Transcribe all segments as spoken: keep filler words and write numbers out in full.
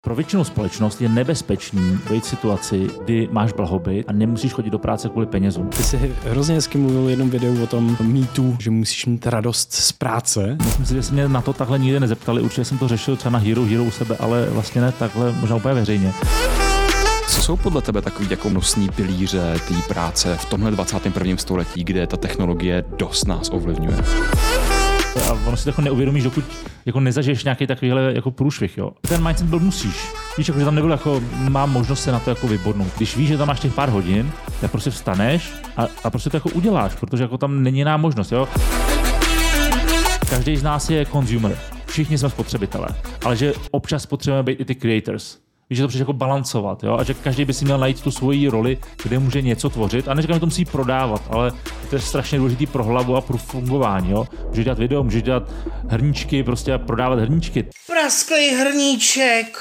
Pro většinou společnost je nebezpečný být v situaci, kdy máš blahobyt a nemusíš chodit do práce kvůli penězům. Ty jsi hrozně hezky mluvil v jednom videu o tom mýtu, že musíš mít radost z práce. Myslím si, že se mě na to takhle nikdy nezeptali. Určitě jsem to řešil třeba na Hero Hero u sebe, ale vlastně ne takhle, možná úplně veřejně. Co jsou podle tebe takový jako nosní pilíře té práce v tomhle dvacátém prvním století, kde ta technologie dost nás ovlivňuje? A ono si to neuvědomíš, dokud jako nezažiješ nějaký takovýhle jako průšvih, jo. Ten mindset byl musíš. Víš, jako, že tam nebylo jako, mám možnost se na to jako vybodnout. Když víš, že tam máš těch pár hodin, tak prostě vstaneš a, a prostě to jako uděláš, protože jako tam není jiná možnost, jo. Každý z nás je consumer. Všichni jsme spotřebitelé, ale že občas potřebujeme být i ty creators. Víš, že to přijde jako balancovat, jo? A že každý by si měl najít tu svoji roli, kde může něco tvořit. A neříkám, že to musí prodávat, ale to je strašně důležitý pro hlavu a pro fungování. Jo? Můžeš dělat video, můžeš dělat hrníčky, prostě prodávat hrníčky. Prasklý hrníček.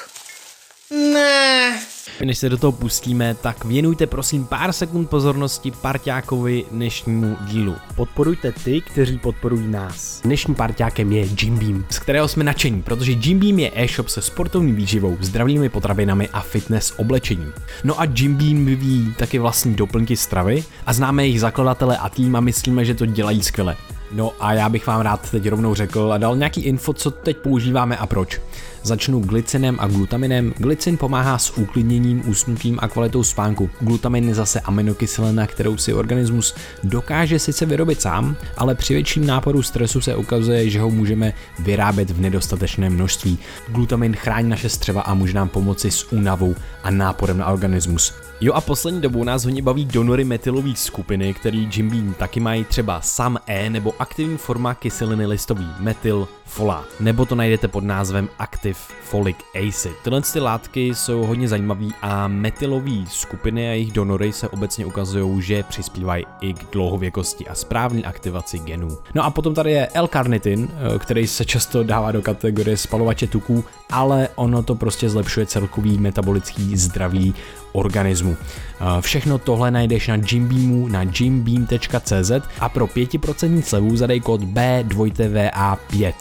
Ne. Než se do toho pustíme, tak věnujte prosím pár sekund pozornosti parťákovi dnešnímu dílu. Podporujte ty, kteří podporují nás. Dnešním parťákem je Jim Beam, z kterého jsme nadšení, protože Jim Beam je e-shop se sportovní výživou, zdravými potravinami a fitness oblečením. No a Jim Beam vyvíjí taky vlastní doplňky stravy a známe jejich zakladatele a tým a myslíme, že to dělají skvěle. No a já bych vám rád teď rovnou řekl a dal nějaký info, co teď používáme a proč. Začnu glycinem a glutaminem. Glycin pomáhá s uklidněním, usnutím a kvalitou spánku. Glutamin je zase aminokyselina, kterou si organismus dokáže sice vyrobit sám, ale při větším náporu stresu se ukazuje, že ho můžeme vyrábět v nedostatečném množství. Glutamin chrání naše střeva a může nám pomoci s únavou a náporem na organismus. Jo a poslední dobou nás hodně baví donory metylové skupiny, který Jim Beam taky mají, třeba SAM E nebo aktivní forma kyseliny listový, metyl folát, nebo to najdete pod názvem Active Folic Acid. Tyhle ty látky jsou hodně zajímavé a metylové skupiny a jejich donory se obecně ukazují, že přispívají i k dlouhověkosti a správné aktivaci genů. No a potom tady je L-karnitin, který se často dává do kategorie spalovače tuků, ale ono to prostě zlepšuje celkový metabolický zdraví organismu. Všechno tohle najdeš na Jim Beamu na jim beam tečka cé zet a pro pět procent slevu zadej kód B dva V A pět.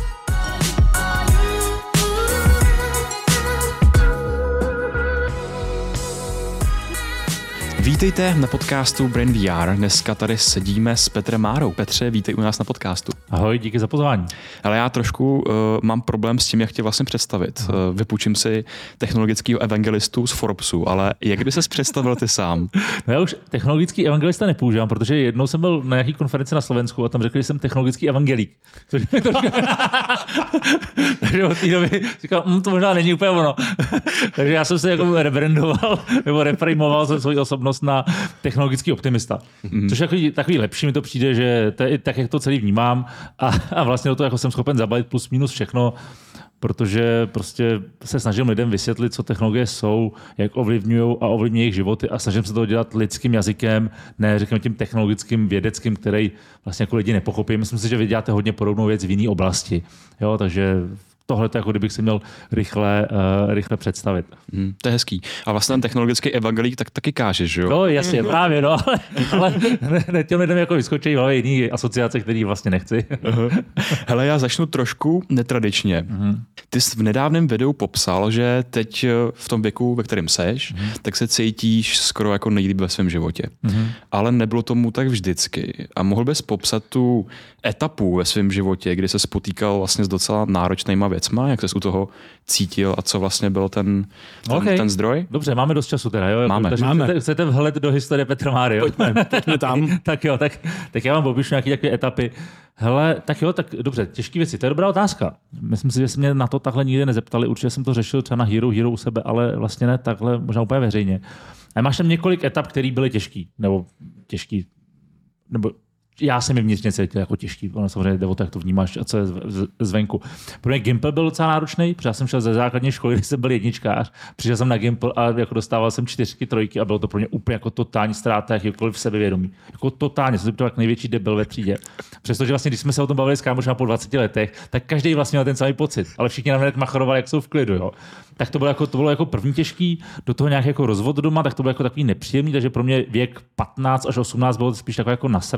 Vítejte na podcastu Brain V R. Dneska tady sedíme s Petrem Márou. Petře, vítej u nás na podcastu. Ahoj, díky za pozvání. Ale já trošku uh, mám problém s tím, jak tě vlastně představit. Uh, vypůjčím si technologického evangelistu z Forbesu, ale jak by ses představil ty sám? No já už technologický evangelista nepoužívám, protože jednou jsem byl na nějaký konferenci na Slovensku a tam řekli, že jsem technologický evangelík. Což mi trošku... Takže od té doby říkal, hm, to možná není úplně ono. Takže já jsem se jako rebrandoval nebo reprimoval jsem svou osobnost na technologický optimista. Mm. Což jako takový lepší mi to přijde, že to je tak, jak to celý vnímám a, a vlastně to jako jsem schopen zabalit plus minus všechno, protože prostě se snažím lidem vysvětlit, co technologie jsou, jak ovlivňují a ovlivňují jejich životy a snažím se to dělat lidským jazykem, ne řekněme tím technologickým, vědeckým, který vlastně jako lidi nepochopí. Myslím si, že vy děláte hodně podobnou věc v jiné oblasti. Jo, takže tohle to jako kdybych si měl rychle, uh, rychle představit. Hmm, to je hezký. A vlastně ten technologický evangelík tak taky kážeš, jo? No jasně, právě, no, ale, ale ne, ne, těm lidem jako vyskočí v hlavě jiný asociace, který vlastně nechci. Uh-huh. Hele, já začnu trošku netradičně. Uh-huh. Ty jsi v nedávném videu popsal, že teď v tom věku, ve kterém seš, uh-huh. tak se cítíš skoro jako nejlíp ve svém životě. Uh-huh. Ale nebylo tomu tak vždycky. A mohl bys popsat tu etapu ve svém životě, kdy se potýkal vlastně s docela náročnýma věcma, jak ses u toho cítil a co vlastně byl ten, ten, okay. ten zdroj? Dobře, máme dost času teda, jo? Máme. Takže máme. Chcete, chcete vhled do historie Petra Máry, jo? Pojďme, pojďme tam. tak jo, tak, tak já vám popíšu nějaké takové etapy. Hele, tak jo, tak dobře, těžké věci, to je dobrá otázka. Myslím si, že se mě na to takhle nikdy nezeptali, určitě jsem to řešil třeba na Hero Hero u sebe, ale vlastně ne takhle, možná úplně veřejně. A máš tam několik etap, které byly těžký, nebo těžký, nebo já jsem je vnitřně cítil jako těžký, ono samozřejmě jde o to, jak to vnímáš a co je zvenku. Pro mě Gimple byl docela náročný, protože já jsem šel ze základní školy, kde jsem byl jedničkář, přišel jsem na Gimple a jako dostával jsem čtyřky, trojky a bylo to pro mě úplně jako totální ztráta jakékoliv v sebevědomí. Jako totálně, jsem to jako největší debil ve třídě. Přestože vlastně, když jsme se o tom bavili s kámošem po dvaceti letech, tak každý vlastně měl ten samý pocit, ale všichni na mě machorovali, jak jsou v klidu, jo. Tak to bylo jako, to bylo jako první těžký, do toho nějak jako rozvod doma, tak to bylo jako takový nepříjemný, takže pro mě věk patnáct až osmnáct bylo spíš taková jako nasranost.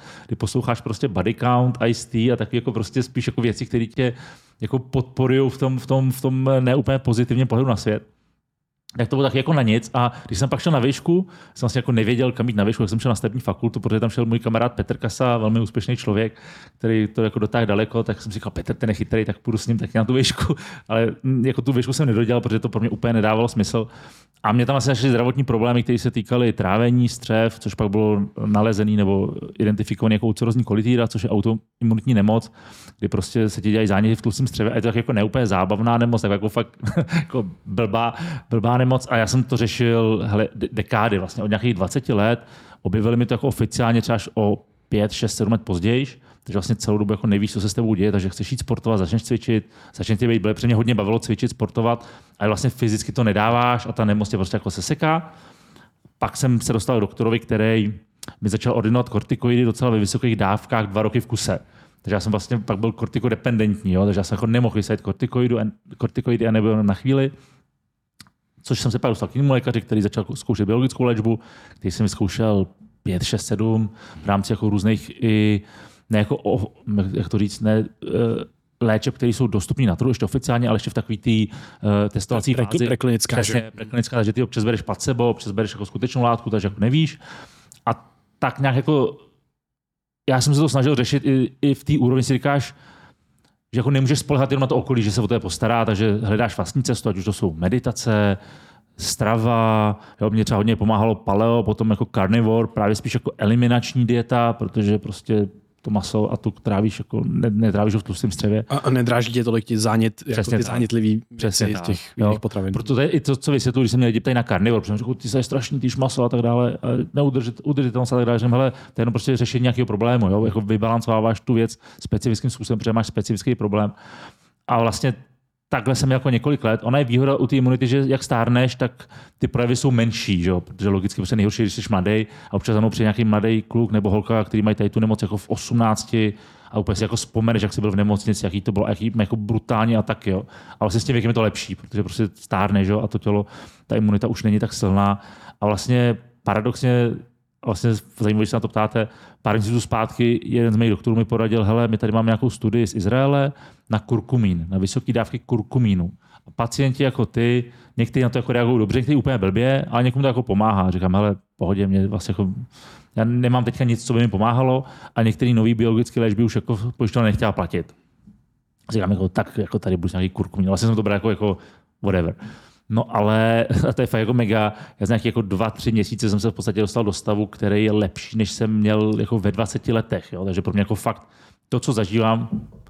kdy posloucháš prostě Body Count, Ice-T a taky jako prostě spíš jako věci, které tě jako podporují v tom, v tom, v tom neúplně pozitivním pohledu na svět. Tak to bylo tak jako na nic a když jsem pak šel na výšku, jsem vlastně jako nevěděl, kam jít na výšku, tak jsem šel na stavební fakultu, protože tam šel můj kamarád Petr Kasa, velmi úspěšný člověk, který to jako dotáhl daleko, tak jsem si říkal, Petr, ten je chytrý, tak půjdu s ním taky na tu výšku, ale jako tu výšku jsem nedodělal, protože to pro mě úplně nedávalo smysl. A mě tam asi našly zdravotní problémy, které se týkaly trávení, střev, což pak bylo nalezený nebo identifikovaný jako ulcerozní kolitída, což je autoimunitní nemoc, kdy prostě se ti dělají záněty v tlustém střevě a je to tak jako neúplně zábavná nemoc, tak jako fakt jako blbá, blbá nemoc. A já jsem to řešil hele, dekády, vlastně od nějakých dvaceti let. Objevili mi to jako oficiálně třeba až o pět, šest, sedm let později. Takže vlastně celou dobu jako nevíš, co se s tebou děje, takže chceš jít sportovat, začneš cvičit, začneš tě být, protože mě hodně bavilo cvičit, sportovat, ale vlastně fyzicky to nedáváš a ta nemoc tě prostě jako seseká. Pak jsem se dostal k doktorovi, který mi začal ordinovat kortikoidy docela ve vysokých dávkách dva roky v kuse. Takže já jsem vlastně pak byl kortikodependentní, jo? Takže já jsem jako nemohl vysadit kortikoidy a nebyl na chvíli. Což jsem se pak dostal k jinému lékaři, který začal zkoušet biologickou léčbu, který jsem vyzkoušel pět, šest, sedm v rámci jako různých i ne jako, jak to říct, ne, léčeb, které jsou dostupné na trhu ještě oficiálně, ale ještě v takový té uh, testovací Pre, fázi. Preklinická. Přesně, preklinická, takže ty občas bereš placebo, občas bereš jako skutečnou látku, takže jako nevíš. A tak nějak jako, já jsem se to snažil řešit i, i v té úrovni, si říkáš, že jako nemůžeš spolehat jenom na to okolí, že se o to postará, takže hledáš vlastní cestu, ať už to jsou meditace, strava, jo, mě třeba hodně pomáhalo paleo, potom jako carnivore, právě spíš jako eliminační dieta, protože prostě to maso a tu trávíš, jako ne, netrávíš ho v tlustém střevě. A, a nedráží tě tolik ti zánět, jako ty zánětlivý věci z těch jiných potravin. Proto to je i to, co vysvětluji, když jsem měl lidi ptají na carnivore, protože řekl, ty jsi strašný, ty jsi maso a tak dále, neudržitelnost a tak dále, že hele, to je jenom prostě řešení nějakého problému, jo? Jako vybalancováváš tu věc specifickým způsobem, protože máš specifický problém. A vlastně takhle jsem jako několik let. Ona je výhoda u té imunity, že jak stárneš, tak ty projevy jsou menší, že? Protože logicky prostě nejhorší, když jsi mladý a občas za mnou přijde nějaký mladý kluk nebo holka, který mají tady tu nemoc jako v osmnácti a úplně si jako vzpomeneš, jak jsi byl v nemocnici, jaký to bylo, jaký jako brutální ataky, jo. A vlastně s tím věkem je to lepší, protože prostě stárneš, jo, a to tělo, ta imunita už není tak silná. A vlastně paradoxně, vlastně zajímavé, že se na to ptáte, pár měsíců zpátky jeden z mých doktorů mi poradil, hele, my tady máme nějakou studii z Izraele na kurkumín, na vysoké dávky kurkumínu. A pacienti jako ty, někteří na to jako reagují dobře, někteří úplně blbě, ale někomu to jako pomáhá. Říkám, hele, pohodě, mě vlastně jako, já nemám teďka nic, co by mi pomáhalo, a některý nový biologický léčby už jako pojišťovna nechtěla platit. Říkám, jako, tak jako tady budu nějaký kurkumín. Vlastně jsem to bral jako, jako whatever. No ale a to je fakt jako mega. Já z nějakých jako dva, tři měsíce jsem se v podstatě dostal do stavu, který je lepší, než jsem měl jako ve dvaceti letech. Jo? Takže pro mě jako fakt to, co zažívám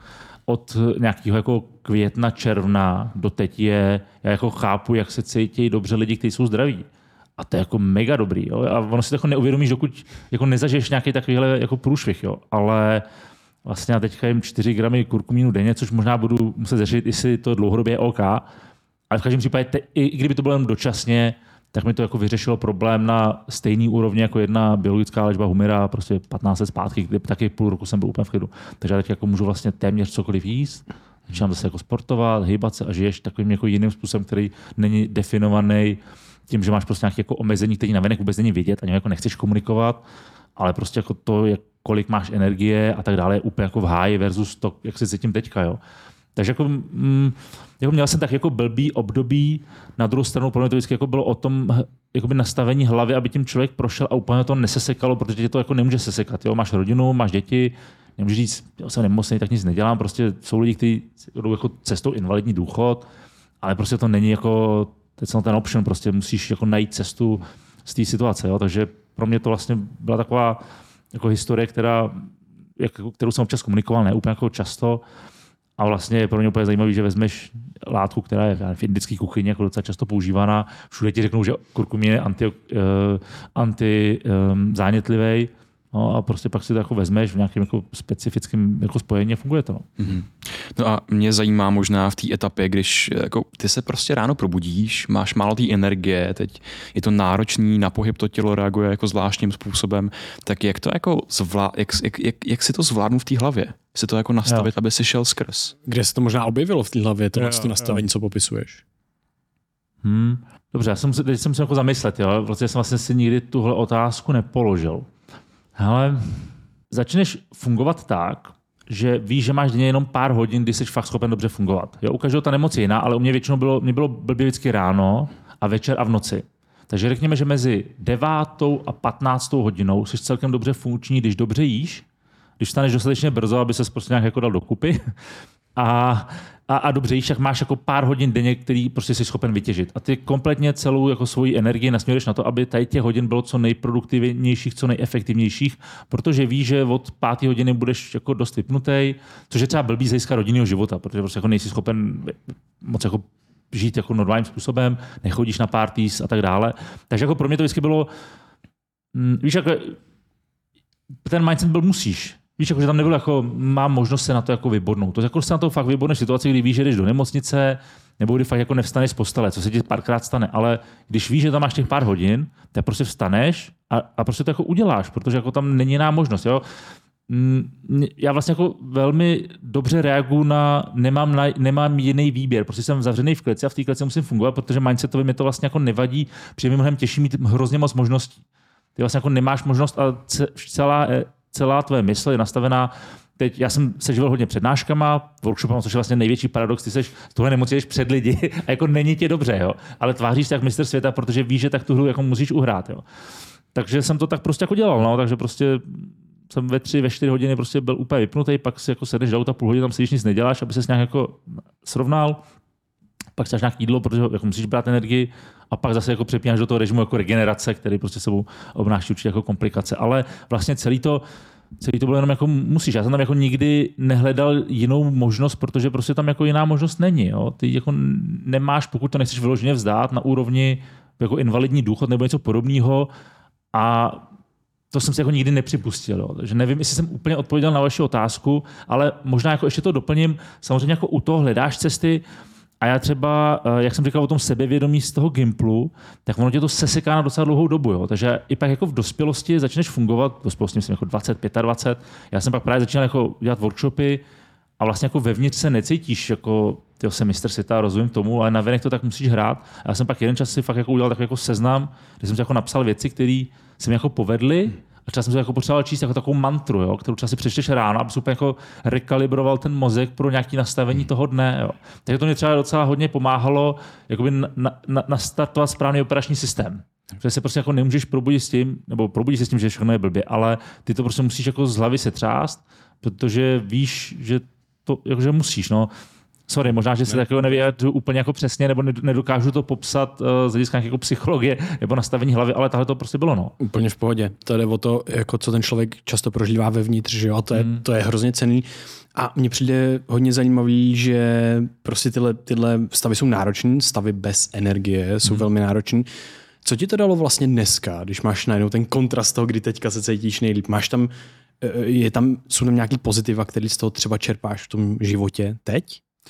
od nějakého jako května, června do teď je, já jako chápu, jak se cítí dobře lidi, kteří jsou zdraví. A to je jako mega dobrý. Jo? A ono si to jako neuvědomíš, dokud jako nezažiješ nějaký takovýhle jako průšvih. Jo? Ale vlastně já teďka jim čtyři gramy kurkumínu denně, což možná budu muset řešit, jestli to dlouhodobě je OK. Ale v každém případě, te, i kdyby to bylo jen dočasně, tak mi to jako vyřešilo problém na stejný úrovni jako jedna biologická léčba Humira, prostě patnáct let zpátky, kdy taky půl roku jsem byl úplně v klidu. Takže já teď jako můžu vlastně téměř cokoliv jíst, začínám zase jako sportovat, hýbat se a žiješ takovým jako jiným způsobem, který není definovaný tím, že máš prostě nějaké jako omezení, který navenek vůbec není vidět, ani jako nechceš komunikovat, ale prostě jako to, jak, kolik máš energie a tak dále, je úplně jako v háji versus to, jak se cítím teďka, jo. Takže jako, mm, jako měl jsem tak jako blbý období, na druhou stranu pro mě to vždycky jako bylo o tom jakoby nastavení hlavy, aby tím člověk prošel a úplně to nesesekalo, protože tě to jako nemůže sesekat. Jo? Máš rodinu, máš děti, nemůžeš říct, já jsem nemocný, tak nic nedělám. Prostě jsou lidi, kteří jdou jako cestou invalidní důchod, ale prostě to není jako ten, ten option, prostě musíš jako najít cestu z té situace. Jo? Takže pro mě to vlastně byla taková jako historie, která, kterou jsem občas komunikoval, ne úplně jako často. A vlastně je pro mě úplně zajímavý, že vezmeš látku, která je v indické kuchyni jako docela často používaná. Všude ti řeknou, že kurkumín je anti, uh, anti um, zánětlivý. No a prostě pak si to jako vezmeš v nějakém jako specifickém jako spojení a funguje to. No. Mm-hmm. No a mě zajímá možná v té etapě, když jako ty se prostě ráno probudíš, máš málo té energie, teď je to náročný, na pohyb to tělo reaguje jako zvláštním způsobem, tak jak to jako zvlá, jak, jak, jak, jak si to zvládnu v té hlavě? Si to jako nastavit, jo. Aby si šel skrz? Kde se to možná objevilo v té hlavě, to, jo, to nastavení, jo. Co popisuješ? Hmm. Dobře, já jsem se, teď jsem se jako zamyslet, jo? Protože jsem vlastně si nikdy tuhle otázku nepoložil. Ale začneš fungovat tak, že víš, že máš denně jenom pár hodin, kdy jsi fakt schopen dobře fungovat. Jo, u každého ta nemoc je jiná, ale u mě většinou bylo, mě bylo blbě vždycky ráno a večer a v noci. Takže řekněme, že mezi devátou a patnáctou hodinou jsi celkem dobře funkční, když dobře jíš, když vstaneš dostatečně brzo, aby ses prostě nějak jako dal dokupy a, a, a dobře jíš, tak máš jako pár hodin denně, který prostě jsi schopen vytěžit. A ty kompletně celou jako svoji energii nasměruješ na to, aby tady těch hodin bylo co nejproduktivnějších, co nejefektivnějších, protože víš, že od páté hodiny budeš jako dost vypnutý, což je třeba blbý z hlediska rodinného života, protože prostě jako nejsi schopen moc jako žít jako normálním způsobem, nechodíš na parties a tak dále. Takže jako pro mě to vždycky bylo, víš, jako ten mindset byl musíš. Víš, jako, že tam nebylo jako, mám možnost se na to jako vybodnout. To jako se na to fakt vybodneš situaci, kdy víš, že jdeš do nemocnice, nebo kdy fakt jako nevstaneš z postele, co se ti párkrát stane. Ale když víš, že tam máš těch pár hodin, tak prostě vstaneš a, a prostě to jako uděláš, protože jako tam není jiná možnost. Jo? Já vlastně jako velmi dobře reaguju na, nemám, na, nemám jiný výběr. Prostě jsem zavřený v kleci a v té kleci musím fungovat, protože mindsetově mě to vlastně jako nevadí, protože mi mnohem těžší mít hrozně moc možností. Ty vlastně jako nemáš možnost a celá, celá tvoje mysl je nastavená. Teď já jsem se živil hodně přednáškama, workshopem, což je vlastně největší paradox, ty seš z tohle nemoci jdeš před lidi a jako není ti dobře, jo? Ale tváříš se jak mistr světa, protože víš, že tak tu hru jako musíš uhrát. Jo? Takže jsem to tak prostě jako dělal, no? Takže prostě jsem ve tři, ve čtyři hodiny prostě byl úplně vypnutý, pak si jako sedeš do auta půl hodiny, tam sedíš, nic neděláš, aby ses nějak jako srovnal, pak si dáš nějaké jídlo, protože jako musíš brát energii a pak zase jako přepínáš do toho režimu jako regenerace, který prostě sebou obnáší určitě jako komplikace. Ale vlastně celý to, celý to bylo jenom jako musíš. Já jsem tam jako nikdy nehledal jinou možnost, protože prostě tam jako jiná možnost není. Jo? Ty jako nemáš, pokud to nechceš vyloženě vzdát na úrovni jako invalidní důchod nebo něco podobného a to jsem si jako nikdy nepřipustil. Jo. Takže nevím, jestli jsem úplně odpověděl na vaši otázku, ale možná jako ještě to doplním. Samozřejmě jako u toho hledáš cesty a já třeba, jak jsem říkal o tom sebevědomí z toho Gimplu, tak ono tě to seseká na docela dlouhou dobu. Jo. Takže i pak jako v dospělosti začneš fungovat, v dospělosti myslím jako dvacet, dvacet pět. Já jsem pak právě začínal jako dělat workshopy a vlastně jako vevnitř se necítíš jako tyjo, jsem mistr světa, rozumím tomu, ale navenek to tak musíš hrát. A já jsem pak jeden čas si fakt jako udělal takový jako seznam, kde jsem si jako napsal věci, které se mi jako povedly a čas jsem se jako potřeboval číst jako takovou mantru, jo, kterou čas si přečteš ráno, aby super jako rekalibroval ten mozek pro nějaké nastavení toho dne. Jo. Takže to mě třeba docela hodně pomáhalo jakoby na, na, nastartovat správný operační systém. Protože se prostě jako nemůžeš probudit s tím, nebo probudit se s tím, že všechno je blbě, ale ty to prostě musíš jako z hlavy setřást, protože víš, že to jakože musíš. No. Sorry, možná, že se takového nevyjadřuji úplně jako přesně, nebo nedokážu to popsat uh, z hlediska jako psychologie nebo nastavení hlavy, ale tahle to prostě bylo. No. Úplně v pohodě. To jde o to, jako co ten člověk často prožívá vevnitř, že jo? To je, hmm. to je hrozně cenný. A mně přijde hodně zajímavý, že prostě tyhle, tyhle stavy jsou náročné, stavy bez energie jsou hmm. velmi náročné. Co ti to dalo vlastně dneska, když máš najednou ten kontrast toho, kdy teďka se cítíš nejlíp? Máš tam, je tam, jsou tam nějaký pozitiva, který z toho třeba čerpáš v tom životě teď?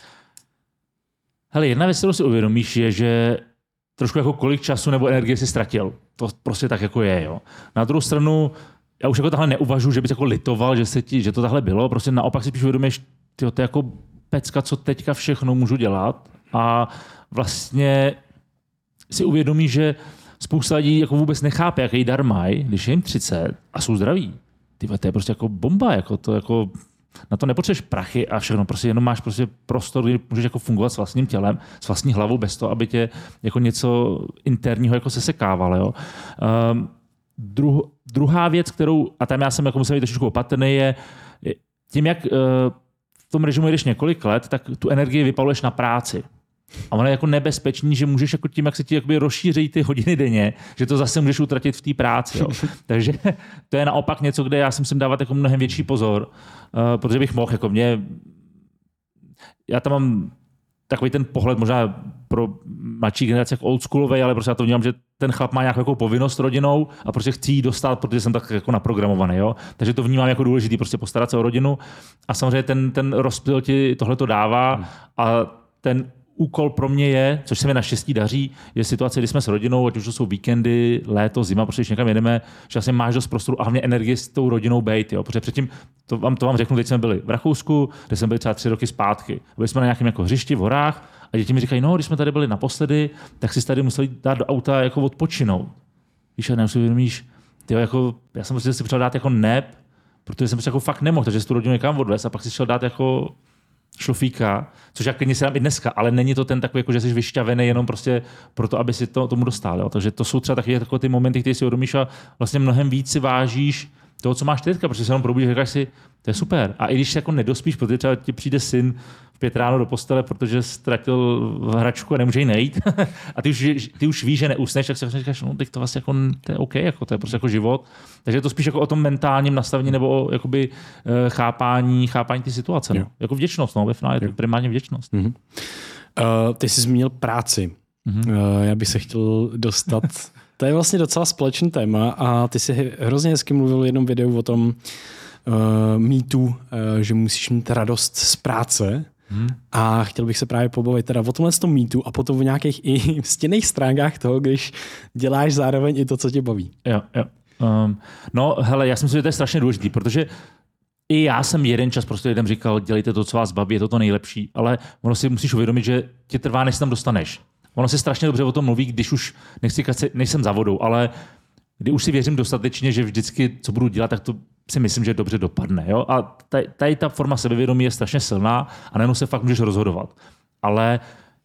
Hele, jedna věc, kterou si uvědomíš, je, že trošku jako kolik času nebo energie si ztratil. To prostě tak jako je. Jo. Na druhou stranu, já už jako tahle neuvažuji, že bys jako litoval, že, se ti, že to takhle bylo. Prostě naopak si spíš uvědomíš, tyjo, to je jako pecka, co teďka všechno můžu dělat. A vlastně si uvědomíš, že spousta lidí jako vůbec nechápe, jaký dar mají, když je jim třicet a jsou zdraví. Tyhle, to je prostě jako bomba. Jako to, jako, na to nepotřebuješ prachy a všechno, prostě jenom máš prostě prostor, kdy můžeš jako fungovat s vlastním tělem, s vlastní hlavou, bez toho, aby tě jako něco interního jako sesekávalo. Jo. Um, druh, druhá věc, kterou, a tam já jsem jako musel být trošičku opatrný, je tím, jak uh, v tom režimu jdeš několik let, tak tu energii vypaluješ na práci. A ono je jako nebezpečný, že můžeš jako tím, jak se ti jakoby rozšíří ty hodiny denně, že to zase můžeš utratit v té práci. Jo. Takže to je naopak něco, kde já si musím dávat jako mnohem větší pozor, uh, protože bych mohl, jako mě, já tam mám takový ten pohled možná pro mladší generace jako oldschoolovej, ale prostě já to vnímám, že ten chlap má nějakou jako povinnost rodinou a prostě chci jí dostat, protože jsem tak jako naprogramovaný. Jo. Takže to vnímám jako důležitý, prostě postarat se o rodinu a samozřejmě ten, ten rozptyl ti tohle to dává a ten úkol pro mě je, což se mi naštěstí daří, je situace, kdy jsme s rodinou, ať už to jsou víkendy, léto, zima, protože když někam jedeme, že vlastně máš dost prostoru a hlavně energie s tou rodinou bejt. Jo? Protože předtím, to vám, to vám řeknu, teď jsme byli v Rakousku, kde jsme byli třeba tři roky zpátky. Byli jsme na nějakém jako hřišti v horách a děti mi říkají, no, když jsme tady byli naposledy, tak si tady museli dát do auta jako odpočinout. Víš, a si uvědomíš, tyjo, jako, já jsem prostě si potřeboval dát jako nep, protože jsem prostě jako fakt nemohl, takže jsi tu rodinu někam odvez a pak si šel dát jako šlofíka, což jak klidně se dám i dneska, ale není to ten takový, jako, že jsi vyšťavený jenom prostě proto, aby si to, tomu dostal. Jo? Takže to jsou třeba takové, takové ty momenty, které si uvědomíš a vlastně mnohem víc si vážíš toho, co máš teďka, protože se jenom probudíš a říkáš si, to je super. A i když se jako nedospíš, protože třeba ti přijde syn v pět ráno do postele, protože ztratil hračku a nemůže ji najít a ty už, ty už víš, že neusneš, tak si vlastně říkáš, no teď to vlastně jako, to je OK, jako, to je prostě jako život. Takže je to spíš jako o tom mentálním nastavení nebo o jakoby, chápání, chápání ty situace. No. Jako vděčnost, no, ve finále je to primárně vděčnost. Mm-hmm. Uh, ty jsi zmínil práci. Mm-hmm. Uh, já bych se chtěl dostat... To je vlastně docela společný téma a ty jsi hrozně hezky mluvil v jednom videu o tom uh, mýtu, uh, že musíš mít radost z práce. Hmm. A chtěl bych se právě pobavit teda o tomhle tom mýtu a potom o nějakých i stěnných stránkách toho, když děláš zároveň i to, co tě baví. Jo, jo. Um, no, hele, já si myslím, že to je strašně důležitý, protože i já jsem jeden čas prostě lidem říkal, dělejte to, co vás baví, je to to nejlepší, ale ono si musíš uvědomit, že tě trvá, než se tam dostaneš. Ono se strašně dobře o tom mluví, když už nechci kaci, nejsem za vodou, ale kdy už si věřím dostatečně, že vždycky, co budu dělat, tak to si myslím, že dobře dopadne. Jo? A tady, tady ta forma sebevědomí je strašně silná a najednou se fakt můžeš rozhodovat. Ale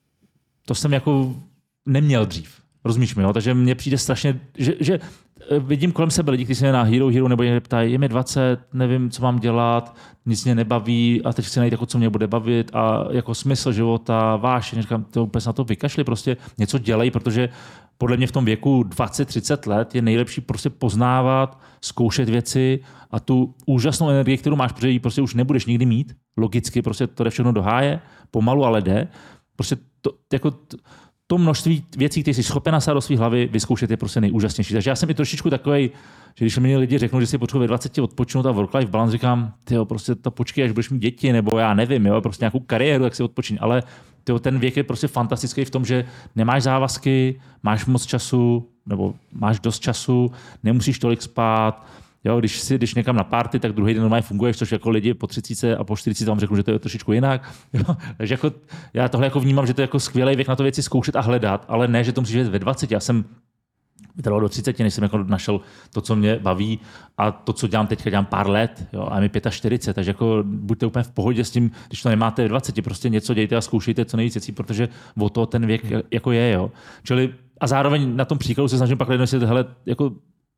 to jsem jako neměl dřív. Rozumíš mi? Jo? Takže mně přijde strašně, že, že vidím kolem sebe lidi, kteří se mě na Hero Hero nebo někde ptají, je mi dvacet, nevím, co mám dělat, nic mě nebaví a teď chci najít, jako, co mě bude bavit a jako smysl života, vášeň. Říkám, to úplně na to vykašli, prostě něco dělej, protože podle mě v tom věku dvacet třicet let je nejlepší prostě poznávat, zkoušet věci a tu úžasnou energii, kterou máš, protože ji prostě už nebudeš nikdy mít, logicky, prostě to jde všechno do háje, pomalu, ale jde. Prostě to, jako to množství věcí, které jsi schopen nasát do své hlavy, vyzkoušet je prostě nejúžasnější. Takže já jsem i trošičku takovej, že když mi lidi řeknou, že si potřebuje ve dvaceti odpočinout a work-life balance, říkám, tyjo, prostě to počkej, až budeš mít děti, nebo já nevím, jo, prostě nějakou kariéru, tak si odpočin. Ale tyjo, ten věk je prostě fantastický v tom, že nemáš závazky, máš moc času, nebo máš dost času, nemusíš tolik spát. Jo, když si když někam na party, tak druhý den normálně funguješ, což jako lidi po třiceti a po čtyřiceti vám řeknu, že to je trošičku jinak. Jo, takže jako, já tohle jako vnímám, že to je jako skvělý věk na to věci zkoušet a hledat, ale ne, že to musíš ve dvaceti. Já jsem vytrval do třiceti, než jsem jako našel to, co mě baví a to, co dělám teďka, dělám pár let, jo, a je mi čtyřicet pět, takže jako buďte úplně v pohodě s tím, když to nemáte ve dvaceti, prostě něco dějte a zkoušejte co nejvíc věcí, protože o to ten věk jako je, jo. Čili a zároveň na tom příkladu se snažím pak lidem si hele, jako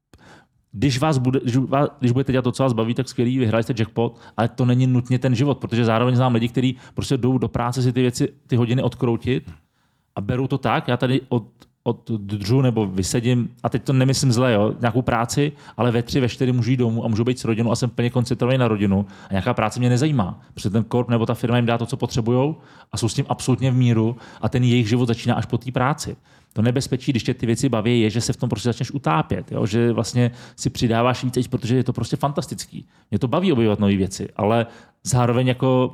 Když, vás bude, když, vás, když budete dělat to, co vás baví, tak skvělý, vyhráli jste jackpot, ale to není nutně ten život, protože zároveň znám lidi, kteří prostě jdou do práce si ty věci, ty hodiny odkroutit a berou to tak, já tady od, oddřu nebo vysedím, a teď to nemyslím zle, jo, nějakou práci, ale ve tři, ve čtyři můžu jít domů a můžu být s rodinou a jsem plně koncentrovaný na rodinu a nějaká práce mě nezajímá, protože ten korp nebo ta firma jim dá to, co potřebujou a jsou s tím absolutně v míru a ten jejich život začíná až po té práci. To nebezpečí, když tě ty věci baví, je, že se v tom prostě začneš utápět, jo? Že vlastně si přidáváš víc, protože je to prostě fantastický. Mě to baví objevovat nové věci, ale zároveň jako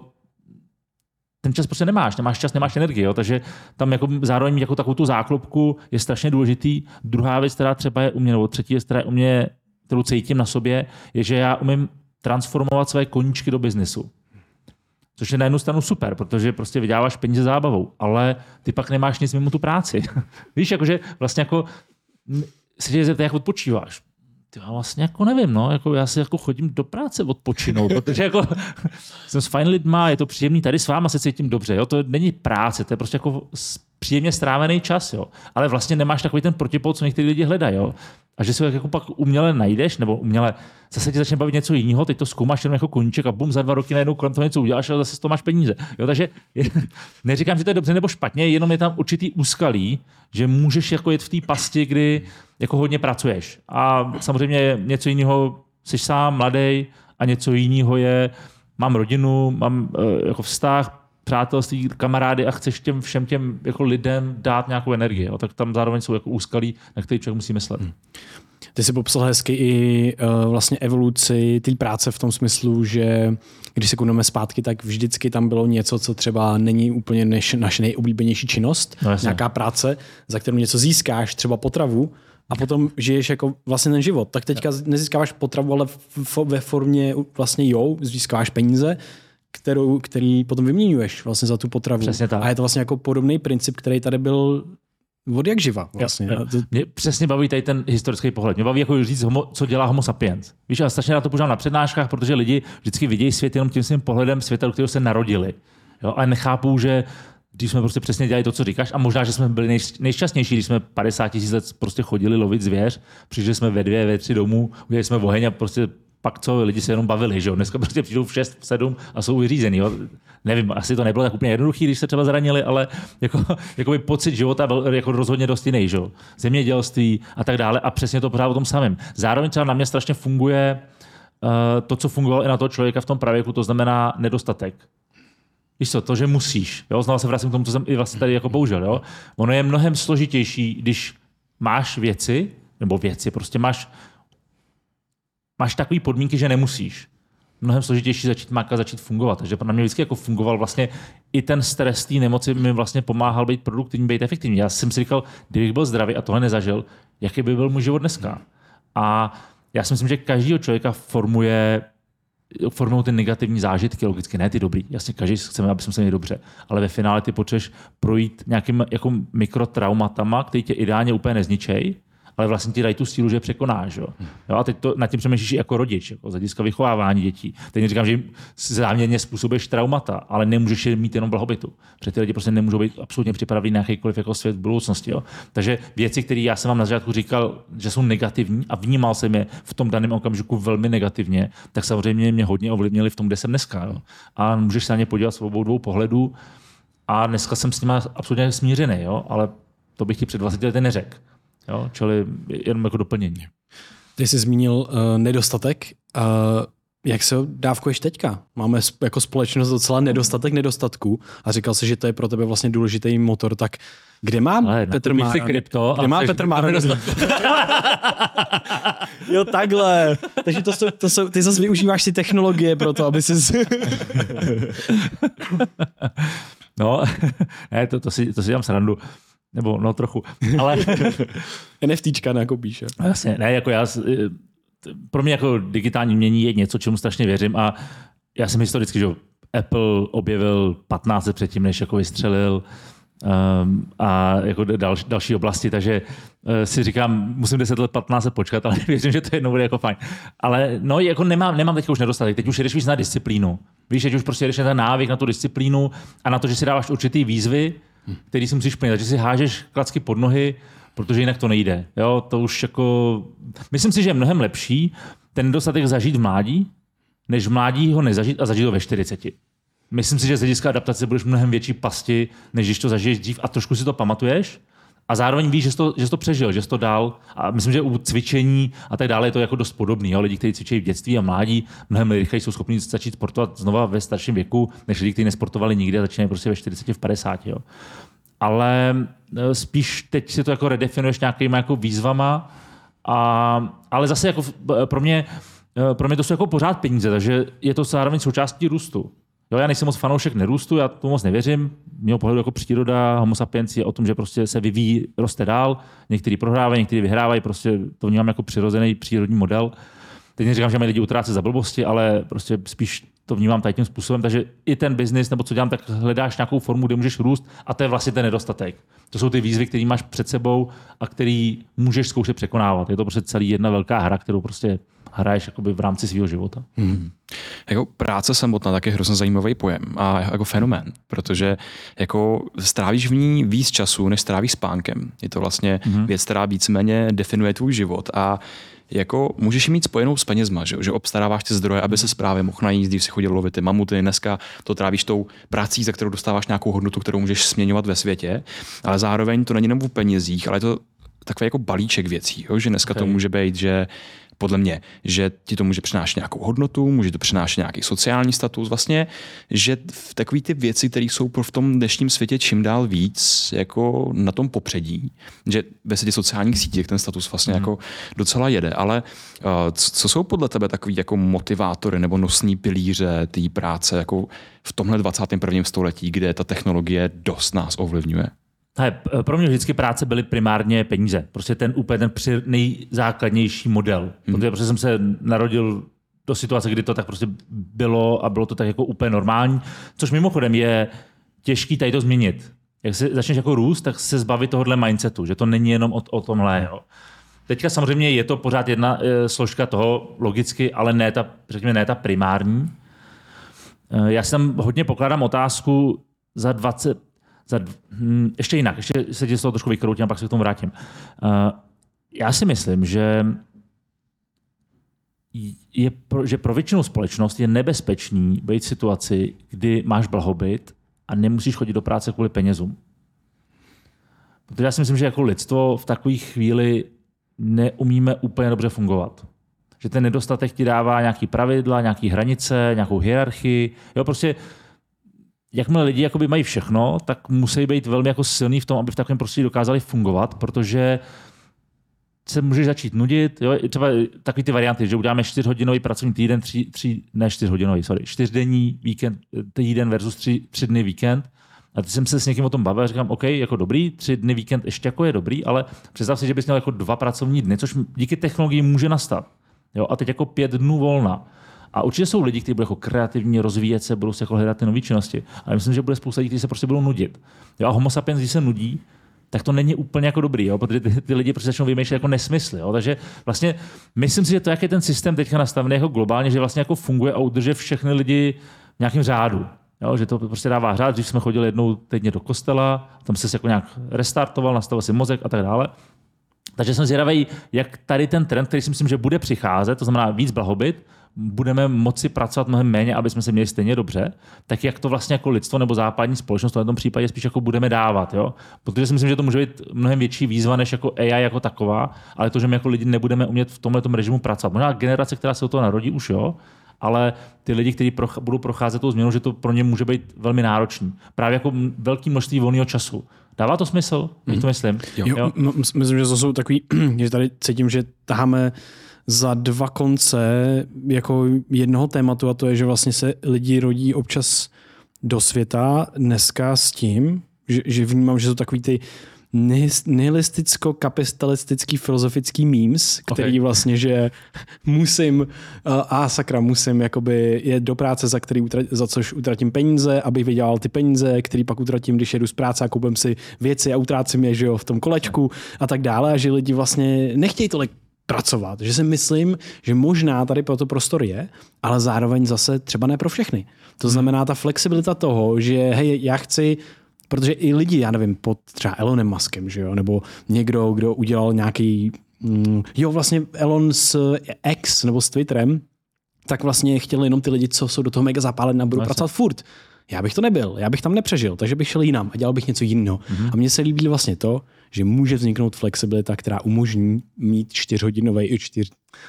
ten čas prostě nemáš, nemáš čas, nemáš energii, jo? Takže tam jako zároveň mít jako takovou tu záklopku je strašně důležitý. Druhá věc, která třeba je u mě, nebo třetí věc, která je u mě, kterou cítím na sobě, je, že já umím transformovat své koníčky do biznesu. Což je na jednu stranu super, protože prostě vyděláváš peníze zábavou, ale ty pak nemáš nic mimo tu práci. Víš, jakože vlastně jako si tě zeptá, jak odpočíváš. Ty já vlastně jako nevím, no, jako já si jako chodím do práce odpočinout, protože jako jsem s fajn lidma, je to příjemný, tady s váma se cítím dobře, jo, to není práce, to je prostě jako příjemně strávený čas, jo, ale vlastně nemáš takový ten protipol, co někteří lidi hledají, jo. A že si ho jako pak uměle najdeš, nebo uměle zase ti začne bavit něco jiného, teď to zkoumáš jenom jako koníček a bum, za dva roky najednou kolem toho něco uděláš a zase z toho máš peníze. Jo, takže je, neříkám, že to je dobře nebo špatně, jenom je tam určitý úskalí, že můžeš jako jet v té pasti, kdy jako hodně pracuješ. A samozřejmě něco jiného, jsi sám, mladý, a něco jiného je, mám rodinu, mám uh, jako vztah, přátelství, kamarády a chceš těm všem těm jako lidem dát nějakou energii. Jo? Tak tam zároveň jsou jako úskalí, na který člověk musí myslet. Hmm. Ty jsi popsal hezky i uh, vlastně evoluci té práce v tom smyslu, že když se koukneme zpátky, tak vždycky tam bylo něco, co třeba není úplně než, naše nejoblíbenější činnost, no, nějaká práce, za kterou něco získáš, třeba potravu, a potom žiješ jako vlastně ten život. Tak teďka nezískáváš potravu, ale v, ve formě vlastně jo, získáváš peníze, kterou, který potom vyměňuješ vlastně za tu potravu. Přesně tak. A je to vlastně jako podobný princip, který tady byl od jak živa vlastně. Jo, jo. Mě přesně baví tady ten historický pohled. Mě baví jako říct, homo, co dělá homo sapiens. Víš, já strašně na to používám na přednáškách, protože lidi vždycky vidějí svět jenom tím svým pohledem světa, do kterého se narodili. Jo, a nechápou, že když jsme prostě přesně dělali to, co říkáš, a možná, že jsme byli nej, nejšťastnější, když jsme padesát tisíc let prostě chodili lovit zvěř, přišli jsme ve dvě, ve tři domů, udělali jsme oheň a prostě pak co, lidi se jenom bavili, že jo. Dneska prostě přijdou v šest, v sedm a jsou vyřízený, jo. Nevím, asi to nebylo tak úplně jednoduchý, když se třeba zranili, ale jako, jako pocit života byl jako rozhodně dost jiný, že jo. Zemědělství a tak dále a přesně to pořád o tom samém. Zároveň třeba na mě strašně funguje uh, to, co fungovalo i na toho člověka v tom pravěku, to znamená nedostatek. Víš co, to, že musíš. Jo? Znovu se vracím k tomu, co jsem i vlastně tady jako použil. Jo? Ono je mnohem složitější, když máš věci, nebo věci, prostě máš, máš takové podmínky, že nemusíš. Mnohem složitější začít mákat, začít fungovat. Takže na mě vždycky jako fungoval vlastně i ten stres té nemoci mi vlastně pomáhal být produktivní, být efektivní. Já jsem si říkal, kdybych byl zdravý a tohle nezažil, jaký by byl můj život dneska. A já si myslím, že každýho člověka formuje formují ty negativní zážitky, logicky ne ty dobrý. Jasně, každý chceme, aby jsme se měli dobře, ale ve finále ty potřebuješ projít nějakým jako mikrotraumatama, který tě ideálně úplně nezničej, ale vlastně ti dají tu sílu, že je překonáš. Jo? Jo, a teď to, nad tím přemýšlíš i jako rodič, jako z hlediska vychovávání dětí. Teď neříkám, že jim záměrně způsobíš traumata, ale nemůžeš je mít jenom blahobytu. Protože ty lidi prostě nemůžou být absolutně připraveni na jakýkoliv jako svět v budoucnosti. Jo? Takže věci, které já jsem vám na začátku říkal, že jsou negativní a vnímal jsem je v tom daném okamžiku velmi negativně, tak samozřejmě mě hodně ovlivnili v tom, kde jsem dneska. Jo? A můžeš se na ně podívat s obou dvou pohledů a dneska jsem s nimi absolutně smířený, jo? Ale to bych ti před dvaceti lety neřekl. Jo, čili jenom jako doplnění. Ty jsi zmínil uh, nedostatek. Uh, jak se dávkuješ teďka? Máme jako společnost docela nedostatek nedostatků a říkal jsi, že to je pro tebe vlastně důležitý motor, tak kde mám Ale Petr Mára? Krypto kde má Petr Mára nedostatek? Jo, takhle. Takže to jsou, to jsou, ty zase využíváš si technologie pro to, aby jsi... No, ne, to, to, si, to si dám srandu. Nebo no trochu, ale... NFTčka nakoupíš. Jasně, ne, jako já... Pro mě jako digitální mění je něco, čemu strašně věřím a já jsem historicky, že Apple objevil patnáct let předtím, než jako vystřelil um, a jako dal, další oblasti, takže uh, si říkám, musím deset let, patnáct let počkat, ale věřím, že to jednou bude jako fajn. Ale no, jako nemám, nemám teďka už nedostatek, teď už jdeš víc na disciplínu. Víš, teď už prostě jdeš na ten návyk, na tu disciplínu a na to, že si dáváš určitý výzvy, který si musíš plnit, takže si hážeš klacky pod nohy, protože jinak to nejde. Jo, to už jako... Myslím si, že je mnohem lepší ten nedostatek zažít v mládí, než v mládí ho nezažít a zažít ho ve čtyřiceti. Myslím si, že z hlediska adaptace budeš mnohem větší pasti, než když to zažiješ dřív a trošku si to pamatuješ. A zároveň víš, že jsi to, že jsi to přežil, že jsi to dal. A myslím, že u cvičení a tak dále je to jako dost podobný. Jo? Lidi, kteří cvičí v dětství a mládí, mnohem rychleji jsou schopni začít sportovat znova ve starším věku, než lidi, kteří nesportovali nikdy a začínají prostě ve čtyřiceti, v padesáti. Jo? Ale spíš teď si to jako redefinuješ nějakýma jako výzvama, a, ale zase jako pro mě, pro mě to jsou jako pořád peníze, takže je to zároveň součástí růstu. Jo, já nejsem moc fanoušek nerůstu, já tomu moc nevěřím. Mého pohledu jako příroda, homo sapiens je o tom, že prostě se vyvíjí, roste dál, někteří prohrávají, někteří vyhrávají, prostě to vnímám jako přirozený přírodní model. Teď neříkám, že mají lidi utrácet za blbosti, ale prostě spíš to vnímám tady tím způsobem, takže i ten biznis, nebo co dělám, tak hledáš nějakou formu, kde můžeš růst a to je vlastně ten nedostatek. To jsou ty výzvy, které máš před sebou a který můžeš zkoušet překonávat. Je to prostě celý jedna velká hra, kterou prostě hraješ jakoby v rámci svého života. Hmm. Jako práce samotná tak je hrozně zajímavý pojem a jako fenomén, protože jako strávíš v ní víc času, než strávíš spánkem. Je to vlastně hmm. věc, která víceméně definuje tvůj život a jako můžeš ji mít spojenou s penězma, že, že obstaráváš ty zdroje, aby se právě mohl najíst, když si chodil lovit ty mamuty, dneska to trávíš tou prací, za kterou dostáváš nějakou hodnotu, kterou můžeš směňovat ve světě, ale zároveň to není jenom v penězích, ale je to takový jako balíček věcí, jo? Že dneska okay. to může být, že podle mě, že ti to může přinášet nějakou hodnotu, může to přinášet nějaký sociální status, vlastně, že v takový ty věci, které jsou v tom dnešním světě čím dál víc jako na tom popředí, že ve světě sociálních sítích ten status vlastně mm. jako docela jede, ale uh, co jsou podle tebe takový jako motivátory nebo nosní pilíře té práce jako v tomhle dvacátém prvním století, kde ta technologie dost nás ovlivňuje? He, pro mě vždycky práce byly primárně peníze. Prostě ten úplně ten nejzákladnější model. Hmm. Protože prostě jsem se narodil do situace, kdy to tak prostě bylo a bylo to tak jako úplně normální. Což mimochodem je těžký tady to změnit. jak se začneš jako růst, tak se zbavit tohohle mindsetu, že to není jenom o, o tomhle. Jo. Teďka samozřejmě je to pořád jedna e, složka toho logicky, ale ne ta, řekněme, ne ta primární. E, já si tam hodně pokládám otázku za dvacet, za, hm, ještě jinak, ještě se tě z toho trošku vykroutím a pak se k tomu vrátím. E, já si myslím, že je pro, že pro většinou společnost je nebezpečný být v situaci, kdy máš blahobyt a nemusíš chodit do práce kvůli penězům. Protože já si myslím, že jako lidstvo v takové chvíli neumíme úplně dobře fungovat. Že ten nedostatek ti dává nějaký pravidla, nějaký hranice, nějakou hierarchii. Jo, prostě jakmile lidi jakoby mají všechno, tak musí být velmi jako silný v tom, aby v takovém prostředí dokázali fungovat, protože se můžeš začít nudit. Jo? Třeba takový ty varianty, že uděláme čtyřhodinový pracovní týden, tři, tři, ne čtyřhodinový, sorry, čtyřdenní víkend, týden versus tři, tři dny víkend. A teď jsem se s někým o tom bavil a říkám, OK, jako dobrý, tři dny víkend ještě jako je dobrý, ale představ si, že bys měl jako dva pracovní dny, což díky technologii může nastat. Jo? A teď jako pět dnů volna. A určitě jsou lidi, kteří budou jako kreativně rozvíjet se, budou se jako hledat ty nové činnosti. Ale myslím, že bude spousta lidí, kteří se prostě budou nudit. Jo? A homo sapiens, když se nudí, tak to není úplně jako dobrý, jo? Protože ty, ty lidi prostě začnou vymýšlet jako nesmysly. Jo? Takže vlastně myslím si, že to, jak je ten systém teďka nastavený jako globálně, že vlastně jako funguje a udržuje všechny lidi v nějakém řádu. Jo? Že to prostě dává řád, když jsme chodili jednou týdně do kostela, tam se jako nějak restartoval, nastavil si mozek a tak dále. Takže jsem zvědavý, jak tady ten trend, který si myslím, že bude přicházet, to znamená víc blahobyt, budeme moci pracovat mnohem méně, aby jsme se měli stejně dobře, tak jak to vlastně jako lidstvo nebo západní společnost v tom případě spíš jako budeme dávat. Jo? Protože si myslím, že to může být mnohem větší výzva než jako A I jako taková, ale to, že my jako lidi nebudeme umět v tomhletom režimu pracovat. Možná generace, která se o toho narodí, už jo, ale ty lidi, kteří proch- budou procházet tou změnou, že to pro ně může být velmi náročný. Právě jako velké množství volného času. Dává to smysl? Mm. to myslím. Jo. Jo, m- myslím, že to jsou takový, že tady cítím, že taháme za dva konce jako jednoho tématu a to je, že vlastně se lidi rodí občas do světa dneska s tím, že, že vnímám, že jsou takový ty nihilisticko-kapitalistický filozofický memes, který okay. vlastně, že musím a sakra, musím jakoby jet do práce, za, který utrat, za což utratím peníze, abych vydělal ty peníze, který pak utratím, když jedu z práce a koupím si věci a utrácím je, že jo, v tom kolečku a tak dále a že lidi vlastně nechtějí tolik pracovat. Že si myslím, že možná tady pro to prostor je, ale zároveň zase třeba ne pro všechny. To znamená ta flexibilita toho, že hej, já chci, protože i lidi, já nevím, pod třeba Elonem Muskem, že jo, nebo někdo, kdo udělal nějaký, mm, jo, vlastně Elon s X nebo s Twitterem, tak vlastně chtěli jenom ty lidi, co jsou do toho mega zapálení a budou vlastně pracovat furt. Já bych to nebyl, já bych tam nepřežil, takže bych šel jinam a dělal bych něco jiného. Mm-hmm. A mně se líbí vlastně to, že může vzniknout flexibilita, která umožní mít čtyřhodinový i čtyř...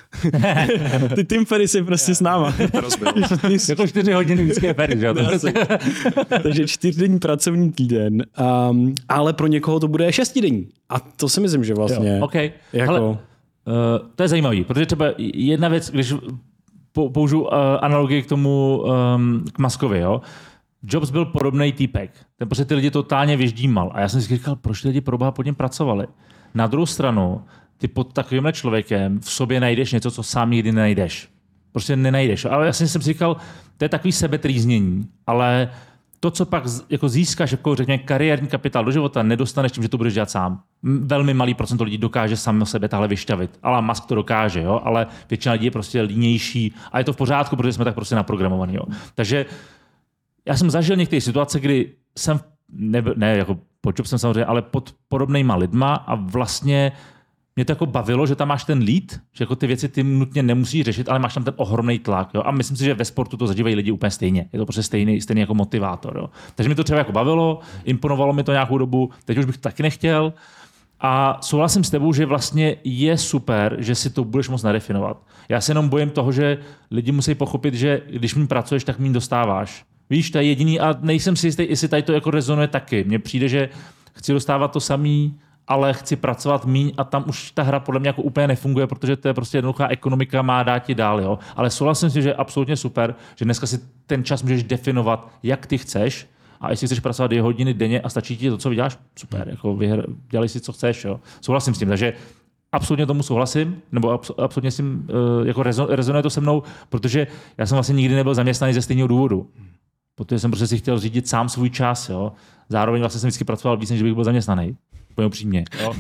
Ty Tim Ferriss je prostě s náma. Je to čtyři hodiny vždycky je Ferriss, jo? Takže čtyřdenní pracovní týden, um, ale pro někoho to bude šestidenní. A to si myslím, že vlastně... Jo, okay. Jako... Hele, uh, to je zajímavý, protože třeba jedna věc, když použiju uh, analogii k tomu, um, k Muskovi, jo? Jobs byl podobný týpek. Ten prostě ty lidi totálně vyždímal. A já jsem si říkal, proč ty lidi pro boha pod něm pracovali. Na druhou stranu, ty pod takovýmhle člověkem v sobě najdeš něco, co sám nikdy nenajdeš. Prostě nenajdeš. Ale já jsem si říkal, to je takový sebetrýznění, ale to, co pak jako získáš, jako řekněme, kariérní kapitál do života, nedostaneš tím, že to budeš dělat sám. Velmi malý procento lidí dokáže sám sebe tahle vyšťavit. Ale Musk to dokáže, jo? Ale většina lidí je prostě línější a je to v pořádku, protože jsme tak prostě naprogramovaní. Jo? Takže já jsem zažil některé situace, kdy jsem, ne, ne jako pod job jsem samozřejmě, ale pod podobnýma lidma a vlastně mě to jako bavilo, že tam máš ten lead, že jako ty věci ty nutně nemusíš řešit, ale máš tam ten ohromný tlak. Jo? A myslím si, že ve sportu to zažívají lidi úplně stejně. Je to prostě stejný, stejný jako motivátor. Jo? Takže mi to třeba jako bavilo, imponovalo mi to nějakou dobu, teď už bych taky nechtěl. A souhlasím s tebou, že vlastně je super, že si to budeš moct nadefinovat. Já se jenom bojím toho, že lidi musí pochopit, že když mi pracuješ, tak mi dostáváš. Víš, to je jediný a nejsem si jistý, jestli tady to jako rezonuje taky. Mně přijde, že chci dostávat to samý, ale chci pracovat míň a tam už ta hra podle mě jako úplně nefunguje, protože to je prostě jednoduchá ekonomika, má dát ti dál. Jo? Ale souhlasím si, že je absolutně super, že dneska si ten čas můžeš definovat, jak ty chceš a jestli chceš pracovat dvě hodiny denně a stačí ti to, co vyděláš, super, jako vyhr, dělej si, co chceš. Jo? Souhlasím s tím, takže absolutně tomu souhlasím, nebo absolutně s tím, jako rezonuje to se mnou, protože já jsem vlastně nikdy nebyl zaměstnaný ze stejného důvodu. protože jsem prostě si chtěl řídit sám svůj čas, jo. Zároveň vlastně jsem vždycky pracoval víc, než bych byl zaměstnaný. Úplně upřímně. Jo.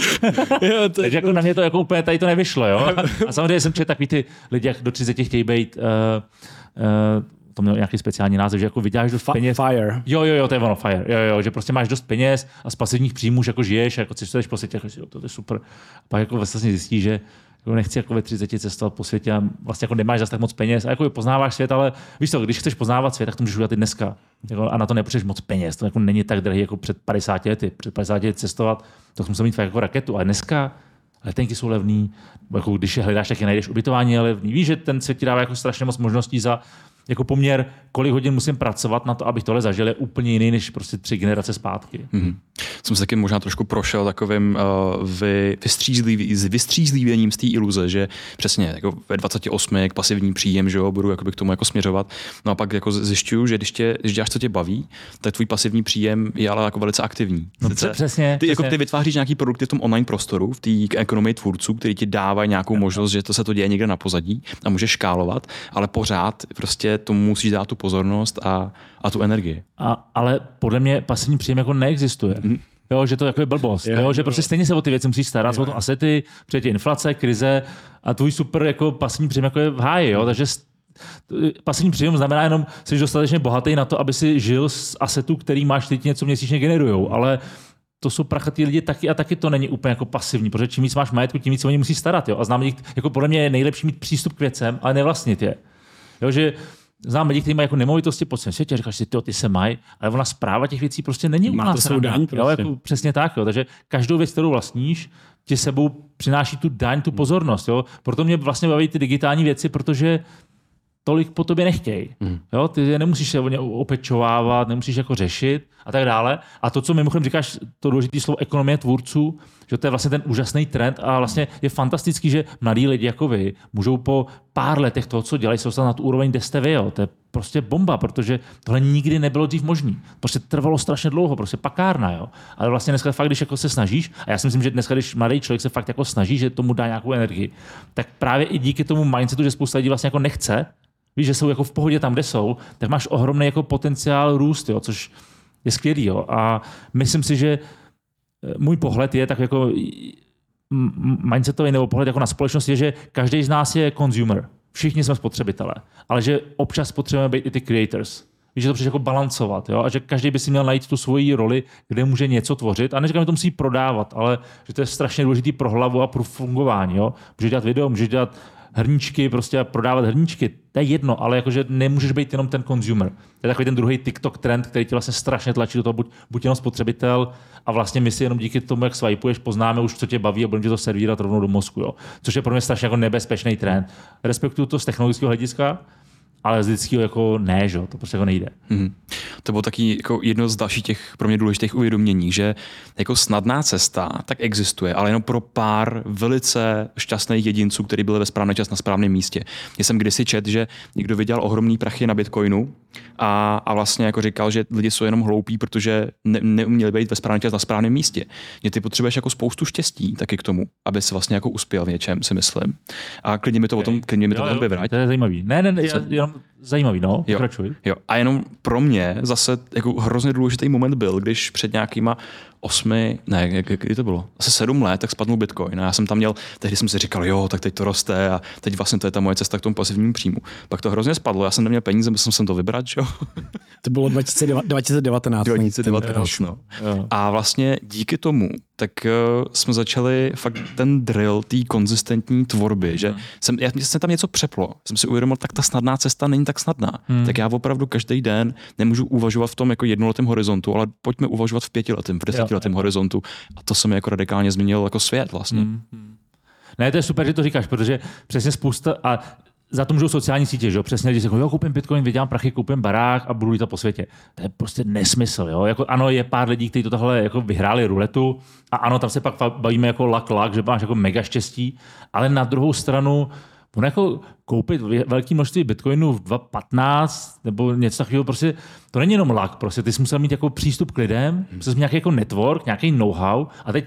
jo, to Takže jako na mě to jako úplně tady to nevyšlo, jo. A samozřejmě jsem četl takový ty lidi, jak do třiceti chtějí být, uh, uh, to měl nějaký speciální název, že jako vyděláš dost F- peněz. Fire. Jo, jo, jo, to je ono, fire. Jo, jo, že prostě máš dost peněz a z pasivních příjmů jako žiješ, jako cestuješ po světě, jako si, jo, to je super. A pak jako vlastně zjistíš, že jako nechci jako ve třiceti cestovat po světě a vlastně jako nemáš zase tak moc peněz a jako poznáváš svět, ale víš co, když chceš poznávat svět, tak to můžeš udělat i dneska. Jako, a na to nepotřebuješ moc peněz. To jako není tak drahý jako před padesáti lety. Před padesáti lety cestovat, to musel mít fakt jako raketu. A dneska letenky jsou levný, jako když je hledáš, tak je najdeš, ubytování je levný. Víš, že ten svět ti dává jako strašně moc možností za jako poměr, kolik hodin musím pracovat na to, abych tohle zažil, je úplně jiný než prostě tři generace zpátky. Mm-hmm. Jsem se taky možná trošku prošel takovým uh, vy, vystřízlivý, vystřízlivěním z té iluze, že přesně jako ve dvaceti osmi k pasivní příjem, že jo, budu jakoby k tomu jako směřovat. No a pak jako zjišťuju, že když, tě, když děláš, co tě baví, tak tvůj pasivní příjem je ale jako velice aktivní. No Sice, přesně. Ty, přesně. Jako ty vytváříš nějaký produkty v tom online prostoru, v té ekonomii tvůrců, který ti dávají nějakou no. možnost, že to se to děje někde na pozadí a můžeš škálovat, ale pořád prostě tomu musíš dát tu pozornost a, a tu energii. A, ale podle mě pasivní příjem jako neexistuje. Mm. Jo, že to jako je blbost. Je, jo, že prostě stejně se o ty věci musíš starat, jsou to asety, přijde inflace, krize a tvůj super jako pasivní příjem jako je v háji, jo, takže pasivní příjem znamená jenom, jsi dostatečně bohatý na to, aby si žil z asetů, který máš, teď něco měsíčně generujou, ale to jsou prachatý lidi taky a taky to není úplně jako pasivní, protože čím víc máš majetku, tím víc se o ně musí starat, jo. A znám lidi, jako podle mě je nejlepší mít přístup k věcem, ale nevlastnit je. Jo, že znám lidi, kteří mají jako nemovitosti po celém světě a říkáš si, ty, ty se mají, ale ona správa těch věcí prostě není u nás. Má to svou daň prostě. Jo, jako přesně tak, jo. Takže každou věc, kterou vlastníš, ti sebou přináší tu daň, tu pozornost. Jo. Proto mě vlastně baví ty digitální věci, protože tolik po tobě nechtějí. Mm. Jo, ty je nemusíš se o ně opečovávat, nemusíš jako řešit a tak dále. A to, co mimochodem říkáš, to důležité slovo ekonomie tvůrců, že to je vlastně ten úžasný trend a vlastně je fantastický, že mladí lidi jako vy můžou po pár letech toho, co dělají, se dostat na tu úroveň, kde jste vy. Jo. To je prostě bomba, protože tohle nikdy nebylo dřív možné. Prostě trvalo strašně dlouho, prostě pakárna. Jo. Ale vlastně dneska fakt, když jako se snažíš, a já si myslím, že dneska, když mladý člověk se fakt jako snaží, že tomu dá nějakou energii, tak právě i díky tomu mindsetu, že spousta lidí vlastně jako nechce, víš, že jsou jako v pohodě tam, kde jsou, tak máš ohromný jako potenciál růst, jo, což je skvělý. Jo. A myslím si, že můj pohled je tak jako mindsetový nebo pohled jako na společnost je, že každý z nás je consumer. Všichni jsme spotřebitelé, ale že občas potřebujeme být i ty creators. Víš, že to přijde jako balancovat, jo? A že každý by si měl najít tu svoji roli, kde může něco tvořit. A neříkám, že to musí prodávat, ale že to je strašně důležitý pro hlavu a pro fungování. Jo? Můžeš dělat video, můžeš dělat hrníčky, prostě prodávat hrníčky, to je jedno, ale jakože nemůžeš být jenom ten consumer. To je takový ten druhý TikTok trend, který tě vlastně strašně tlačí do toho, buď, buď jenom spotřebitel a vlastně my si jenom díky tomu, jak swipeuješ, poznáme už, co tě baví a budeme ti to servírat rovnou do mozku. Jo. Což je pro mě strašně jako nebezpečný trend. Respektuju to z technologického hlediska, ale z lidského jako ne, že? To prostě jako nejde. Mm. To bylo taky jako jedno z dalších těch pro mě důležitých uvědomění, že jako snadná cesta tak existuje, ale jenom pro pár velice šťastných jedinců, kteří byli ve správný čas na správném místě. Já jsem kdysi čet, že někdo vydělal ohromný prachy na Bitcoinu a, a vlastně jako říkal, že lidi jsou jenom hloupí, protože ne, neuměli být ve správný čas na správném místě. Že ty potřebuješ jako spoustu štěstí taky k tomu, aby se vlastně jako uspěl v něčem, si myslím. A klidně mi to okay. o tom, klidně mi to jo, o tom vyvrať. To je zajímavý. Ne, ne, ne, já, jenom zajímavý, no, pokračuj. Jo, jo. A jenom pro mě zase jako hrozně důležitý moment byl, když před nějakýma osmi, ne, kdy to bylo? Asi sedm let, tak spadnul Bitcoin. A já jsem tam měl, tehdy jsem si říkal, jo, tak teď to roste a teď vlastně to je ta moje cesta k tomu pasivnímu příjmu. Pak to hrozně spadlo, já jsem neměl peníze, musel jsem to vybrat, jo. To bylo dva tisíce devatenáct. dva tisíce devatenáct, no. A vlastně díky tomu, tak uh, jsme začali fakt ten drill té konzistentní tvorby, že jsem, já jsem tam něco přeplo, jsem si uvědomil, tak ta snadná cesta není tak snadná. Hmm. Tak já opravdu každý den nemůžu uvažovat v tom jako jednoletém horizontu, ale pojďme uvažovat v pětiletém, v desetiletém horizontu. A to se mi jako radikálně změnilo jako svět vlastně. Hmm. Ne, to je super, že to říkáš, protože přesně spousta a za to můžou sociální sítě, že jo? Přesně lidi si jo, koupím Bitcoin, vydělám prachy, koupím barák a budu jít po světě. To je prostě nesmysl, jo? Jako, ano, je pár lidí, kteří to tohle jako vyhráli ruletu a ano, tam se pak bavíme jako luck, luck, že máš jako mega štěstí, ale na druhou stranu ono jako koupit velké množství Bitcoinů v dva tisíce patnáct nebo něco takového, prostě to není jenom luck, prostě ty jsi musel mít jako přístup k lidem, hmm. jsi nějaký jako network, nějaký know-how a teď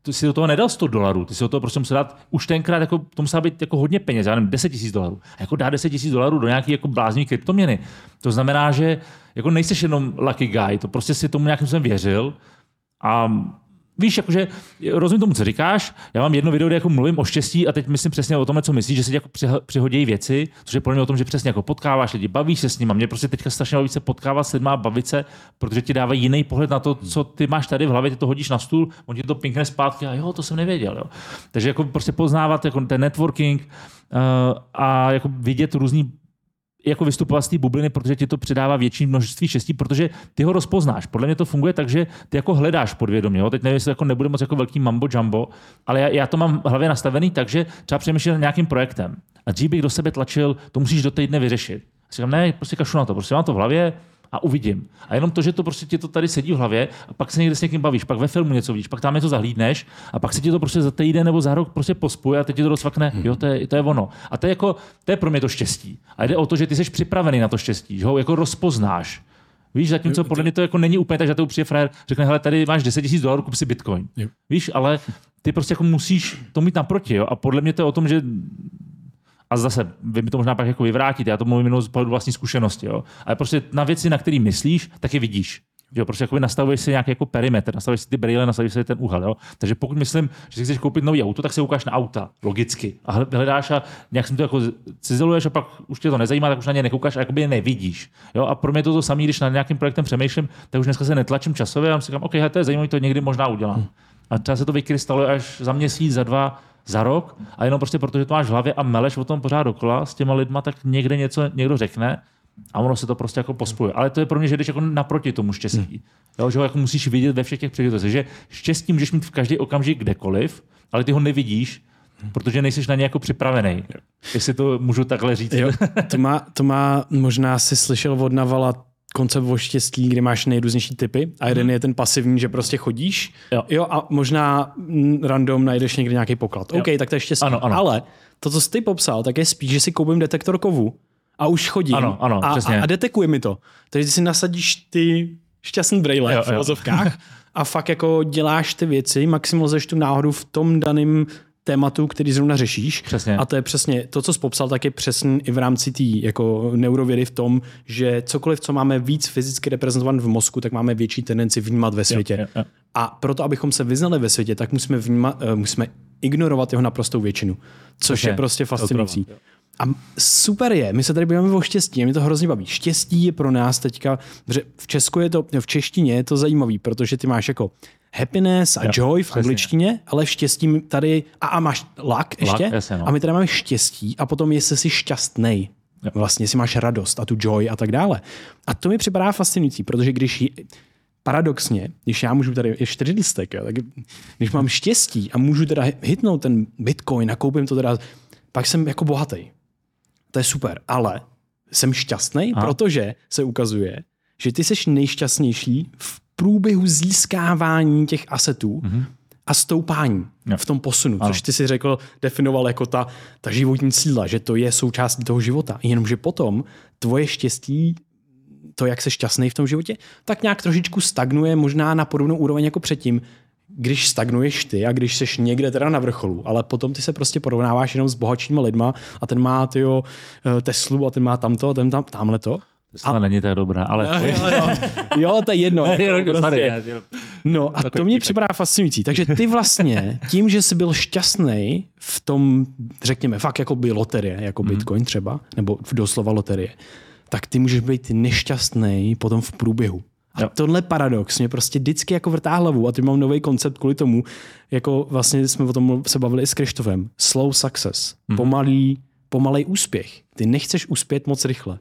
ty si do toho nedal sto dolarů, ty si do toho prostě musel dát, už tenkrát jako, to musela být jako hodně peněz, já nevím, deset tisíc dolarů. A jako dát deset tisíc dolarů do nějaký jako blázní kryptoměny. To znamená, že jako nejseš jenom lucky guy, to prostě si tomu nějakým způsobem věřil a víš, jakože rozumím tomu, co říkáš. Já mám jedno video, kde jako mluvím o štěstí a teď myslím přesně o tom, co myslíš, že si jako přihodí věci, což je podle mě o tom, že přesně jako potkáváš lidi, bavíš se s nimi. Mě prostě teďka strašně baví se potkávat s lidmi a bavit se, protože ti dávají jiný pohled na to, co ty máš tady v hlavě, ty to hodíš na stůl, on ti to pinkne zpátky a jo, to jsem nevěděl. Jo. Takže jako prostě poznávat jako ten networking uh, a jako vidět různý jako vystupovat z té bubliny, protože ti to přidává větší množství štěstí, protože ty ho rozpoznáš. Podle mě to funguje tak, že ty jako hledáš podvědomě. Jo? Teď nevím, jestli jako nebude moc jako velký mambo jumbo, ale já, já to mám v hlavě nastavený tak, že třeba přemýšlím nad nějakým projektem. A dřív bych do sebe tlačil, to musíš do týdne vyřešit. A říkám, ne, prostě kašlu na to, prostě mám to v hlavě a uvidím. A jenom to, že to prostě ti to tady sedí v hlavě a pak se někde s někým bavíš, pak ve filmu něco vidíš, pak tam něco zahlídneš a pak se ti to prostě za týden nebo za rok prostě pospuje a teď ti to rozvakne, jo, to je, to je ono. A to je jako, to je pro mě to štěstí. A jde o to, že ty jsi připravený na to štěstí, že ho jako rozpoznáš. Víš, zatímco podle mě to jako není úplně tak, že to přijde frajer, řekne, hele, tady máš deset tisíc dolarů, kup si bitcoin. Jo. Víš, ale ty prostě jako musíš to mít naproti, jo? A podle mě to je o tom, že a zase, vy mi to možná pak jako vyvrátíte, já to mluvím jenom z pohledu vlastní zkušenosti, jo. Ale prostě na věci, na které myslíš, tak je vidíš. Jo, prostě jako nastavuješ si nějaký jako perimetr, nastavuješ si ty brýle, nastavuješ si ten úhel, jo. Takže pokud myslím, že si chceš koupit nový auto, tak se ukáž na auta, logicky. A hledáš a nějak si to jako cizeluješ a pak už tě to nezajímá, tak už na ně nekoukáš a jakoby je nevidíš. Jo, a pro mě to to samé, když nad nějakým projektem přemýšlím, tak už dneska se netlačím časově a si říkám, OK, hele, to je zajímavé, to někdy možná udělám. A třeba se to vykrystaluje až za měsíc, za dva, za rok a jenom prostě protože to máš v hlavě a meleš o tom pořád dokola s těma lidma, tak někde něco někdo řekne a ono se to prostě jako pospojuje. Ale to je pro mě, že jdeš jako naproti tomu štěstí. Hmm. Jo, že ho jako musíš vidět ve všech těch příležitostech. Že štěstí můžeš mít v každý okamžik kdekoliv, ale ty ho nevidíš, protože nejsiš na ně jako připravený. Jestli to můžu takhle říct. Jo, to, má, to má, možná si slyšel od Navala koncept o štěstí, kde máš nejrůznější typy a jeden hmm. je ten pasivní, že prostě chodíš jo. Jo, a možná random najdeš někde nějaký poklad. Jo. OK, tak to je štěstí. Ano, ano. Ale to, co jsi ty popsal, tak je spíš, že si koupím detektor kovu a už chodím ano, ano, a, a, a detekuje mi to. Takže si nasadíš ty šťastný brejle jo, v filozofkách a fakt jako děláš ty věci, maximalizuješ tu náhodu v tom daném tématu, který zrovna řešíš. Přesně. A to je přesně to, co jsi popsal, tak je přesně i v rámci té jako neurovědy v tom, že cokoliv, co máme víc fyzicky reprezentovat v mozku, tak máme větší tendenci vnímat ve světě. Jo, jo, jo. A proto, abychom se vyznali ve světě, tak musíme, vnímat, uh, musíme ignorovat jeho naprostou většinu. Což okay. je prostě fascinující. A super je, my se tady bavíme o štěstí, a mě to hrozně baví. Štěstí je pro nás teďka, v Česku je to, v češtině je to zajímavý, protože ty máš jako happiness a jo, joy v přesně. angličtině, ale v štěstí tady, a, a máš luck ještě, luck, jasně, no. A my tady máme štěstí a potom jestli jsi šťastnej, jo. Vlastně jestli máš radost a tu joy a tak dále. A to mi připadá fascinující, protože když paradoxně, když já můžu tady, je čtyři listek, jo, tak když mám štěstí a můžu teda hitnout ten bitcoin a koupím to teda, pak jsem jako bohatý. To je super, ale jsem šťastný, protože se ukazuje, že ty jsi nejšťastnější v průběhu získávání těch asetů mm-hmm. a stoupání no. v tom posunu, ano. což ty si řekl, definoval jako ta, ta životní síla, že to je součástí toho života. Jenomže potom tvoje štěstí, to, jak jsi šťastný v tom životě, tak nějak trošičku stagnuje možná na podobnou úroveň jako předtím, když stagnuješ ty a když seš někde teda na vrcholu, ale potom ty se prostě porovnáváš jenom s bohatšíma lidma a ten má tyjo, Teslu a ten má tamto a ten tam, tamhle to. To a... není tak dobrá, ale... Jo, jo, jo, to je jedno. prostě. No a to mě připadá fascinující. Takže ty vlastně tím, že jsi byl šťastný v tom, řekněme, fakt jako by loterie, jako mm. Bitcoin třeba, nebo doslova loterie, tak ty můžeš být nešťastný potom v průběhu. A jo. Tohle paradox mě prostě vždycky jako vrtá hlavu a teď mám nový koncept kvůli tomu, jako vlastně jsme o tom se bavili i s Krištofem. Slow success. Mm. Pomalý, pomalej úspěch. Ty nechceš uspět moc rychle.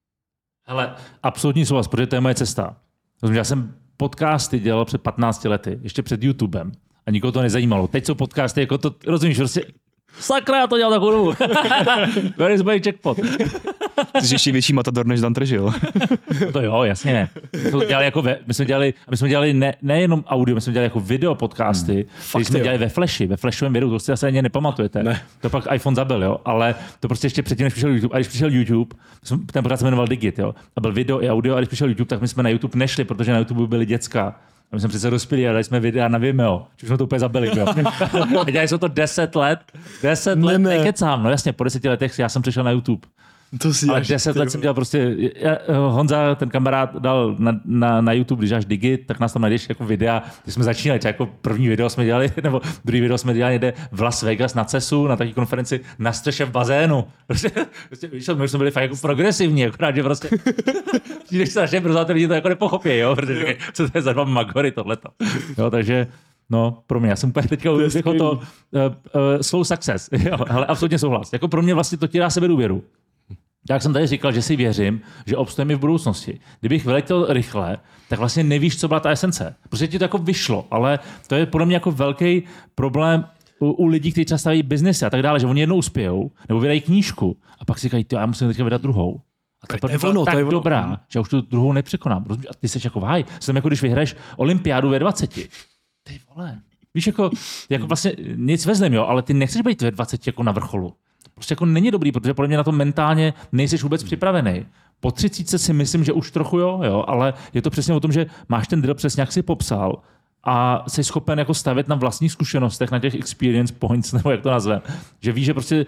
Hele, absolutní souhlas, protože to je moje cesta. Já jsem podcasty dělal před patnácti lety, ještě před YouTubem a nikoho to nezajímalo. Teď jsou podcasty, jako to, rozumíš, prostě sakra, já to dělal takovou dobu. Where is my jackpot? Ty jsi ještě větší matador než Dan Tržil. To jo, jasně. My jsme dělali, jako ve, my jsme dělali, my jsme dělali ne, nejenom audio, my jsme dělali jako video podcasty, hmm. které jsme jo. dělali ve Flashi, ve Flashovém videu, to si asi ani nepamatujete. Ne. To pak iPhone zabil, jo, ale to prostě ještě předtím, než přišel YouTube. A když přišel YouTube, ten pořád se jmenoval Digit, jo, a byl video i audio, a když přišel YouTube, tak my jsme na YouTube nešli, protože na YouTube byly děcka. A my jsme přece dospěli a dali jsme videa na Vimeo. Už jsme to úplně zabili. A dělali jsme to deset let. deset let, ne. nekecám. No jasně, po deseti letech já jsem přišel na YouTube. To si ale deset let jsem dělal prostě, já, Honza, ten kamarád, dal na, na, na YouTube, když dáš Digit, tak nás tam najdeš jako videa, když jsme začínali, jako první video jsme dělali, nebo druhý video jsme dělali někde v Las Vegas na CESu, na takové konferenci na střeše v bazénu. Prostě, prostě víš, my už jsme byli fakt jako progresivní, akorát, že prostě přijdeš se naše brzo, lidi to jako nepochopí, jo, protože co to je za dva magory tohleto. Jo, takže no, pro mě, já jsem úplně teďka jako to uh, uh, slow success, jo, ale absolutně souhlas. Jako pro mě vlastně to ti dá sebedůvěru. Jak jsem tady říkal, že si věřím, že obstojíme v budoucnosti. Kdybych vyletěl rychle, tak vlastně nevíš, co byla ta esence. Prostě ti to jako vyšlo, ale to je podle mě jako velký problém u, u lidí, kteří třeba staví biznesy a tak dále, že oni jednou uspějou, nebo vydají knížku a pak si říkají, já musím teďka vydat druhou. A to je to je ono, tak to je ono. dobrá, že už tu druhou nepřekonám. Rozumíš? A ty jsi jako váj. Jsem jako když vyhraješ olympiádu ve dvaceti. Ty vole. Víš, jako, jako vlastně nic vezmem, jo, ale ty nechceš být ve dvaceti jako na vrcholu. Prostě jako není dobrý, protože podle mě na to mentálně nejsi vůbec připravený. Po třicítce si myslím, že už trochu jo, jo, ale je to přesně o tom, že máš ten drill přesně, jak jsi popsal a jsi schopen jako stavět na vlastních zkušenostech, na těch experience points, nebo jak to nazvem. Že víš, že prostě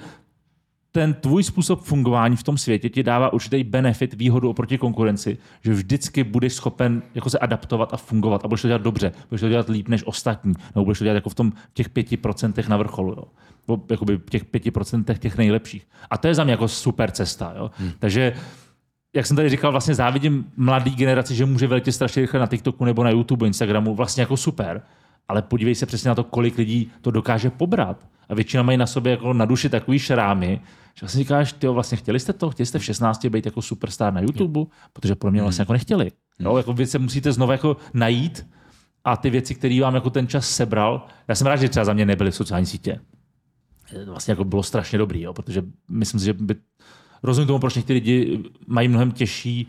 ten tvůj způsob fungování v tom světě ti dává určitý benefit, výhodu oproti konkurenci, že vždycky budeš schopen jako se adaptovat a fungovat a budeš to dělat dobře, budeš to dělat líp než ostatní, nebo budeš to dělat jako v tom v těch pěti procentech na vrcholu. Jo. Jakoby v těch pěti procentech těch nejlepších. A to je za mě jako super cesta. Jo? Hmm. Takže, jak jsem tady říkal, vlastně závidím mladý generaci, že může velice strašně rychle na TikToku nebo na YouTube, Instagramu, vlastně jako super. Ale podívej se přesně na to, kolik lidí to dokáže pobrat. A většina mají na sobě jako na duši takový šrámy, že vlastně říkáš, tyjo, vlastně chtěli jste to? Chtěli jste v šestnácti být jako superstar na YouTube? Hmm. Protože pro mě vlastně jako nechtěli. Hmm. Jo? Jako vy se musíte znovu jako najít a ty věci, které vám jako ten čas sebral. Já jsem rád, že třeba za mě nebyly v sociální sítě. Vlastně jako bylo strašně dobrý, jo, protože myslím si, že by, rozumím tomu, proč někteří lidi mají mnohem těžší,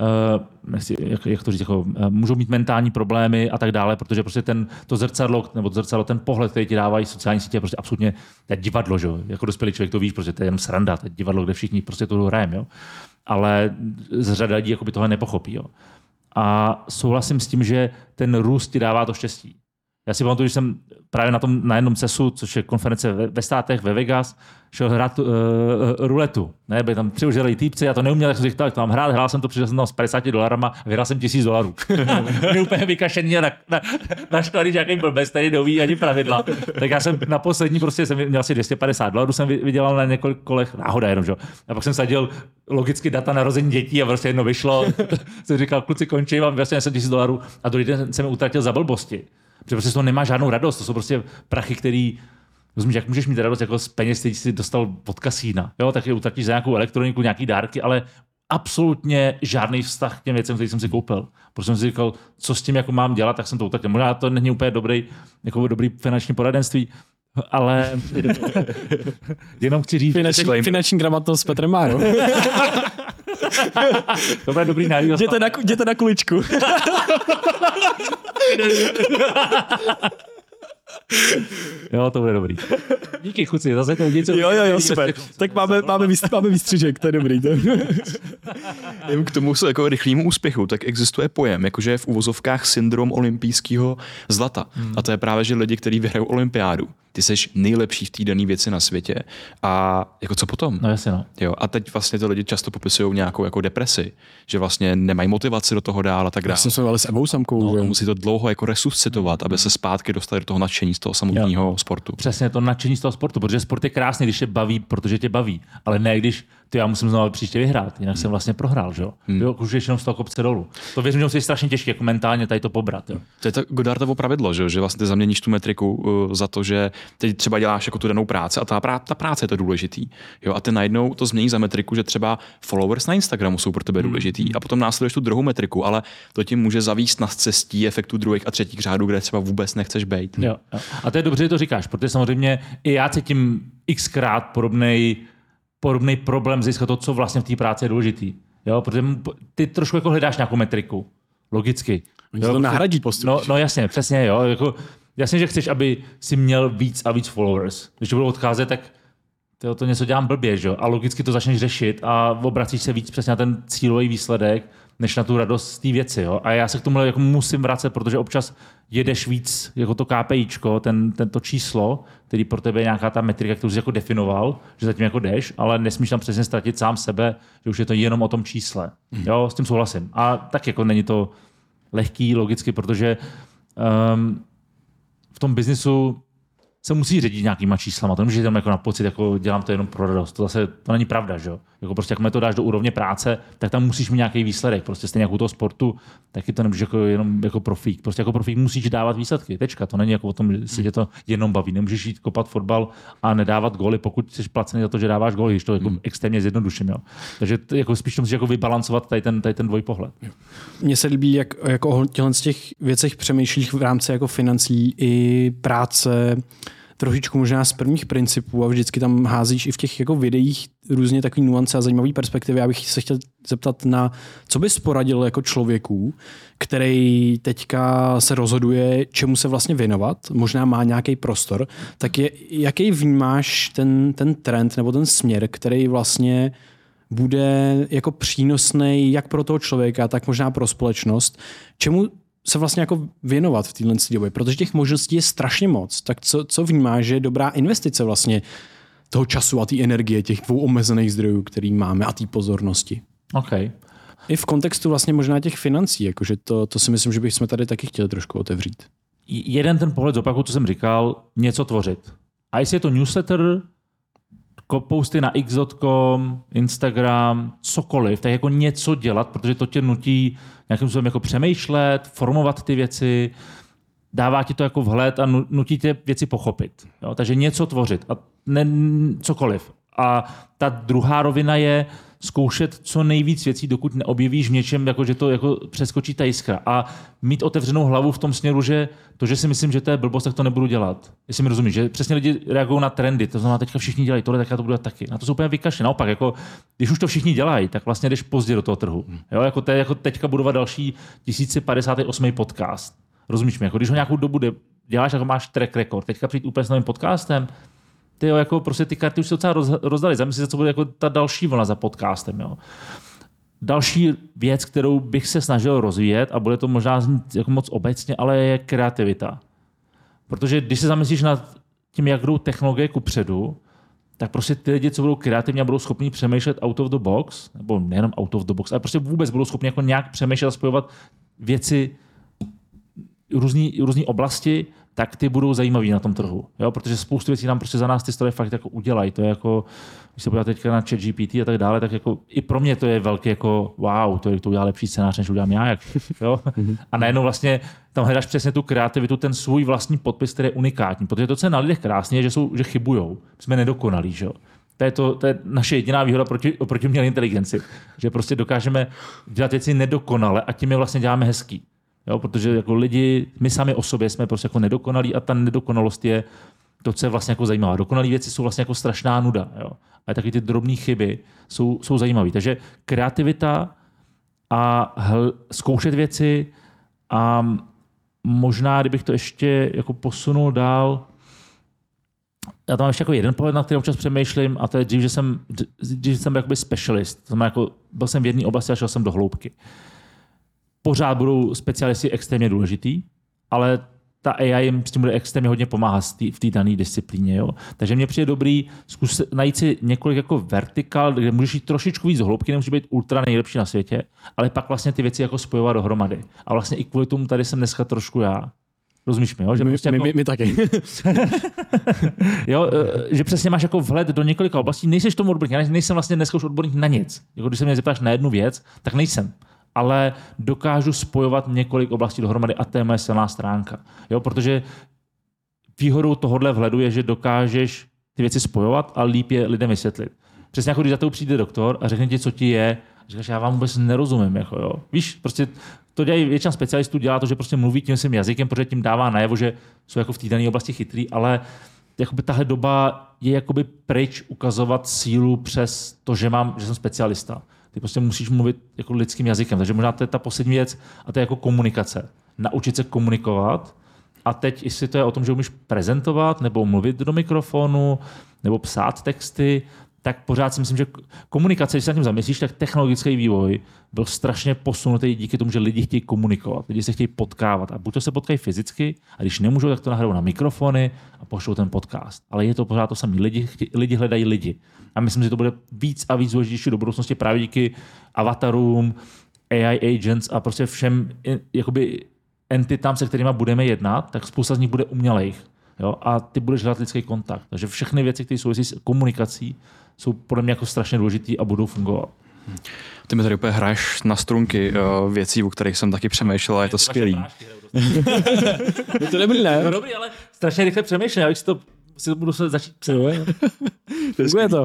uh, nechci, jak, jak to říct, jako, uh, můžou mít mentální problémy a tak dále, protože prostě ten, to zrcadlo, nebo to zrcadlo, ten pohled, který ti dávají sociální sítě, je prostě absolutně to je divadlo, že? Jako dospělý člověk to víš, protože to je jenom sranda, to je divadlo, kde všichni prostě to hrajeme, jo. Ale z řada lidí jako by tohle nepochopí, jo. A souhlasím s tím, že ten růst ti dává to štěstí. Já si pamatuju, že jsem právě na tom na jednom CESu, což je konference ve, ve státech, ve Vegas, šel hrát uh, ruletu. Ne, byli tam tři užilí týpci, já to neuměl, tak jsem říkal, jak to mám hrát, hrál jsem to, přišel jsem tam s padesáti dolarama a vyhrál jsem tisíc dolarů. Mě úplně vykašený a na, na, naštvaný, že jaký blbec, tady neví ani pravidla. Tak já jsem na poslední prostě jsem měl asi dvě stě padesát dolarů, jsem vydělal na několik kolech, náhoda jenom, že? A pak jsem sadil logicky data narození dětí a prostě jedno vyšlo. Jsem říkal, kluci končí, mám vlastně tisíc dolarů a druhý den jsem utratil za blbosti. Protože prostě z toho nemá žádnou radost, to jsou prostě prachy, který, rozumíš, jak můžeš mít radost jako z peněz, který jsi dostal od kasína, jo, tak je utratíš za nějakou elektroniku, nějaký dárky, ale absolutně žádný vztah k těm věcem, který jsem si koupil. Protože jsem si říkal, co s tím jako mám dělat, tak jsem to utratil. Možná to není úplně dobrý, jako dobrý finanční poradenství, ale jenom chci říct... Finanční, finanční gramotnost s Petrem Márou. To bude dobrý návod. Jděte na, jděte na kuličku. Jo, to bude dobrý. Díky, chuci, zase to něco... Jo, jo, jo, super. Tak máme, máme, výst, máme výstřižek, to je dobrý. To. Jen k tomu jako rychlému úspěchu, tak existuje pojem, jakože je v uvozovkách syndrom olympijského zlata. Hmm. A to je právě, že lidi, kteří vyhrajou olympiádu, ty seš nejlepší v té dané věci na světě. A jako co potom? No jasně, no. Jo, a teď vlastně ty lidi často popisují nějakou jako depresi, že vlastně nemají motivaci do toho dál a tak dále. Já jsem se ale s Evou Samkou. No, musí to dlouho jako resuscitovat, aby se zpátky dostali do toho nadšení z toho samotného jo. sportu. Přesně to nadšení z toho sportu, protože sport je krásný, když tě baví, protože tě baví, ale ne když ty já musím znovu příště vyhrát, jinak hmm. jsem vlastně prohrál, že jo? Hmm. Jo, už jenom z toho kopce dolů. To věřím, že je strašně těžké jako mentálně tady to pobrat, jo. To je to Godardovo pravidlo, že, že vlastně ty zaměníš tu metriku uh, za to, že teď třeba děláš jako tu danou práci a ta, prá- ta práce je to důležitý. Jo, a ty najednou to změní za metriku, že třeba followers na Instagramu jsou pro tebe hmm. důležitý a potom následuješ tu druhou metriku, ale to ti může zavíst na cestí efektu druhých a třetích řádů, kde třeba vůbec nechceš být. Jo, jo. A to je dobře, že to říkáš, protože samozřejmě i já cítím xkrát podobnej podobný problém získat to, co vlastně v té práci je důležitý. Jo, protože ty trošku jako hledáš nějakou metriku. Logicky. Oni to nahradí postupně. No, no jasně, přesně, jo. Jako, jasně, že chceš, aby si měl víc a víc followers. Když to budou odcházet, tak to, to něco dělám blbě, že jo. A logicky to začneš řešit a obracíš se víc přesně na ten cílový výsledek než na tu radost z té věci. Jo? A já se k tomu jako musím vracet, protože občas jedeš víc jako to KPIčko, ten, tento číslo, který pro tebe je nějaká ta metrika, kterou jsi jako definoval, že zatím jako jdeš, ale nesmíš tam přesně ztratit sám sebe, že už je to jenom o tom čísle. Jo, s tím souhlasím. A tak jako není to lehký logicky, protože um, v tom biznisu se musí řídit nějakýma číslama. To nemůžeš jenom jako na pocit, jako dělám to jenom pro radost. To zase to není pravda, že jo? Jako prostě jak to dáš do úrovně práce, tak tam musíš mít nějaký výsledek. Prostě stejně jako u toho sportu, taky to nemůžeš jako jenom jako profík. Prostě jako profík musíš dávat výsledky. Tečka. To není jako o tom, že se tě to jenom baví. Nemůžeš jít kopat fotbal a nedávat góly, pokud jsi placený za to, že dáváš góly, když to jako hmm. extrémně zjednoduším, jo. Takže to, jako spíš to musíš jako vybalancovat tady ten, tady ten dvojpohled. Mně se líbí, jak jako o těchto z těch věcech přemýšlíš v rámci jako financí i práce, trošičku možná z prvních principů a vždycky tam házíš i v těch jako videích různě takový nuance a zajímavý perspektivy. Já bych se chtěl zeptat na, co bys poradil jako člověku, který teďka se rozhoduje, čemu se vlastně věnovat, možná má nějaký prostor, tak je, jaký vnímáš ten, ten trend nebo ten směr, který vlastně bude jako přínosný jak pro toho člověka, tak možná pro společnost, čemu se vlastně jako věnovat v téhle době, protože těch možností je strašně moc. Tak co, co vnímáš, že je dobrá investice vlastně toho času a té energie, těch dvou omezených zdrojů, který máme a té pozornosti? Okay. I v kontextu vlastně možná těch financí, jakože to, to si myslím, že bychom tady taky chtěli trošku otevřít. Jeden ten pohled zopakuju, co jsem říkal, něco tvořit. A jestli je to newsletter, posty na x tečka com, Instagram, cokoliv, tak jako něco dělat, protože to tě nutí nějakým způsobem jako přemýšlet, formovat ty věci, dává ti to jako vhled a nutí tě věci pochopit. Jo? Takže něco tvořit a ne, cokoliv. A ta druhá rovina je zkoušet co nejvíc věcí, dokud neobjevíš v něčem, jako, že to jako přeskočí ta jiskra. A mít otevřenou hlavu v tom směru, že to, že si myslím, že to je blbost, tak to nebudu dělat. Jestli mi rozumíš, že přesně lidi reagují na trendy, to znamená, teďka všichni dělají tohle, tak já to budu dělat taky. Na to jsou úplně vykašli. Naopak, jako, když už to všichni dělají, tak vlastně jdeš pozdě do toho trhu. Jo, jako, te, jako teďka budovat další tisíc padesát osm podcast. Rozumíš mi? Jako, když ho nějakou dobu děláš, jako máš track record, teďka přijít úplně s novým podcastem, ty jo, jako prostě ty karty už se docela roz, rozdali. Zamysli se, co bude jako ta další vlna za podcastem. Jo. Další věc, kterou bych se snažil rozvíjet, a bude to možná znít jako moc obecně, ale je kreativita. Protože když se zamyslíš nad tím, jak jdou technologie kupředu, tak prostě ty lidi, co budou kreativní a budou schopni přemýšlet out of the box, nebo nejenom out of the box, ale prostě vůbec budou schopni jako nějak přemýšlet a spojovat věci různý, různý oblasti, tak ty budou zajímavý na tom trhu. Jo? Protože spoustu věcí nám prostě za nás ty stroje fakt jako udělají. To je jako, když se podíváte teďka na ChatGPT a tak dále, tak jako i pro mě to je velký jako wow, to, je, to udělá lepší scénář, než udělám já. Jak, jo? A najednou vlastně tam hledáš přesně tu kreativitu, ten svůj vlastní podpis, který je unikátní. Protože to, co je na lidech krásně, je, že, jsou, že chybujou. Jsme nedokonalí. Že jo? To je, to, to je naše jediná výhoda proti, oproti umělé inteligenci. Že prostě dokážeme dělat věci nedokonale a tím je vlastně děláme hezký. Jo, protože jako lidi, my sami o sobě jsme prostě jako nedokonalí a ta nedokonalost je to, co je vlastně jako zajímavé. Dokonalé věci jsou vlastně jako strašná nuda. Jo. A taky ty drobné chyby jsou, jsou zajímavé. Takže kreativita a hl, zkoušet věci a možná, kdybych to ještě jako posunul dál, já tam mám ještě jako jeden pohled, na který občas přemýšlím, a to je dřív, že jsem, dřív jsem byl jakoby specialist. To znamená, jako, byl jsem v jedné oblasti a šel jsem do hloubky. Pořád budou specialisti extrémně důležitý, ale ta A I jim s tím bude extrémně hodně pomáhat v té dané disciplíně. Jo? Takže mně přijde dobrý zkus najít si několik jako vertikál, kde můžeš jít trošičku víc do hloubky, nemůže být ultra nejlepší na světě, ale pak vlastně ty věci jako spojovat dohromady. A vlastně i kvůli tomu tady jsem dneska trošku já. Rozumíš mi, jo? Že my, prostě my, jako... my, my taky. jo, že přesně máš jako vhled do několika oblastí. Nejseš tomu odborník, já nejsem vlastně dneska už odborník na nic. Jako když se mě zeptáš na jednu věc, tak nejsem. Ale dokážu spojovat několik oblastí dohromady a to je moje silná stránka. Jo, protože výhodou tohohle vhledu je, že dokážeš ty věci spojovat a líp je lidem vysvětlit. Přesně jako když za tou přijde doktor a řekne ti, co ti je, a říkáš, já vám vůbec nerozumím. Jako, jo. Víš, prostě to dělají většina specialistů, dělá to, že prostě mluví tím svým jazykem, protože tím dává najevo, že jsou jako v té dané oblasti chytrý, ale jakoby tahle doba je jakoby pryč ukazovat sílu přes to, že, mám, že jsem specialista. Ty prostě musíš mluvit jako lidským jazykem. Takže možná to je ta poslední věc a to je jako komunikace. Naučit se komunikovat. A teď, jestli to je o tom, že umíš prezentovat nebo mluvit do mikrofonu nebo psát texty, tak pořád si myslím, že komunikace, když se nad tím zamyslíš, tak technologický vývoj byl strašně posunutý díky tomu, že lidi chtějí komunikovat, lidi se chtějí potkávat a buď to se potkají fyzicky, a když nemůžou, tak to nahrajou na mikrofony a pošlou ten podcast. Ale je to pořád to samé. Lidi, lidi hledají lidi. A myslím, že to bude víc a víc důležitější do budoucnosti právě díky avatarům, A I agents a prostě všem jakoby entitám, se kterými budeme jednat, tak spousta z nich bude umělejch. Jo? A ty budeš hledat lidský kontakt. Takže všechny věci, které souvisí s komunikací, jsou podle mě jako strašně důležitý a budou fungovat. Ty mi tady úplně hraješ na strunky uh, věcí, o kterých jsem taky přemýšlel a je to skvělý. Je to dobrý, ne? No dobrý, ale strašně rychle přemýšlím, já bych si to, si to budu se začít psát. Funguje to. Uh,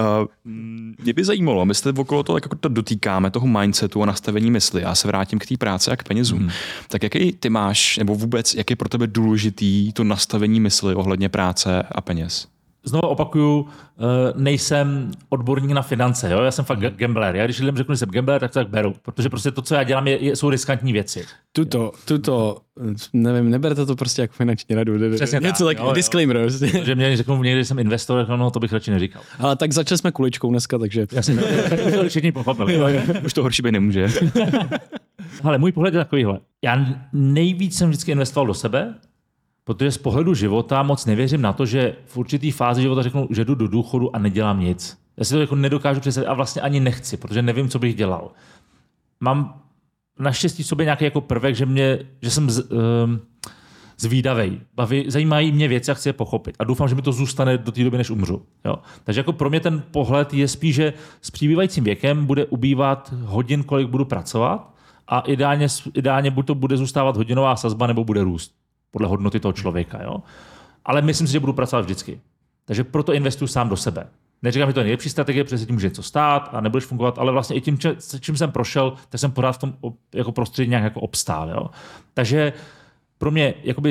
mě by zajímalo, my se okolo toho jako to dotýkáme, toho mindsetu a nastavení mysli. Já se vrátím k té práci a k penězům. Hmm. Tak jaký ty máš, nebo vůbec, jak je pro tebe důležitý to nastavení mysli ohledně práce a peněz? Znovu opakuju, nejsem odborník na finance, jo? Já jsem fakt gambler. Já když lidem řeknu, že jsem gambler, tak to tak beru, protože prostě to, co já dělám, je, je, jsou riskantní věci. Tuto, tuto, nevím, neberte to prostě jako finanční radu. Přesně něco tak, jo, disclaimer. Jo. Že mě řeknou někdy, že jsem investor, no to bych radši neříkal. Ale tak začali jsme kuličkou dneska, takže... Já jsem to všichni pochopili. Už to horší by nemůže. Ale můj pohled je takovýhle. Já nejvíc jsem vždycky investoval do sebe, protože z pohledu života moc nevěřím na to, že v určitý fázi života řeknu, že jdu do důchodu a nedělám nic. Já si to jako nedokážu představit a vlastně ani nechci, protože nevím, co bych dělal. Mám naštěstí v sobě nějaký jako prvek, že, mě, že jsem z, um, zvídavej. Baví, zajímají mě věci a chci je pochopit. A doufám, že mi to zůstane do té doby, než umřu. Jo? Takže jako pro mě ten pohled je spíš, že s přibývajícím věkem bude ubývat hodin, kolik budu pracovat a ideálně, ideálně buď to bude zůstávat hodinová sazba, nebo bude růst. Podle hodnoty toho člověka. Jo? Ale myslím si, že budu pracovat vždycky. Takže proto investuju sám do sebe. Neříkám, že to je nejlepší strategie, protože tím může něco stát a nebudeš fungovat, ale vlastně i tím, čím jsem prošel, tak jsem pořád v tom jako prostředí nějak jako obstál. Jo? Takže pro mě jakoby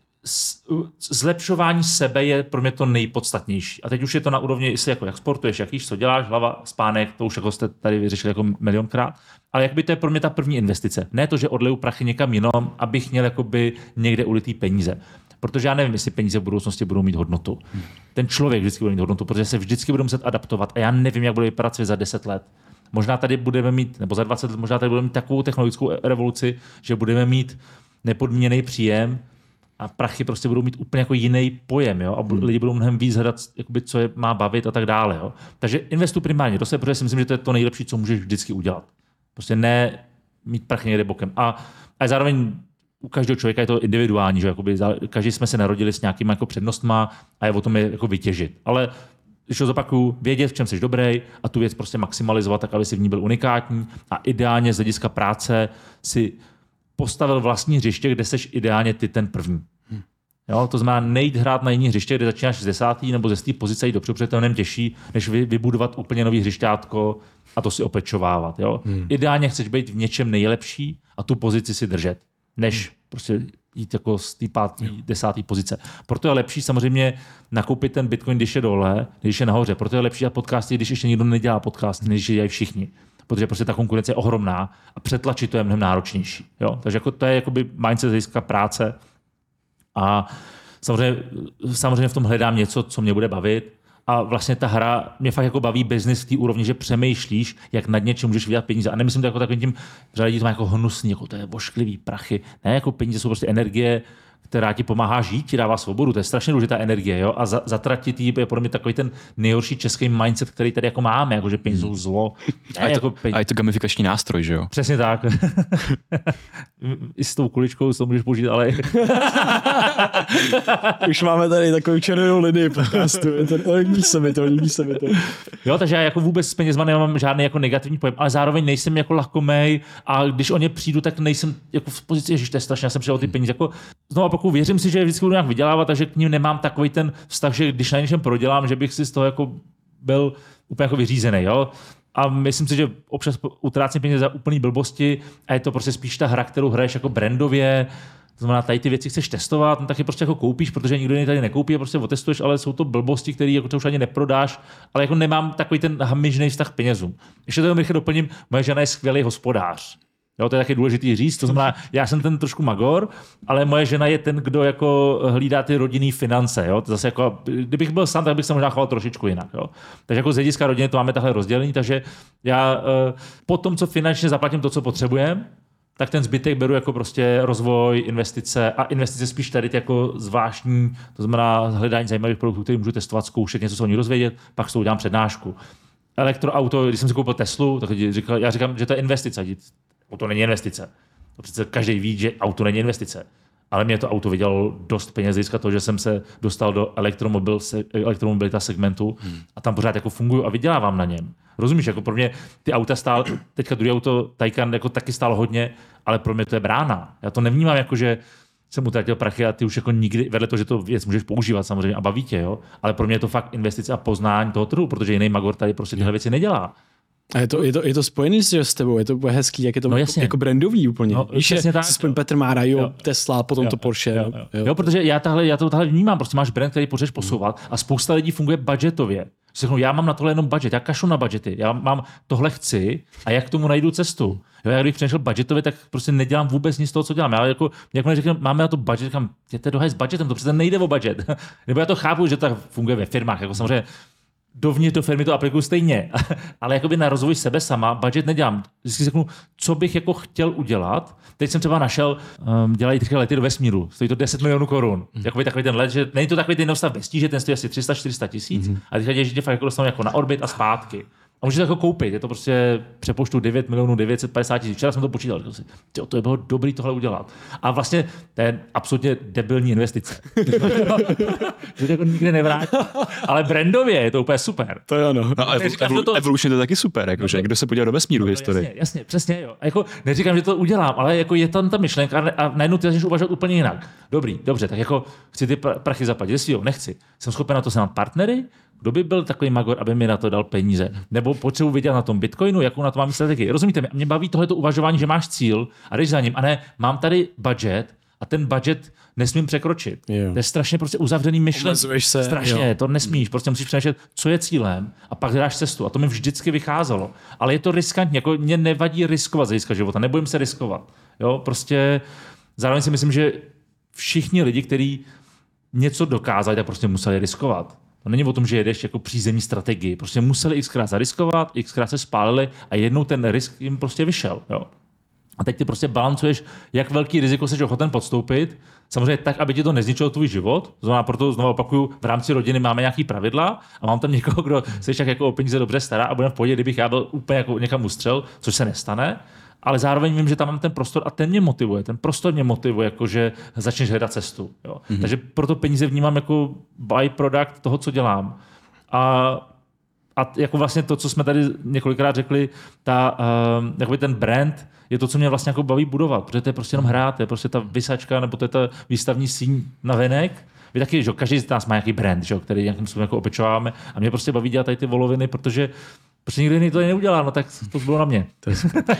zlepšování sebe je pro mě to nejpodstatnější. A teď už je to na úrovni, jestli jako jak sportuješ, jak jíš, co děláš, hlava, spánek, to už jako jste tady vyřešili jako milionkrát. Ale jakby to je pro mě ta první investice. Ne to, že odleju prachy někam jinam, abych měl jakoby někde ulitý peníze. Protože já nevím, jestli peníze v budoucnosti budou mít hodnotu. Ten člověk vždycky bude mít hodnotu, protože se vždycky bude muset adaptovat. A já nevím, jak bude vypadat svět za deset let. Možná tady budeme mít, nebo za dvacet let, možná tady budeme mít takovou technologickou revoluci, že budeme mít nepodmíněný příjem a prachy prostě budou mít úplně jako jiný pojem, jo? A lidi budou mnohem víc hledat, jakoby, co je má bavit a tak dále. Jo? Takže investuj primárně do sebe, protože si myslím, že to je to nejlepší, co můžeš vždycky udělat. Prostě ne mít prachy někde bokem. A, a zároveň u každého člověka je to individuální, že jakoby, každý jsme se narodili s nějakýma jako přednostma a je o tom je jako vytěžit. Ale když to zopakuju, vědět, v čem jsi dobrý a tu věc prostě maximalizovat, tak aby si v ní byl unikátní a ideálně z hlediska práce si postavil vlastní hřiště, kde seš ideálně ty ten první. Hmm. Jo, to znamená nejít hrát na jiný hřiště, kde začínáš z desátý nebo ze té pozice jít dopředu, protože to je mnohem těžší, než vy, vybudovat úplně nový hřišťátko a to si opečovávat. Jo? Hmm. Ideálně chceš být v něčem nejlepší a tu pozici si držet, než hmm. prostě jít jako z té pátý, desátý pozice. Proto je lepší samozřejmě nakoupit ten Bitcoin, když je dole, když je nahoře. Proto je lepší dělat podcasty, když ještě nikdo nedělá podcasty, než je dělají všichni. Protože prostě ta konkurence je ohromná a přetlačit to je mnohem náročnější. Jo? Takže jako to je jakoby mindset hlediska práce a samozřejmě, samozřejmě v tom hledám něco, co mě bude bavit a vlastně ta hra mě fakt jako baví business v té úrovni, že přemýšlíš, jak nad něčím můžeš vydělat peníze. A nemyslím to jako takovým tím, že lidi to má jako hnusný, jako to je vošklivý prachy. Ne, jako peníze jsou prostě energie, která ti pomáhá žít, ti dává svobodu. To je strašně důležitá energie. Jo? A za, zatratit jí je pro mě takový ten nejhorší český mindset, který tady jako máme, jako že peníze jsou zlo. Ne, a, je to, jako peníze. a je to gamifikační nástroj, že jo? Přesně tak. I s tou kuličkou to můžeš použít, ale... Už máme tady takovou červenou linii podcastu. Líbí se mi to, líbí se mi to. Jo, takže já jako vůbec s penězma nemám žádný jako negativní pojem, ale zároveň nejsem jako lahkomej a když o ně přijdu, tak nejsem jako v pozici, ježiš, to je strašně, já jsem přišel ty peníze. Jako, znovu pokud věřím si, že vždycky budu nějak vydělávat, takže k ním nemám takový ten vztah, že když na něčem prodělám, že bych si z toho jako byl úplně jako vyřízený. Jo? A myslím si, že občas utrácím peníze za úplný blbosti a je to prostě spíš ta hra, kterou hraješ jako brandově. To znamená, tady ty věci chceš testovat, no tak je prostě jako koupíš, protože nikdo jiný tady nekoupí a prostě otestuješ, ale jsou to blbosti, které jako to už ani neprodáš, ale jako nemám takový ten hamižný vztah k penězům. Ještě to jenom rychle doplním, moje žena je skvělý hospodář. Jo, to je taky důležitý říct, to znamená, já jsem ten trošku magor, ale moje žena je ten, kdo jako hlídá ty rodinný finance. Jo? To zase jako, kdybych byl sám, tak bych se možná choval trošičku jinak. Jo? Takže jako z hlediska rodiny to máme takhle rozdělení, takže já po tom, co finančně zaplatím to, co potřebujeme, tak ten zbytek beru jako prostě rozvoj, investice a investice spíš tady jako zvláštní, to znamená hledání zajímavých produktů, které můžu testovat, zkoušet, něco se o ní dozvědět, pak s tou udělám přednášku. Elektroauto, když jsem si koupil Teslu, tak říkal, já říkám, že to je investice. Auto není investice. To přece každý ví, že auto není investice. Ale mě to auto vydělalo dost peněz získat to, že jsem se dostal do elektromobil, elektromobilita segmentu hmm. a tam pořád jako funguju a vydělávám na něm. Rozumíš, jako pro mě ty auta stál, teďka druhé auto Taycan jako taky stálo hodně, ale pro mě to je brána. Já to nevnímám jako, že jsem utratil prachy a ty už jako nikdy, vedle toho, že to věc můžeš používat samozřejmě a baví tě, jo? Ale pro mě je to fakt investice a poznání toho trhu, protože jiný magor tady prostě tyhle věci nedělá. A je to, je to, je to spojený s tebou, je to úplně hezký, jak je to no jako, jako brandový úplně. No, Víš, že aspoň Petr Mára, jo, jo, Tesla, potom jo, to Porsche. Jo, jo. Jo. jo, protože já, tahle, já to tahle vnímám, prostě máš brand, který potřebuješ posouvat a spousta lidí funguje budgetově. Řeknu, já mám na tohle jenom budget, já kašlu na budgety, já mám tohle chci a jak k tomu najdu cestu. Jo, já když přešel budgetově, tak prostě nedělám vůbec nic z toho, co dělám. Já jako, jakmile řeknu, máme na to budget, říkám, jděte do haj s budgetem, to přece nejde o budget. Nebo já to chápu, že to funguje ve firmách, jako samozřejmě dovnitř do firmy to aplikuju stejně, ale jakoby na rozvoj sebe sama budget nedělám. Vždycky řeknu, co bych jako chtěl udělat. Teď jsem třeba našel, um, dělají tři lety do vesmíru, stojí to deset milionů korun. Mm. Jakoby takový ten let, že není to takový ten nostav bez tíže, ten stojí asi tři sta čtyři sta tisíc, mm. a teď jezdíte fakt jako dostanou jako na orbit a zpátky. A můžete to jako koupit, je to prostě přepočtu devět milionů devět set padesát tisíc. Včera jsem to počítal, říkal si, tyjo, to je bylo dobrý tohle udělat. A vlastně to je absolutně debilní investice. Že to jako nikdy nevrátí. Ale brandově je to úplně super. To je ono. No, evolu- to... Evolution je taky super, jako, no, že kdo se podívá do vesmíru v no, historii. Jasně, jasně, přesně, jo. A jako neříkám, že to udělám, ale jako je tam ta myšlenka a najednou ty začneš uvažovat úplně jinak. Dobrý, dobře, tak jako chci ty prachy zaplatit, jestli jo, nechci. Jsem schopen na to sehnat partnery. Kdo by byl takový magor, aby mi na to dal peníze? Nebo potřebuji vidět na tom Bitcoinu, jakou na to mám strategii. Rozumíte mi? Mě baví tohleto uvažování, že máš cíl a jdeš za ním. A ne, mám tady budget a ten budget nesmím překročit. Jo. To je strašně prostě uzavřený myšlení. Se, strašně, jo. to nesmíš. Prostě musíš přemýšlet, co je cílem a pak dáš cestu. A to mi vždycky vycházelo. Ale je to riskantní. Jako mě nevadí riskovat z hlediska života. Nebojím se riskovat. Jo, prostě zároveň si myslím, že všichni lidi, kteří něco dokázali, tak prostě museli riskovat. To není o tom, že jedeš jako přízemní strategii. Prostě museli xkrát zariskovat, xkrát se spálili a jednou ten risk jim prostě vyšel. Jo. A teď ty prostě balancuješ, jak velký riziko jsi ochoten podstoupit. Samozřejmě tak, aby ti to nezničilo tvůj život. To znamená, proto znovu opakuju, v rámci rodiny máme nějaký pravidla a mám tam někoho, kdo se tak jako o peníze dobře stará a budeme v pohodě, kdybych já byl úplně jako někam ustřel, což se nestane. Ale zároveň vím, že tam mám ten prostor a ten mě motivuje. Ten prostor mě motivuje, jako že začneš hledat cestu. Jo. Mm-hmm. Takže proto peníze vnímám jako byproduct toho, co dělám. A, a jako vlastně to, co jsme tady několikrát řekli, ta, uh, jakoby ten brand je to, co mě vlastně jako baví budovat, protože to je prostě jenom hrát, to je prostě ta vysačka, nebo to je ta výstavní síň na venek. Vy taky, že každý z nás má nějaký brand, že, který nějakým způsobem jako opečováme a mě prostě baví dělat tady ty voloviny, protože Protože nikdo jiný to neudělal, no tak to bylo na mě. To je,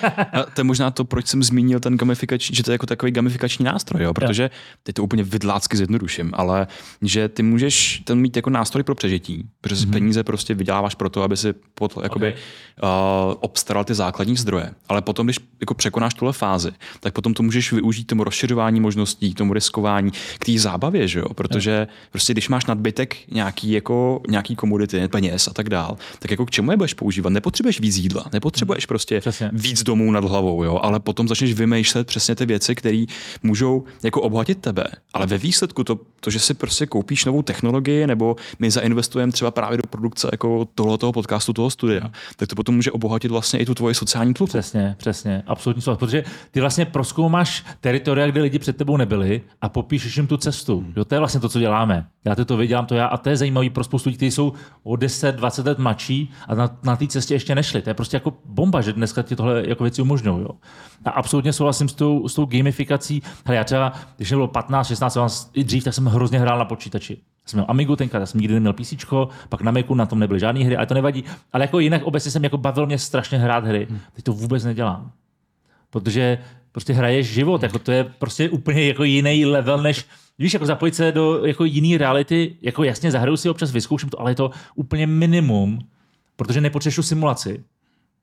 a to je možná to, proč jsem zmínil ten gamifikační, že to je jako takový gamifikační nástroj, jo? Protože teď to úplně vidlácky zjednoduším, ale že ty můžeš ten mít jako nástroj pro přežití, protože mm-hmm. peníze prostě vyděláváš pro to, aby si pod, jakoby, okay. uh, obstaral ty základní zdroje. Ale potom, když jako překonáš tuhle fázi, tak potom to můžeš využít tomu rozšiřování možností, tomu riskování, k té zábavě, že jo? Protože yeah. prostě když máš nadbytek nějaký, jako, nějaký komodity, peněz a tak dál, tak jako k čemu je budeš použít? Nepotřebuješ víc jídla, nepotřebuješ prostě přesně. víc domů nad hlavou, jo? Ale potom začneš vymýšlet přesně ty věci, které můžou jako obohatit tebe. Ale ve výsledku to, to, že si prostě koupíš novou technologii nebo my zainvestujeme třeba právě do produkce jako tohoto podcastu, toho studia, hmm. tak to potom může obohatit vlastně i tu tvoji sociální tlupu. Přesně, přesně, absolutně souhlas, protože ty vlastně prozkoumáš teritoria, kde lidi před tebou nebyli a popíšeš jim tu cestu. Hmm. Jo, to je vlastně to, co děláme. Děláte to vy, dělám to já a to je zajímavý pro spoustu lidí, kteří jsou o deset dvacet let mladší a na, na té cestě ještě nešli. To je prostě jako bomba, že dneska ti tohle jako věci umožňují. Jo. A absolutně souhlasím s tou, s tou gamifikací. Hele, já třeba, když bylo patnáct šestnáct i dřív, tak jsem hrozně hrál na počítači. Já jsem měl Amigu, tenkrát já jsem nikdy neměl PCčko, pak na Macu na tom nebyly žádné hry, ale to nevadí. Ale jako jinak obecně jsem jako bavil mě strašně hrát hry. Teď to vůbec nedělám. Protože prostě hraješ život, jako to je prostě úplně jako jiný level, než víš, jako zapojit se do jako jiný reality, jako jasně zahraju si občas, vyzkouším to, ale je to úplně minimum, protože nepotřebuji simulaci.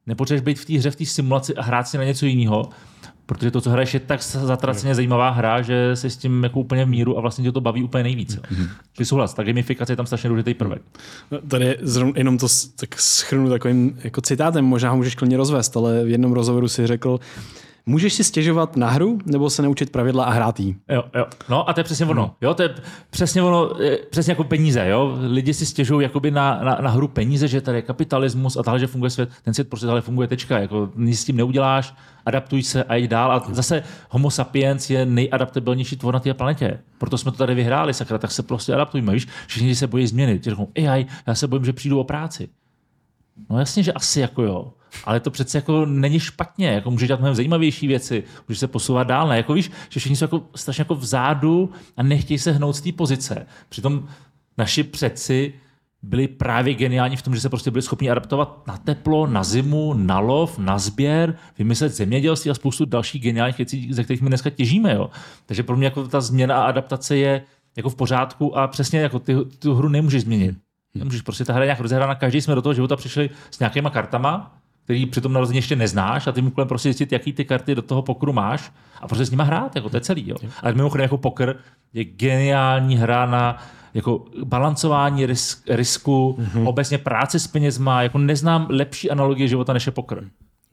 nepotřebuješ být v té hře, v té simulaci a hrát si na něco jiného, protože to, co hraješ, je tak zatraceně zajímavá hra, že se s tím jako úplně v míru a vlastně tě to baví úplně nejvíc. Mm-hmm. Čili souhlas, ta gamifikace je tam strašně důležitý prvek. No, tady zrovna, jenom to tak schrnu takovým jako citátem, možná ho můžeš klidně rozvést, ale v jednom rozhovoru si řekl, můžeš si stěžovat na hru, nebo se naučit pravidla a hrát jí? Jo, jo. No a to je přesně ono. Hmm. Jo, to je přesně ono, přesně jako peníze. Jo? Lidi si stěžují jakoby na, na, na hru peníze, že tady je kapitalismus a tahle, že funguje svět. Ten svět prostě tahle funguje, tečka. Jako, nic s tím neuděláš, adaptuj se a jdi dál. A zase homo sapiens je nejadaptabilnější tvor na té planetě. Proto jsme to tady vyhráli, sakra, tak se prostě adaptujme. Víš? Všichni se bojí změny. Ti řeknou, ej, já se bojím, že přijdu o práci. No jasně, že asi jako jo. Ale to přece jako není špatně, jako můžeš dělat mnohem zajímavější věci, můžeš se posouvat dál, ne? Jako víš, že všichni jsou jako strašně jako vzadu a nechtějí se hnout z té pozice. Přitom naši předci byli právě geniální v tom, že se prostě byli schopni adaptovat na teplo, na zimu, na lov, na sběr, vymyslet zemědělství a spoustu dalších geniálních věcí, ze kterých my dneska těžíme. Jo? Takže pro mě jako ta změna a adaptace je jako v pořádku a přesně jako ty, tu hru nemůžeš změnit. Nemůžeš prostě ta hra nějak rozehrána, každý jsme do toho života přišli s nějakýma kartama, který přitom narození ještě neznáš a ty úkolem prostě zjistit, jaký ty karty do toho pokru máš a prostě s nima hrát, jako to je celý. Jo. Ale mimochodem jako poker je geniální hra na jako balancování risk, risku, mm-hmm. obecně práce s penězma, jako neznám lepší analogie života než je poker.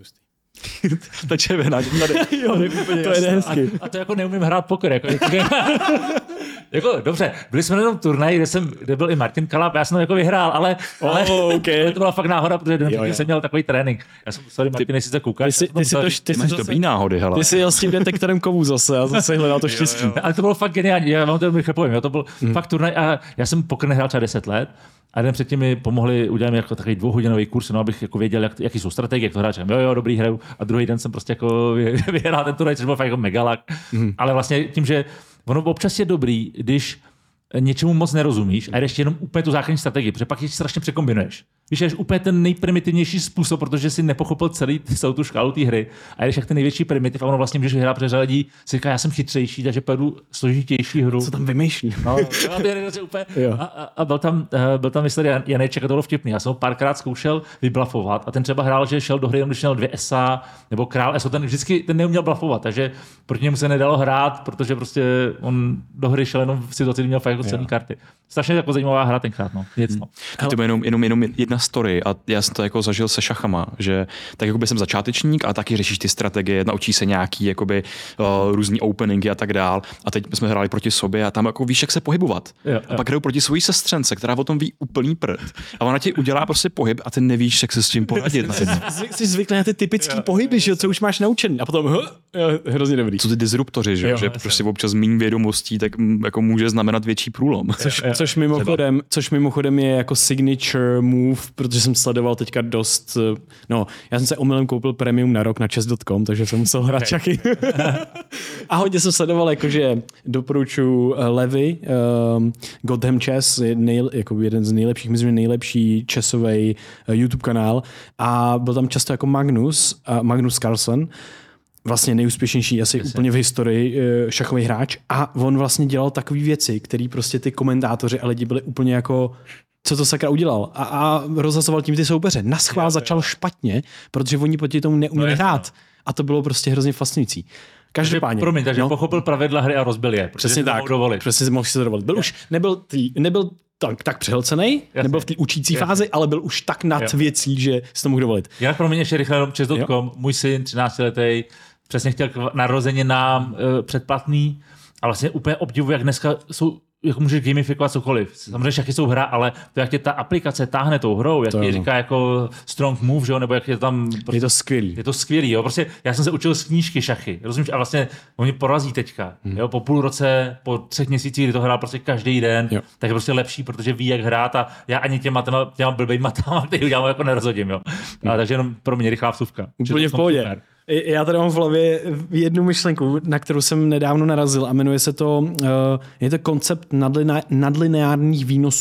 Ta červená, tady, jo, to je hezky. A, a to jako neumím hrát poker. Jako, jako, jako, dobře, byli jsme na tom turnaji, kde, jsem, kde byl i Martin Kalab, já jsem to jako vyhrál, ale, ale, oh, okay. ale to byla fakt náhoda, protože den předtím jsem měl takový trénink. Já jsem, sorry Martin, jestli se koukáš. Ty, ty, ty, to, ty, ty, ty máš dobrý náhody, hele. Ty jsi jel s tím detektorem kovů zase a zase hledal to štěstí. Jo, jo. Ale to bylo fakt geniální, já vám to rychle povím, jo, to byl hmm. fakt turnaj a já jsem poker nehrál třeba deset let. A den předtím mi pomohli, udělat jako takový dvouhodinový kurz, no, abych jako věděl, jak, jaký jsou strategie, jak to hrát. Jo, jo, dobrý hraju. A druhý den jsem prostě jako vyhrál ten turnaj, což byl fakt jako megalak. Mm. Ale vlastně tím, že ono občas je dobrý, když něčemu moc nerozumíš a jdeš jenom úplně tu základní strategii, protože pak ji strašně překombinuješ. Když jdeš úplně ten nejprimitivnější způsob, protože si nepochopil celý celou tu škálu té hry a jdeš jak ten největší primitiv a ono vlastně můžeš vyhrát, protože řada lidí si říká, já jsem chytřejší, takže půjdu složitější hru. Co tam vymýšlí? No, úplně, a, a, a byl tam, byl tam mister Janeček a to bylo vtipný. Já jsem ho párkrát zkoušel vyblafovat a ten třeba hrál, že šel do hry, když měl dvě S A nebo král S O, ten vždycky ten neuměl blafovat, takže proti němu se nedalo hrát, protože prostě on do hry šel jenom v situaci, kdy měl fakt jako celý karty. Strašně jako zajímavá hra tenkrát, no. Věc, no. Hmm. To je jenom, jenom, jenom jedna story a já jsem to jako zažil se šachama, že tak jakoby jsem začátečník a taky řešíš ty strategie, naučíš se nějaký jakoby uh, různý openingy a tak dál a teď jsme hráli proti sobě a tam jako víš, jak se pohybovat. Jo, jo. A pak hraju proti svojí sestřence, která o tom ví úplný prd. A ona ti udělá prostě pohyb a ty nevíš, jak se s tím poradit. Jsi zvyklý na ty typický jo, pohyby, že co už máš naučený a potom huh, hrozně dobrý. Co ty disruptoři, že, jo, že prostě občas méně vědomostí, tak jako může znamenat větší průlom. Což, což, mimochodem, což mimochodem je jako signature move, protože jsem sledoval teďka dost, no, já jsem se omylem koupil premium na rok na chess tečka com, takže jsem musel hrát šachy. A hodně jsem sledoval, jakože doporučuji Levy, um, Gotham Chess, je nej, jako jeden z nejlepších, myslím, nejlepší chessový uh, YouTube kanál a byl tam často jako Magnus, uh, Magnus Carlsen, vlastně nejúspěšnější asi Jasně. úplně v historii šachový hráč a on vlastně dělal takové věci, které prostě ty komentátoři a lidi byli úplně jako co to sakra udělal a, a rozhazoval tím ty soupeře. Naschvál jo, začal jo. špatně, protože oni proti tomu neuměli no, hrát a to bylo prostě hrozně fascinující. Každopádně. Takže, promiň, takže no, pochopil pravidla hry a rozbil je. Přesně tak. Přesně mohl si to dovolit. Byl už, nebyl, tý, nebyl tak, tak přehlcenej, nebyl v té učící Jasně. fázi, ale byl už tak nad jo. věcí, že si to mohl dovolit. Jinak promiň ještě rychle jenom chess tečka com, můj syn, třináctiletý, přesně chtěl k narozeninám uh, předplatný a vlastně úplně obdivuji, jak dneska jsou, jako můžeš gamifikovat cokoliv. Samozřejmě šachy jsou hra, ale to, jak tě ta aplikace táhne tou hrou, jak ti říká jako strong move, že jo, nebo jak je tam... Prostě, je to skvělý. Je to skvělý, jo. Prostě já jsem se učil z knížky šachy, rozumíš? A vlastně on mě porazí teďka, hmm. jo, po půl roce, po třech měsících, kdy to hrál prostě každý den, jo. tak je prostě lepší, protože ví, jak hrát a já ani těma, těma, těma blbejma tam, který udělám, jako nerozhodím, jo. Hmm. A, takže jenom pro mě rychlá vsuvka. Úplně v pohodě. Já tady mám v hlavě jednu myšlenku, na kterou jsem nedávno narazil a jmenuje se to, uh, je to koncept nadline, nadlineárních výnosů.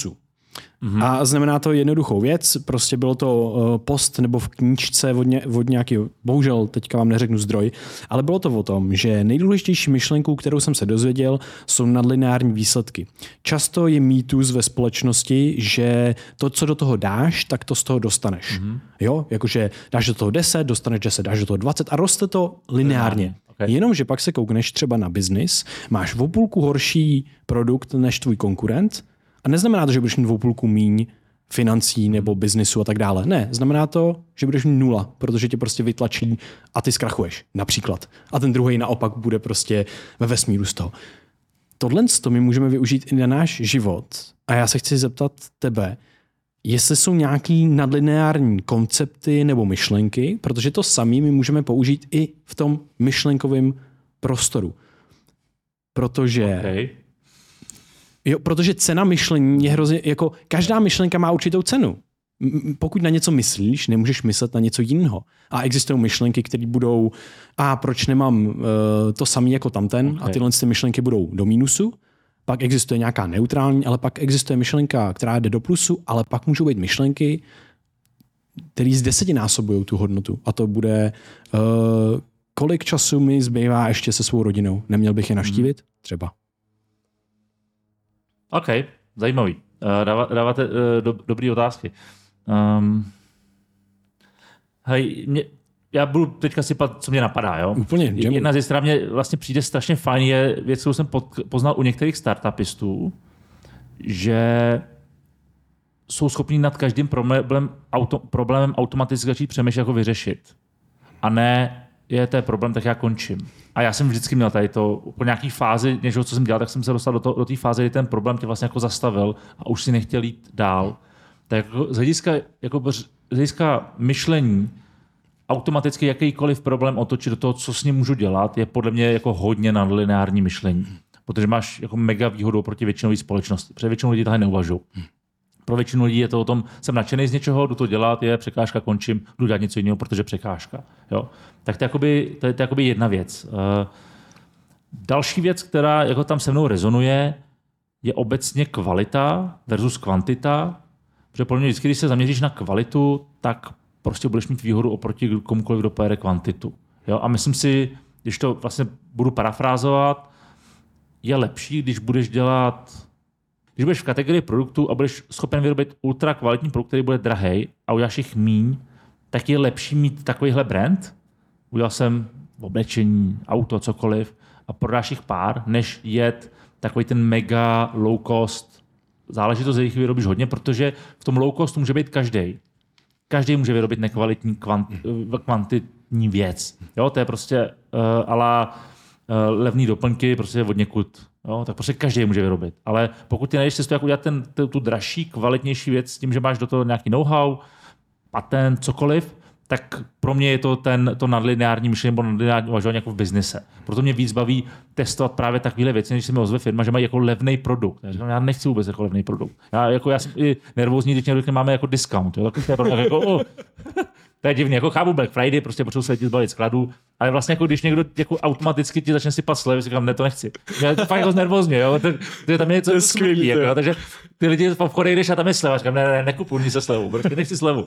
Mm-hmm. A znamená to jednoduchou věc, prostě bylo to post nebo v knížce od, ně, od nějakého, bohužel teďka vám neřeknu zdroj, ale bylo to o tom, že nejdůležitější myšlenkou, kterou jsem se dozvěděl, jsou nadlineární výsledky. Často je mýtus ve společnosti, že to, co do toho dáš, tak to z toho dostaneš. Mm-hmm. Jo, jakože dáš do toho deset, dostaneš deset, dáš do toho dvacet a roste to lineárně. Okay. Jenomže pak se koukneš třeba na biznis, máš o půlku horší produkt než tvůj konkurent, a neznamená to, že budeš mít dvou půlku míň financí nebo biznisu a tak dále. Ne, znamená to, že budeš mít nula, protože tě prostě vytlačí a ty zkrachuješ, například. A ten druhý naopak bude prostě ve vesmíru z toho. Tohle to my můžeme využít i na náš život. A já se chci zeptat tebe, jestli jsou nějaký nadlineární koncepty nebo myšlenky, protože to samé my můžeme použít i v tom myšlenkovém prostoru. Protože... Okay. Jo, protože cena myšlení je hrozně, jako každá myšlenka má určitou cenu. Pokud na něco myslíš, nemůžeš myslet na něco jiného. A existují myšlenky, které budou, a proč nemám uh, to samé jako tamten, okay. A tyhle ty myšlenky budou do mínusu. Pak existuje nějaká neutrální, ale pak existuje myšlenka, která jde do plusu, ale pak můžou být myšlenky, které z desetinásobují tu hodnotu. A to bude, uh, kolik času mi zbývá ještě se svou rodinou. Neměl bych je navštívit? Třeba. OK, zajímavý. Dává, dáváte uh, do, dobrý otázky. Um, hej, mě, já budu teďka sypat, co mě napadá. Jo? Úplně. Jedna z věcí, která mě vlastně přijde strašně fajn, je věc, kterou jsem pod, poznal u některých startupistů, že jsou schopní nad každým problém, auto, problémem automaticky začít přemýšlet, jako vyřešit. A ne, je to problém, tak já končím. A já jsem vždycky měl tady to, po nějaký fázi, než co jsem dělal, tak jsem se dostal do, to, do té fáze, kdy ten problém tě vlastně jako zastavil a už si nechtěl jít dál. Tak jako z hlediska, jako z hlediska myšlení automaticky jakýkoliv problém otočit do toho, co s ním můžu dělat, je podle mě jako hodně nadlineární myšlení. Protože máš jako mega výhodu proti většinové společnosti. Protože většinou lidí tahle neuvažují. Pro většinu lidí je to o tom, jsem nadšený z něčeho, jdu to dělat, je překážka, končím, jdu dělat něco jiného, protože překážka. Jo? Tak to je, jakoby, to je, to je jakoby jedna věc. Uh, další věc, která jako tam se mnou rezonuje, je obecně kvalita versus kvantita. Protože podle mě vždycky, když se zaměříš na kvalitu, tak prostě budeš mít výhodu oproti komukoliv, kdo pojede kvantitu. Jo? A myslím si, když to vlastně budu parafrázovat, je lepší, když budeš dělat... Když budeš v kategorii produktu a budeš schopen vyrobit ultra kvalitní produkt, který bude drahej a uděláš jich míň, tak je lepší mít takovýhle brand. Udělal jsem oblečení, auto, cokoliv a prodáš jich pár, než jet takový ten mega low cost. Záleží to, že jich vyrobíš hodně, protože v tom low costu může být každý. Každý může vyrobit nekvalitní kvant, kvantitní věc. Jo, to je prostě uh, ala uh, levný doplňky, prostě od někud. Jo, tak prostě každý může vyrobit. Ale pokud ty najdeš cestu, jak udělat ten, tu, tu dražší, kvalitnější věc s tím, že máš do toho nějaký know-how, patent, cokoliv, tak pro mě je to ten, to nadlineární myšlení nebo nadlineární uvažování jako v biznise. Proto mě víc baví testovat právě takovéhle věci, než se mi ozve firma, že mají jako levný produkt. Já říkám, já nechci vůbec jako levný produkt. Já, jako, já jsem i nervózní, když někdo máme jako discount. Jo, tak to je jako, oh. To je divný, jako chápu Black Friday, prostě potřebuji se zbalit skladů, ale vlastně jako když někdo jako automaticky ti začne sypat slevy, říkám, ne, to nechci. Já to fakt jako nervózně, jo, to, to je tam něco to skvělý, jako, takže ty lidi v obchodě jdeš a tam je sleva, říkám, ne, ne, nekupuji nic se slevou, prostě nechci slevu.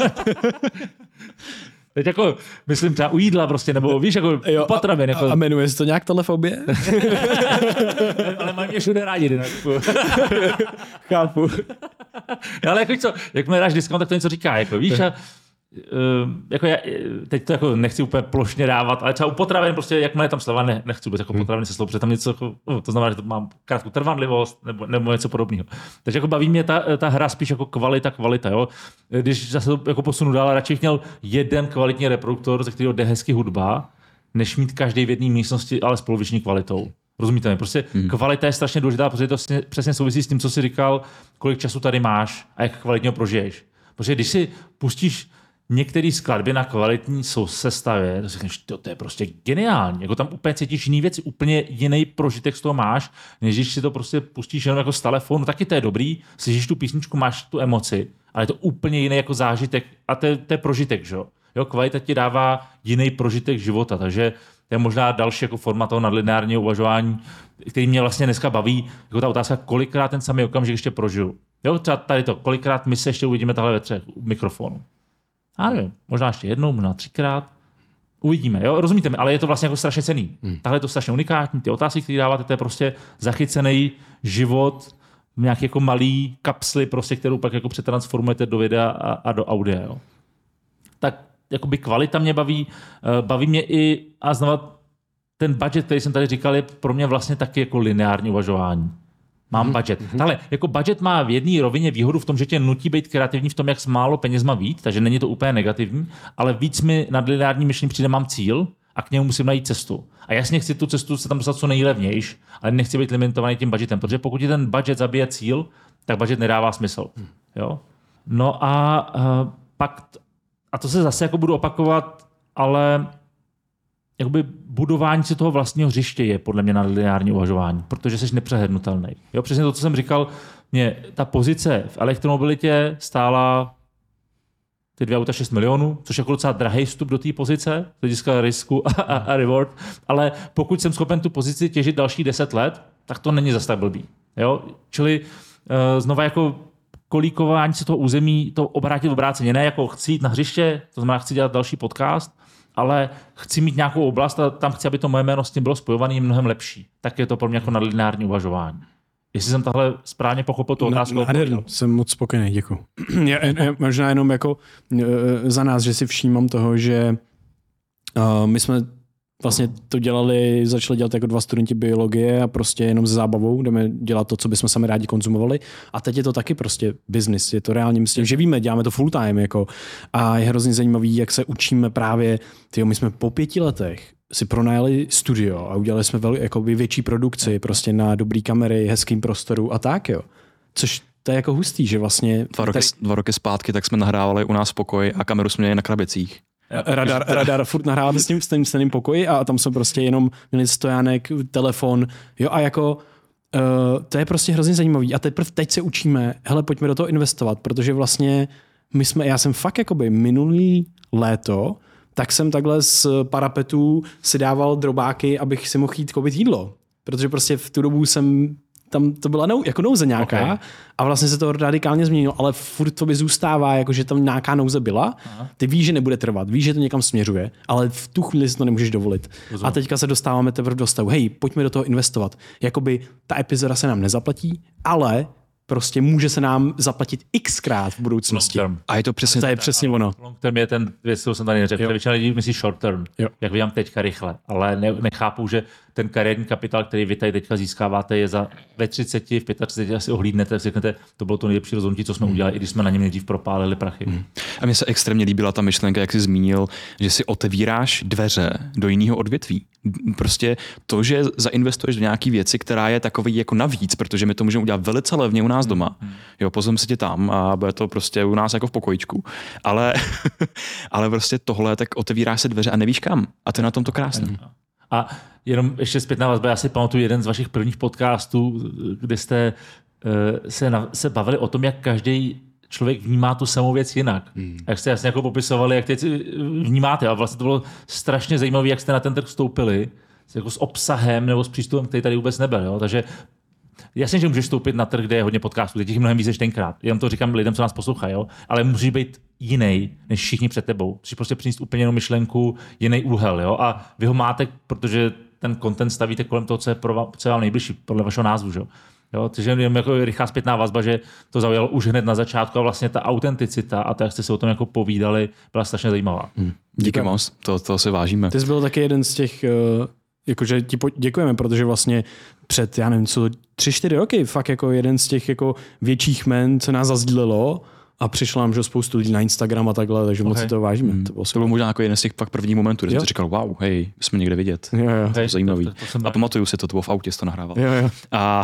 Teď jako, myslím třeba u jídla prostě, nebo víš, jako jo, u potravin. Jako... A jmenuje se to nějak tohle fobie? Ale mají mě všude rádi, nekupuji. Chápu. Ale jako co, jak mi dáš discount, tak to něco říká, jako víš, a Uh, jako já, teď to jako nechci úplně plošně dávat, ale třeba u potravin prostě, jak má tam sleva, ne, nechci vůbec jako hmm. potraviny se slovou, protože tam něco, jako, uh, to znamená, že to mám krátkou trvanlivost nebo, nebo něco podobného. Takže jako baví mě ta, ta hra spíš jako kvalita, kvalita, jo. Když zase to jako posunu dál, radši měl jeden kvalitní reproduktor, ze kterého jde hezky hudba, než mít každý v jedné místnosti, ale s poloviční kvalitou. Rozumíte mi? Prostě hmm. kvalita je strašně důležitá, protože to přesně souvisí s tím, co jsi říkal, kolik času tady máš a jak kvalitně ho prožiješ. Protože když si pustíš některé skladby na kvalitní sestavě, to si říkáš, to, to je prostě geniální. Jako tam úplně cítíš jiný věci, úplně jiný prožitek z toho máš, než když si to prostě pustíš jenom jako z telefonu, taky to je dobrý, slyšíš tu písničku, máš tu emoci, ale je to úplně jiný jako zážitek a to je, to je prožitek, že jo? Jo, kvalita ti dává jiný prožitek života, takže to je možná další jako forma toho nadlineárního uvažování, který mě vlastně dneska baví, jako ta otázka, kolikrát ten samý okamžik ještě prožiju. Jo, třeba tady to, kolikrát my se ještě uvidíme tahle ve třech mikrofonu. A nevím, možná ještě jednou, možná třikrát. Uvidíme, jo, rozumíte mi, ale je to vlastně jako strašně cenný. Hmm. Tahle je to strašně unikátní, ty otázky, které dáváte, to je prostě zachycený život v nějaký jako malý kapsly, prostě, kterou pak jako přetransformujete do videa a, a do audia, jo. Tak jakoby kvalita mě baví, baví mě i, a znova ten budget, který jsem tady říkal, je pro mě vlastně taky jako lineární uvažování. Mám hmm. budget. Hmm. Tahle, jako budget má v jedné rovině výhodu v tom, že tě nutí být kreativní v tom, jak s málo penězma víc, takže není to úplně negativní, ale víc mi nad lineární myšlení přijde, mám cíl a k němu musím najít cestu. A jasně chci tu cestu se tam dostat co nejlevnější, ale nechci být limitovaný tím budgetem, protože pokud je ten budget zabije cíl, tak budget nedává smysl. Hmm. Jo? No a uh, pak, a to se zase jako budu opakovat, ale jakoby budování si toho vlastního hřiště je podle mě na lineární uvažování, protože jsi nepřehlednutelný. Jo, přesně to, co jsem říkal, mě ta pozice v elektromobilitě stála ty dvě auta šest milionů, což je jako docela drahý vstup do té pozice, z hlediska risku a, a, a reward, ale pokud jsem schopen tu pozici těžit další deset let, tak to není zas tak blbý. Jo? Čili uh, znova jako kolíkování se toho území, to obrátit obráceně, ne jako chci jít na hřiště, to znamená chci dělat další podcast, ale chci mít nějakou oblast a tam chci, aby to moje jméno s tím bylo spojované mnohem lepší. Tak je to pro mě jako nadlineární uvažování. Jestli jsem tahle správně pochopil tu otázku. Nádherno, jsem moc spokojený, děkuji. Možná jenom jako za nás, že si všímám toho, že uh, my jsme vlastně to dělali, začali dělat jako dva studenti biologie a prostě jenom se zábavou jdeme dělat to, co bychom sami rádi konzumovali. A teď je to taky prostě business, je to reálně, myslím, že víme, děláme to full time jako. A je hrozně zajímavý, jak se učíme právě, tyjo, my jsme po pěti letech si pronajali studio a udělali jsme vel, jakoby větší produkci prostě na dobrý kamery, hezkým prostoru a tak, jo. Což to je jako hustý, že vlastně... Dva roky, tady... dva roky zpátky tak jsme nahrávali u nás v pokoji a kameru jsme měli na krabicích. Radar, radar furt nahráváte s tím stejným, stejným pokoji a tam jsme prostě jenom měli stojánek, telefon, jo a jako uh, to je prostě hrozně zajímavý a teprve teď se učíme, hele, pojďme do toho investovat, protože vlastně my jsme, já jsem fakt jakoby minulý léto, tak jsem takhle z parapetů si dával drobáky, abych si mohl jít koupit jídlo, protože prostě v tu dobu jsem tam to byla nou, jako nouze nějaká okay. A vlastně se to radikálně změnilo, ale furt to by zůstává, jako že tam nějaká nouze byla. Aha. Ty víš, že nebude trvat, víš, že to někam směřuje, ale v tu chvíli si to nemůžeš dovolit. Rozumím. A teďka se dostáváme teprve do stavu, hej, pojďme do toho investovat. Jakoby ta epizoda se nám nezaplatí, ale prostě může se nám zaplatit xkrát v budoucnosti. A je to přesně, to je přesně ono. Long term je ten věc, co jsem tady neřekl. Většina lidí myslí short term, jo. Jak vidím teďka rychle, ale ne, nechápu, že ten kariérní kapitál, který vy tady teďka získáváte, je za ve třiceti, v třiceti pěti asi ohlídnete, řeknete, to bylo to nejlepší rozhodnutí, co jsme hmm. udělali, i když jsme na něm nejdřív propálili prachy. Hmm. A mně se extrémně líbila ta myšlenka, jak jsi zmínil, že si otevíráš dveře do jiného odvětví. Prostě to, že zainvestuješ do nějaký věci, která je takový jako navíc, protože my to můžeme udělat velice levně u nás doma. Hmm. Jo, pozvem si tě tam a bude to prostě u nás jako v pokojičku. Ale, ale prostě tohle, tak otevíráš se dveře a nevíš kam. A to je na tom to krásné. Hmm. A jenom ještě zpětná vazba, já si pamatuju jeden z vašich prvních podcastů, kde jste uh, se, na, se bavili o tom, jak každý člověk vnímá tu samou věc jinak. Hmm. Jak jste jasně jako popisovali, jak teď vnímáte. A vlastně to bylo strašně zajímavé, jak jste na ten trh vstoupili jako s obsahem nebo s přístupem, který tady vůbec nebyl. Jo? Takže jasně, že můžeš vstoupit na trh, kde je hodně podcastů, teď jich mnohem víc než tenkrát. Jenom to říkám lidem, co nás poslouchají, jo? Ale můžeš být jiný než všichni před tebou. Můžeš prostě přinést úplně jinou myšlenku, jiný úhel. Jo? A vy ho máte, protože ten content stavíte kolem toho, co je, pro vám, co je vám nejbližší, podle vašeho názvu. Že? Jo? Takže jen jako rychlá zpětná vazba, že to zaujalo už hned na začátku a vlastně ta autenticita a to, jak jste se o tom jako povídali, byla strašně zajímavá. Hmm. Díky moc, to, to si vážíme. Ty jsi byl taky jeden z těch, jakože ti děkujeme, protože vlastně před, já nevím, co, tři, čtyři roky fakt jako jeden z těch jako větších men, co nás zazdílelo a přišlo nám, že spoustu lidí na Instagram a takhle, takže okay. moc si to vážíme. Hmm. To, bylo to byl možná jako jeden z těch pak prvních momentů, kdy jsi říkal, wow, hej, jsme někde vidět. Jo, jo. To je zajímavý. To, to, to a pamatuju si to, to bylo v autě, jsi to nahrával. Jo, jo. A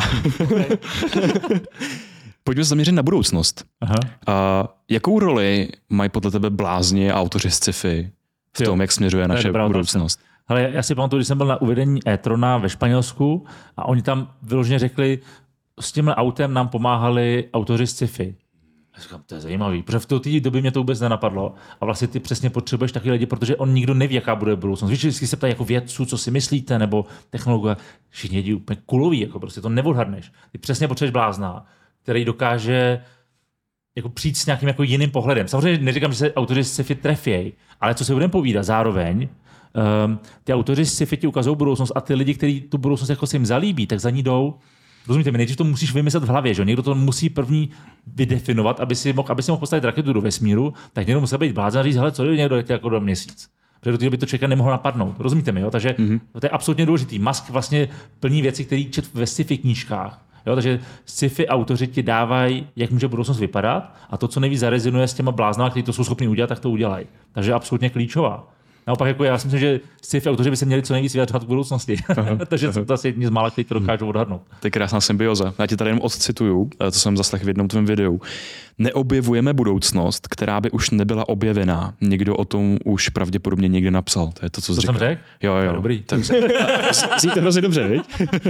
pojďme se zaměřit na budoucnost. Aha. A jakou roli mají podle tebe blázni a autoři z sci-fi v tom, jo. jak směřuje naše budoucnost? Ale já si pamatuju, když jsem byl na uvedení e-trona ve Španělsku a oni tam vyloženě řekli, s tímhle autem nám pomáhali autoři z sci-fi. Já říkám, to je zajímavý, protože v té době mě to vůbec nenapadlo. A vlastně ty přesně potřebuješ taky lidi, protože on nikdo neví, jaká bude budoucnost. Víš, vždycky se ptají jako vědců, co si myslíte, nebo technologie, všichni lidi úplně kuloví, jako prostě to neodhadneš. Ty přesně potřebuješ blázna, který dokáže jako přijít s nějakým jako jiným pohledem. Samozřejmě neříkám, že se autoři sci-fi trefějí, ale co se budeme povídat zároveň, um, ty autoři sci-fi ti ukazují budoucnost a ty lidi, kteří tu budoucnost jako se jim zalíbí, tak za ní jdou. Rozumíte mi, nejdřív to musíš vymyslet v hlavě, že někdo to musí první vydefinovat, aby si mohl, aby si mohl postavit raketu do vesmíru, tak někdo musel být blázen a říct, hele, co je někdo jako do měsíc. Protože do té doby to člověka nemohlo napadnout. Rozumíte mi, jo? Takže mm-hmm. to je absolutně důležitý. Musk vlastně plní věci, které čet ve sci-fi knížkách. Jo? Takže sci-fi autoři ti dávají, jak může budoucnost vypadat a to, co nejvíc zarezonuje s těma bláznama, kteří to jsou schopni udělat, tak to udělají. Takže absolutně klíčová. Naopak, jako já si myslím, že sci-fi autoři by se měli co nejvíc vyjadřovat k budoucnosti. Takže to asi jedni z mála, kteří to dokážou odhadnout. To je krásná symbioza. Já ti tady jenom odcituju, co jsem zaslechl v jednom tvém videu. Neobjevujeme budoucnost, která by už nebyla objevená. Někdo o tom už pravděpodobně někde napsal. To je to, co jsi to jsem řekl? Jo, jo. Dobrý. Tak jsi to hrozně dobře, viď?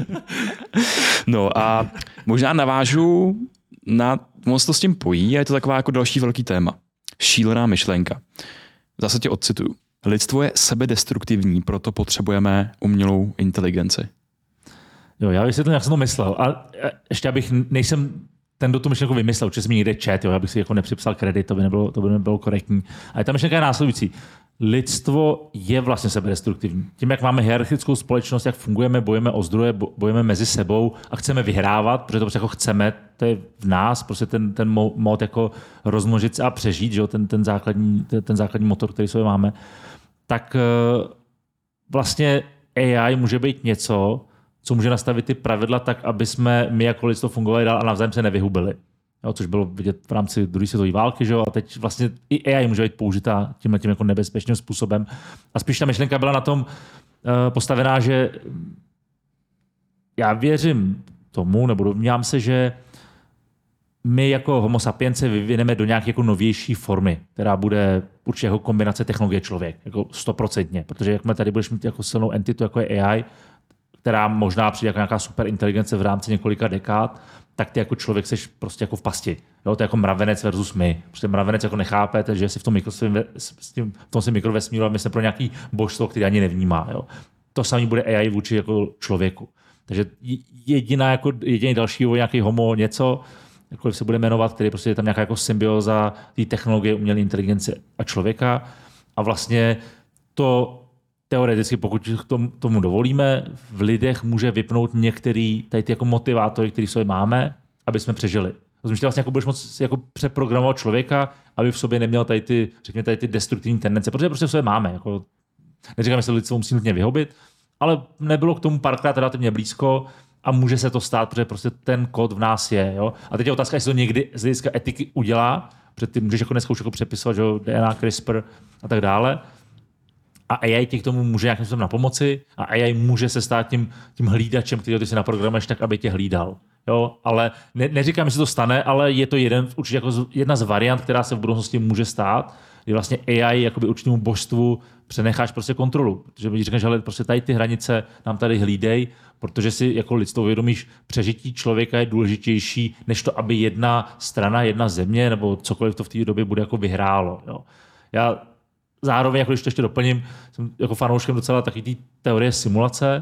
No a možná navážu na moc to s tím pojí a je to taková jako další velký téma. Šílená myšlenka. Zase tě odcituju. Lidstvo je sebedestruktivní, proto potřebujeme umělou inteligenci. Jo, já vysvětlím, jak jsem to myslel. A ještě abych nejsem ten, kdo tu myšlenku vymyslel, že jsem mi někde čet, jo, já bych si jako nepřipsal kredit, to by nebylo, to by nebylo korektní. Ale ta myšlenka je následující. Lidstvo je vlastně sebedestruktivní. Tím, jak máme hierarchickou společnost, jak fungujeme, bojujeme o zdroje, bojujeme mezi sebou a chceme vyhrávat, protože to prostě jako chceme, to je v nás, prostě ten, ten mod jako rozmnožit se a přežít, že jo, ten, ten, základní, ten, ten základní motor, který sobě máme, tak vlastně A I může být něco, co může nastavit ty pravidla tak, aby jsme my jako lidstvo fungovali dál a navzájem se nevyhubili. Jo, což bylo vidět v rámci druhé světové války, že jo? A teď vlastně i A I může být použitá tímhle tím jako nebezpečným způsobem. A spíš ta myšlenka byla na tom uh, postavená, že já věřím tomu, nebo domnívám se, že my jako homo sapiens se vyvineme do nějaké jako novější formy, která bude určitě jako kombinace technologie člověk, jako stoprocentně, protože jakmile tady budeš mít jako silnou entitu, jako je A I, která možná přijde jako nějaká superinteligence v rámci několika dekád, tak ty jako člověk seš prostě jako v pasti. Jo? To je jako mravenec versus my. Prostě mravenec jako nechápete, že si v tom, mikrosvým, v tom si mikrovesmíru a my jsme pro nějaký božstvo, který ani nevnímá. Jo? To samé bude A I vůči jako člověku. Takže jediná jako, jediný další nějaký homo něco, jakkoliv se bude jmenovat, který prostě je tam nějaká jako symbioza té technologie, umělé inteligence a člověka. A vlastně to teoreticky, pokud tomu dovolíme, v lidech může vypnout některý tady ty jako motivátory, který v sobě máme, aby jsme přežili. Rozumíš, vlastně jako budeš moct jako přeprogramovat člověka, aby v sobě neměl tady ty, řekněme, tady ty destruktivní tendence, protože prostě v sobě máme. Jako, neříkám, že se lidstvo musí nutně vyhobit, ale nebylo k tomu párkrát relativně blízko a může se to stát, protože prostě ten kód v nás je. Jo? A teď je otázka, jestli to někdy z hlediska etiky udělá, protože ty můžeš jako dneska už jako přepisovat, že D N A, CRISPR a tak dále. A A I ti k tomu může nějakým způsobem na pomoci a A I může se stát tím, tím hlídačem, který ty si naprogramuješ tak, aby tě hlídal. Jo? Ale ne, neříkám, že se to stane, ale je to jeden, určitě jako jedna z variant, která se v budoucnosti může stát, kdy vlastně A I jakoby určitému božstvu přenecháš prostě kontrolu. Protože když říkáš, že prostě tady ty hranice nám tady hlídej, protože si jako lidstvo uvědomíš, přežití člověka je důležitější, než to, aby jedna strana, jedna země nebo cokoliv to v té době bude jako vyhrálo. Jo? Já zároveň, jako když to ještě doplním, jsem jako fanouškem docela taky té teorie simulace.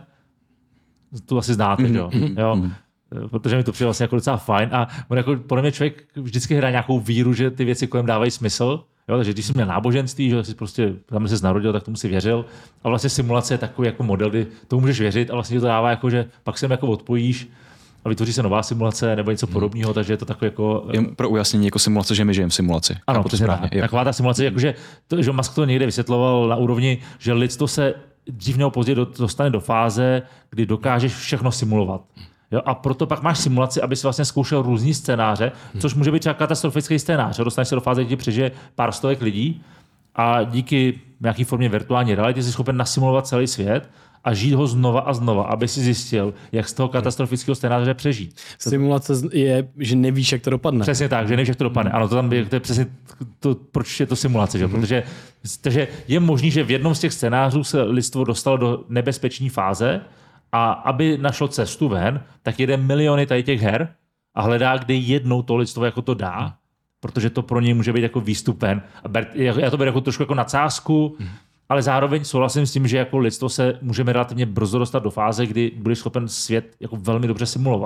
To asi znáte, mm, jo? Mm, jo? Mm. Protože mi to přijde vlastně jako docela fajn. A on jako, podle mě člověk vždycky hraje nějakou víru, že ty věci kolem dávají smysl. Jo? Takže když jsi měl náboženství, že jsi prostě tam se narodil, tak tomu si věřil. A vlastně simulace je takový jako model, kdy tomu můžeš věřit a vlastně to dává jako, že pak se jako odpojíš a vytvoří se nová simulace nebo něco podobného, hmm. takže je to takové jako... Jen pro ujasnění, jako simulace, že my žijeme v simulaci. Ano, přesně tak. Taková ta simulace, jakože, to, že Musk to někde vysvětloval na úrovni, že lidstvo se dřív nebo později dostane do fáze, kdy dokážeš všechno simulovat. Jo? A proto pak máš simulaci, aby si vlastně zkoušel různý scénáře, což může být třeba katastrofický scénář. Dostaneš se do fáze, kdy přežije pár stovek lidí a díky nějaké formě virtuální reality jsi schopen nasimulovat celý svět a žít ho znova a znova, aby si zjistil, jak z toho katastrofického scénáře přežít. Simulace je, že nevíš, jak to dopadne. Přesně tak, že nevíš, jak to dopadne. Ano, to tam je, to je přesně to, proč je to simulace, že? Protože, protože je možný, že v jednom z těch scénářů se lidstvo dostalo do nebezpečné fáze a aby našlo cestu ven, tak jede miliony tady těch her a hledá, kde jednou to lidstvo jako to dá, protože to pro něj může být jako výstupen. A já to beru jako trošku jako nadsázku, ale zároveň souhlasím s tím, že jako lidstvo se můžeme relativně brzo dostat do fáze, kdy budeš schopen svět jako velmi dobře simulovat.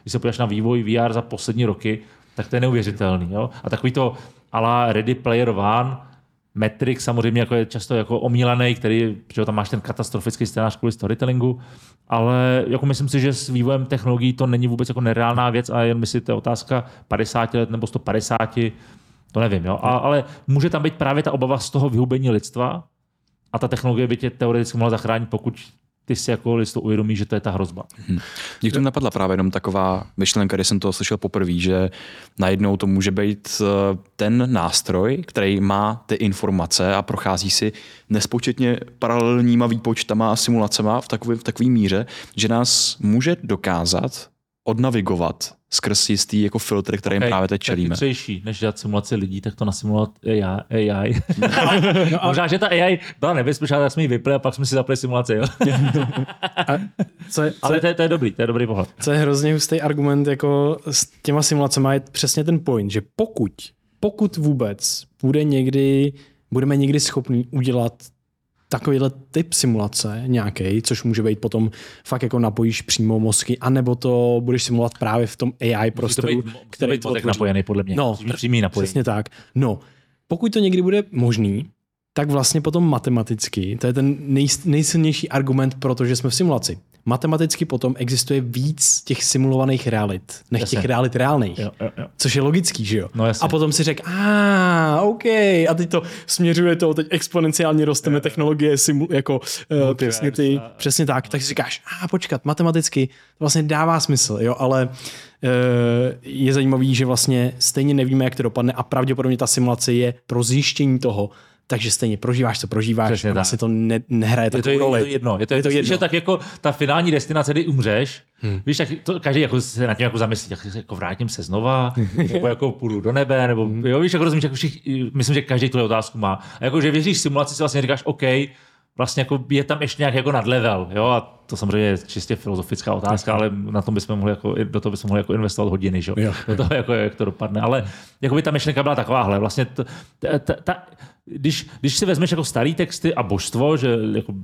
když se podíváš na vývoj V R za poslední roky, tak to je neuvěřitelný. Jo? A takový to a la Ready Player One, Matrix samozřejmě jako je často jako omílaný, který, že tam máš ten katastrofický scénář kvůli storytellingu, ale jako myslím si, že s vývojem technologií to není vůbec jako nereálná věc a jen myslím, to je otázka padesát let nebo sto padesát, to nevím. Jo? A, ale může tam být právě ta obava z toho vyhubení lidstva a ta technologie by tě teoreticky mohla zachránit, pokud ty si jako listo uvědomíš, že to je ta hrozba. Hmm. Mně to napadla právě jenom taková myšlenka, když jsem to slyšel poprvé, že najednou to může být ten nástroj, který má ty informace a prochází si nespočetně paralelníma výpočtama a simulacema v takové, v takové míře, že nás může dokázat odnavigovat skrz jistý jako filtry, kterým okay, právě teď čelíme. Tak chytřejší, než dělat simulaci lidí, tak to nasimulovat A I. No, možná, že ta A I byla nebezpečná, tak jsme ji vypli a pak jsme si zapli simulaci. Jo? A co je, co ale to je, to je dobrý, to je dobrý pohled. Co je hrozně hustý argument jako s těma simulacemi je přesně ten point, že pokud, pokud vůbec bude někdy, budeme někdy schopni udělat takovýhle typ simulace nějaký, což může být potom fakt jako napojíš přímo mozky, anebo to budeš simulovat právě v tom A I prostoru, být, který to být napojený podle mě. No, přímý napojení. Přesně tak. No, pokud to někdy bude možný, tak vlastně potom matematicky, to je ten nej, nejsilnější argument, protože jsme v simulaci. Matematicky potom existuje víc těch simulovaných realit, než jasně. těch realit reálných. Jo, jo, jo. Což je logický, že jo? No, a potom si řek, a ah, OK, a teď to směřuje to, teď exponenciálně rosteme technologie, simu, jako uh, přesně, ty, přesně tak. Tak si říkáš, a ah, počkat, matematicky to vlastně dává smysl, jo, ale uh, je zajímavý, že vlastně stejně nevíme, jak to dopadne a pravděpodobně ta simulace je pro zjištění toho, takže stejně prožíváš, co prožíváš, přesně vlastně tak. To ne, nehraje takovou roli. Je to jedno. Je to, je to jedno. Že tak jako ta finální destinace, kdy umřeš, hmm. víš, tak to, každý jako se nad tím jako zamyslí, tak jako vrátím se znova, nebo jako půjdu do nebe, nebo hmm. jo, víš, jako rozumíš, jako všichni, myslím, že každý tuhle otázku má. A jako, že věříš simulaci, si vlastně říkáš, OK, vlastně jako je tam ještě nějak jako nadlevel, jo, a to samozřejmě je čistě filozofická otázka, ale na tom bychom mohli jako, do toho bychom mohli jako investovat hodiny, že? Jo. Do toho, jako, jak to dopadne, ale jako by ta myšlenka byla takováhle, vlastně to, ta, ta, ta, když, když si vezmeš jako starý texty a božstvo, že jako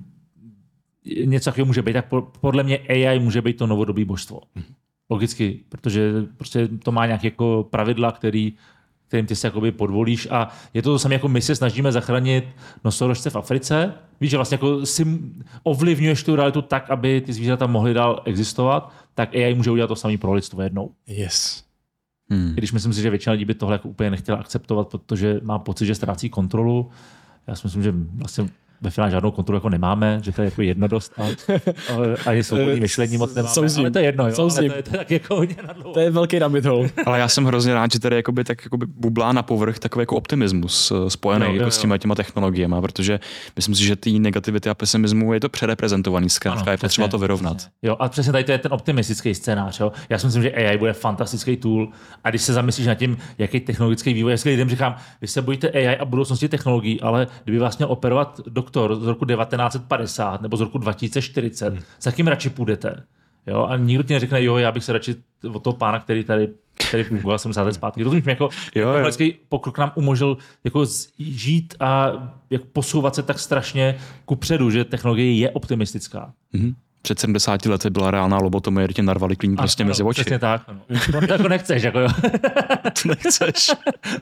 něco takového může být, tak podle mě A I může být to novodobý božstvo. Logicky, protože prostě to má nějaké jako pravidla, který kterým ty se jakoby podvolíš a je to to samé, jako my se snažíme zachránit nosorožce v Africe. Víš, že vlastně jako si ovlivňuješ tu realitu tak, aby ty zvířata mohly dál existovat, tak A I může udělat to samé pro lidstvo jednou. Yes. Hmm. Když myslím si, že většina lidí by tohle jako úplně nechtěla akceptovat, protože má pocit, že ztrácí kontrolu. Já si myslím, že vlastně ve finále žádnou kontrolu jako nemáme, že to je jako jedno dost a, a je svobodný myšlení moc nemáme, Souzím. Ale to je jedno, jo, ale to je, to je tak jako hodně nadlouho. To je velký rabbit hole. Ale já jsem hrozně rád, že tady jakoby, tak jakoby bublá na povrch takový jako optimismus spojený jo, jo, jako s těma, těma technologiemi, protože myslím si, že ty negativity a pesimismu je to přereprezentovaný, zkrátka je potřeba to vyrovnat. Přesně. Jo, a přesně tady to je ten optimistický scénář. Jo. Já si myslím, že A I bude fantastický tool a když se zamyslíš nad tím, jaký technologický vývoj, já lidem říkám, vy se bojíte A I a budoucnosti technologií, ale kdyby vás měl operovat doktor z roku devatenáct set padesát nebo z roku dva tisíce čtyřicet, hmm. za kým radši půjdete? Jo? A nikdo ti neřekne, jo, já bych se radši od toho pána, který tady, který fungoval sedmdesát let zpátky. Rozumíš mi, jako technologický pokrok nám umožnil jako žít a jako posouvat se tak strašně kupředu, že technologie je optimistická. Hmm. Před sedmdesáti lety byla reálná lobotomie, kdy tě narvali klín prostě mezi oči. Přesně tak. No. To jako nechceš, jako jo. To nechceš.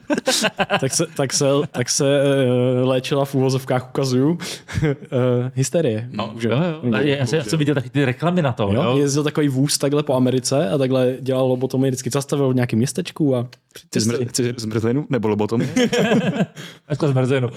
tak se, tak se, tak se uh, léčila v úvozovkách, ukazuju, uh, hysterie. No, jo, jo. Já, já, já jsem viděl taky ty reklamy na to. Jo? Jo? Jezdil takový vůz takhle po Americe a takhle dělal lobotomii, vždycky zastavil v nějakém městečku a... Ty zmr- zmrzlinu nebo lobotomii? Jako zmrzlinu.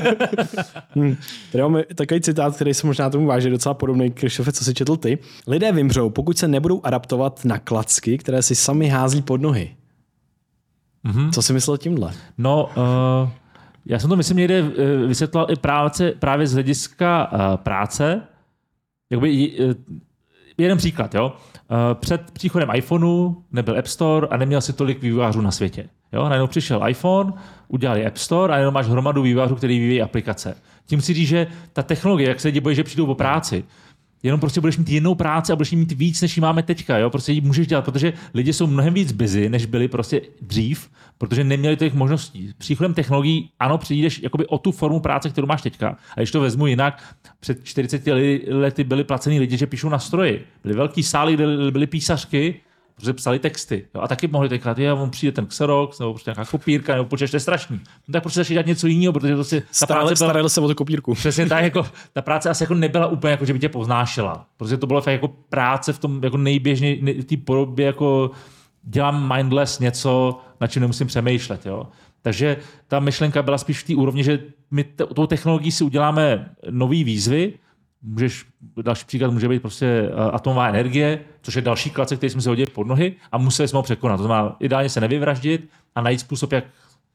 hmm. Tady máme takový citát, který se možná tomu váží docela podobný, Krištofe, co si četl ty. Lidé vymřou, pokud se nebudou adaptovat na klacky, které si sami hází pod nohy. Mm-hmm. Co si myslel tímhle? No, uh, já jsem to myslím někde uh, vysvětloval i práce, právě z hlediska uh, práce. Jakoby, uh, jeden příklad, jo. Uh, před příchodem iPhoneu nebyl App Store a neměl si tolik vývojářů na světě. Jo? Najednou přišel iPhone, udělali App Store a jenom máš hromadu vývojářů, který vyvíjí aplikace. Tím si říct, že ta technologie, jak se lidi bojí, že přijdou o práci, jenom prostě budeš mít jednou práci a budeš mít víc, než ji máme teďka. Jo? Prostě ji můžeš dělat, protože lidi jsou mnohem víc busy, než byli prostě dřív, protože neměli těch možností. Příchodem technologií, ano, přijdeš jakoby o tu formu práce, kterou máš teďka. A když to vezmu jinak, před čtyřiceti lety byli placení lidi, že píšou na stroji. Byly velký sály, kde byly písařky protože psali texty. Jo? A taky mohli tenkrát, že on přijde ten Xerox, nebo prostě nějaká kopírka, nebo počítač, to je strašný. No tak prostě začít dělat něco jiného, protože prostě ta Starali, práce byla... starali se o tu kopírku. Přesně tak, jako, ta práce asi jako nebyla úplně, jako, že by tě poznášela. Protože to bylo fakt jako práce v tom jako nejběžněji, nej, té podobě, jako dělám mindless něco, na čem nemusím přemýšlet. Jo? Takže ta myšlenka byla spíš v té úrovni, že my t- tou technologií si uděláme nové výzvy. Můžeš, další příklad může být prostě atomová energie, což je další klacek, který jsme si hodili pod nohy a museli jsme ho překonat. To znamená ideálně se nevyvraždit a najít způsob, jak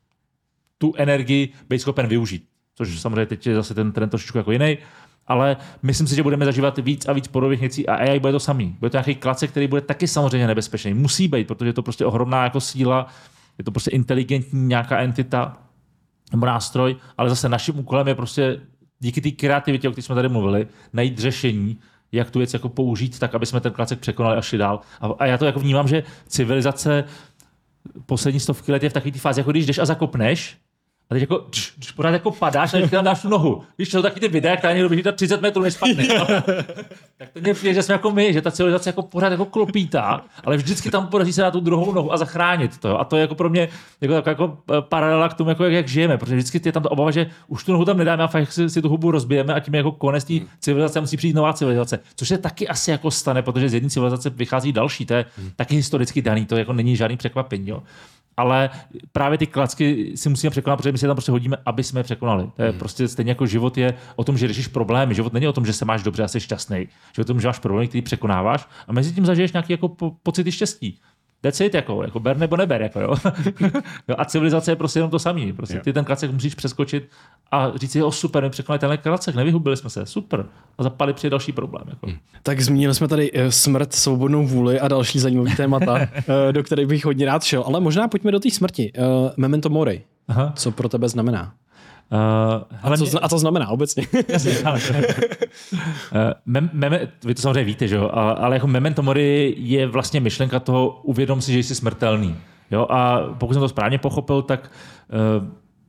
tu energii být schopen využít. Což samozřejmě teď je zase ten trend trošičku jako jiný. Ale myslím si, že budeme zažívat víc a víc podobných věcí a A I bude to samý. Bude to nějaký klacek, který bude taky samozřejmě nebezpečný. Musí být, protože je to prostě ohromná jako síla, je to prostě inteligentní nějaká entita nebo nástroj, ale zase naším úkolem je prostě díky té kreativitě, o které jsme tady mluvili, najít řešení, jak tu věc jako použít tak, aby jsme ten klacek překonali a šli dál. A, a já to jako vnímám, že civilizace poslední stovky let je v takové té fázi, jako když jdeš a zakopneš, a teď jako, když pořád jako padáš, a teď tam dáš tu nohu. Víš, to jsou taky ty videa, která někdo běží třicet metrů, než spadne. No? Tak to mě přijde, že jsme jako my, že ta civilizace jako pořád jako klopítá, ale vždycky tam podaří se dát tu druhou nohu a zachránit to. Jo? A to je jako pro mě jako, jako, jako paralela k tomu, jako, jak, jak žijeme, protože vždycky je tam ta obava, že už tu nohu tam nedáme a fakt si, si tu hubu rozbijeme a tím je jako konec té civilizace, musí přijít nová civilizace. Což se taky asi jako stane, protože z jedné civilizace vychází další, to je taky historicky daný, to jako není žádný překvapení. Jo? Ale právě ty klacky si musíme překonat, protože my si tam prostě hodíme, aby jsme je překonali. To je prostě stejně jako život je o tom, že řešíš problémy. Život není o tom, že se máš dobře a jsi šťastný. Život je o tom, že máš problémy, který překonáváš a mezi tím zažiješ nějaký jako po- pocity štěstí. That's it, jako, jako ber nebo neber. Jako, jo. Jo, a civilizace je prostě jenom to samý. Prostě ty ten klacek musíš přeskočit a říct si, jo, super, my překonali tenhle klacek, nevyhubili jsme se, super. A zapali přijde další problém. Jako. Hmm. Tak zmínili jsme tady smrt, svobodnou vůli a další zajímavé témata, do kterých bych hodně rád šel. Ale možná pojďme do té smrti. Memento mori. Aha. Co pro tebe znamená? Uh, a, co, mě... a to znamená obecně. Jasně, ale... uh, mem, mem, vy to samozřejmě víte, že jo? Ale, ale jako memento mori je vlastně myšlenka toho, uvědom si, že jsi smrtelný. Jo? A pokud jsem to správně pochopil, tak uh,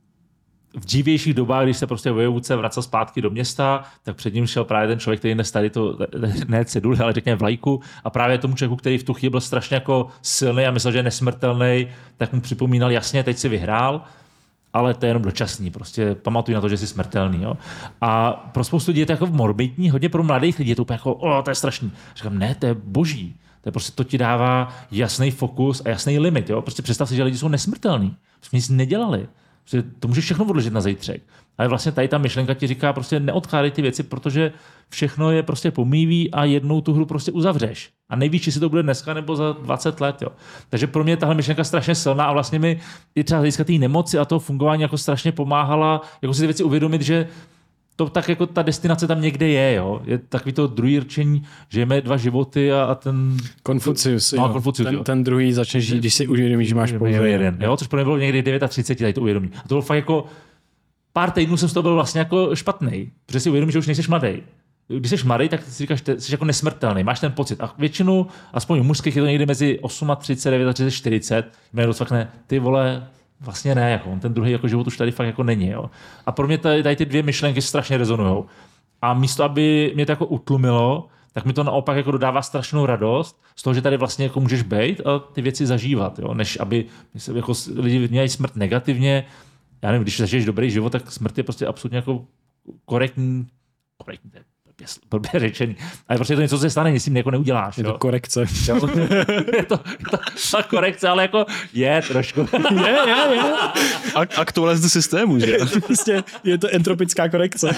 v dřívějších dobách, když se prostě vojevůdce vracel zpátky do města, tak před ním šel právě ten člověk, který nes tady to, ne ceduli, ale řekněme vlajku, a právě tomu člověku, který v tu chvíli byl strašně jako silný a myslel, že je nesmrtelný, tak mu připomínal, jasně, teď si vyhrál, ale to je jenom dočasný, prostě pamatuj na to, že jsi smrtelný. Jo? A pro spoustu lidí je to jako morbidní, hodně pro mladých lidí je to úplně jako, o, to je strašný. Říkám, ne, to je boží. To je prostě, to ti dává jasný fokus a jasný limit. Jo? Prostě představ si, že lidi jsou nesmrtelní. Jsme nic nedělali. Prostě to můžeš všechno odložit na zítřek. Ale vlastně tady ta myšlenka ti říká, prostě neodkládej ty věci, protože všechno je prostě pomývý a jednou tu hru prostě uzavřeš. A nejvíc, jestli to bude dneska nebo za dvacet let. Jo. Takže pro mě je tahle myšlenka strašně silná a vlastně mi i třeba hlediska té nemoci a toho fungování jako strašně pomáhala jako si ty věci uvědomit, že to tak jako ta destinace tam někde je. Jo. Je takový to druhý rčení, že jeme dva životy a, a ten... Konfucius. No, Konfucius ten, ten druhý začne žít, když si uvědomíš, že máš pouze jeden. Jo, což pro mě bylo někdy třicet devět, tady to uvědomí. A to bylo fakt jako... Pár týdnů jsem z toho byl vlastně jako špatný, protože si uvědomíš, že už nejseš mladý. Když jsi mladý, tak si říkáš, že jsi jako nesmrtelný, máš ten pocit. A většinou, aspoň u mužských, je to někdy mezi třicet osm, devět, čtyřicet. Mě docvakne, ty vole, vlastně ne, jako on ten druhý jako život už tady fakt jako není. Jo. A pro mě tady, tady ty dvě myšlenky strašně rezonujou. A místo, aby mě to jako utlumilo, tak mi to naopak jako dodává strašnou radost z toho, že tady vlastně jako můžeš být a ty věci zažívat, jo. Než aby jako lidi vnímají smrt negativně. Já nevím, když zažiješ dobrý život, tak smrt je prostě absolutně jako korektní, korektní, blbě řečený. Ale prostě je to něco, co se stane, nic s tím jako neuděláš. Je to jo. korekce. je, to, je to ta korekce, ale jako je trošku. je, je, je. Aktualizace systému, že? Prostě je to entropická korekce.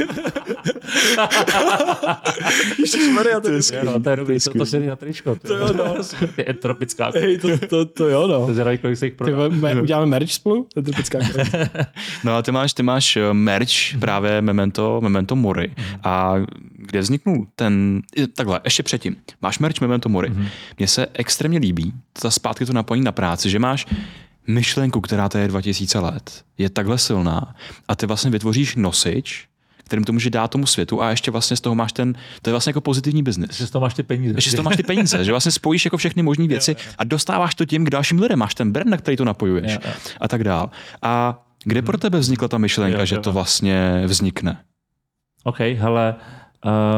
Ježišmarja, to je skvělé. No, to je dobrý, to, to se na tričko. To, to jo, no. Je entropická korekce. Hej, to, to, to jo, no. To zerají, kolik se jich prodá. Ty, uděláme merch spolu? Entropická korekce. No a ty máš, ty máš merch právě Memento, Memento Mori. A kde vzniknul ten, takhle, ještě předtím, máš merch Memento Mori. Mm-hmm. Mně se extrémně líbí, ta zpátky to napojení na práci, že máš myšlenku, která to je dva tisíce let, je takhle silná a ty vlastně vytvoříš nosič, kterým to může dát tomu světu a ještě vlastně z toho máš ten, to je vlastně jako pozitivní biznis. Ještě z toho máš ty peníze. Ještě z toho máš ty peníze, že vlastně spojíš jako všechny možné věci a dostáváš to tím k dalším lidem, máš ten brand, na který to napojuješ jo, jo. a tak dál. A kde pro tebe vznikla ta myšlenka, jo, že jo. to vlastně vznikne? OK, hele, um,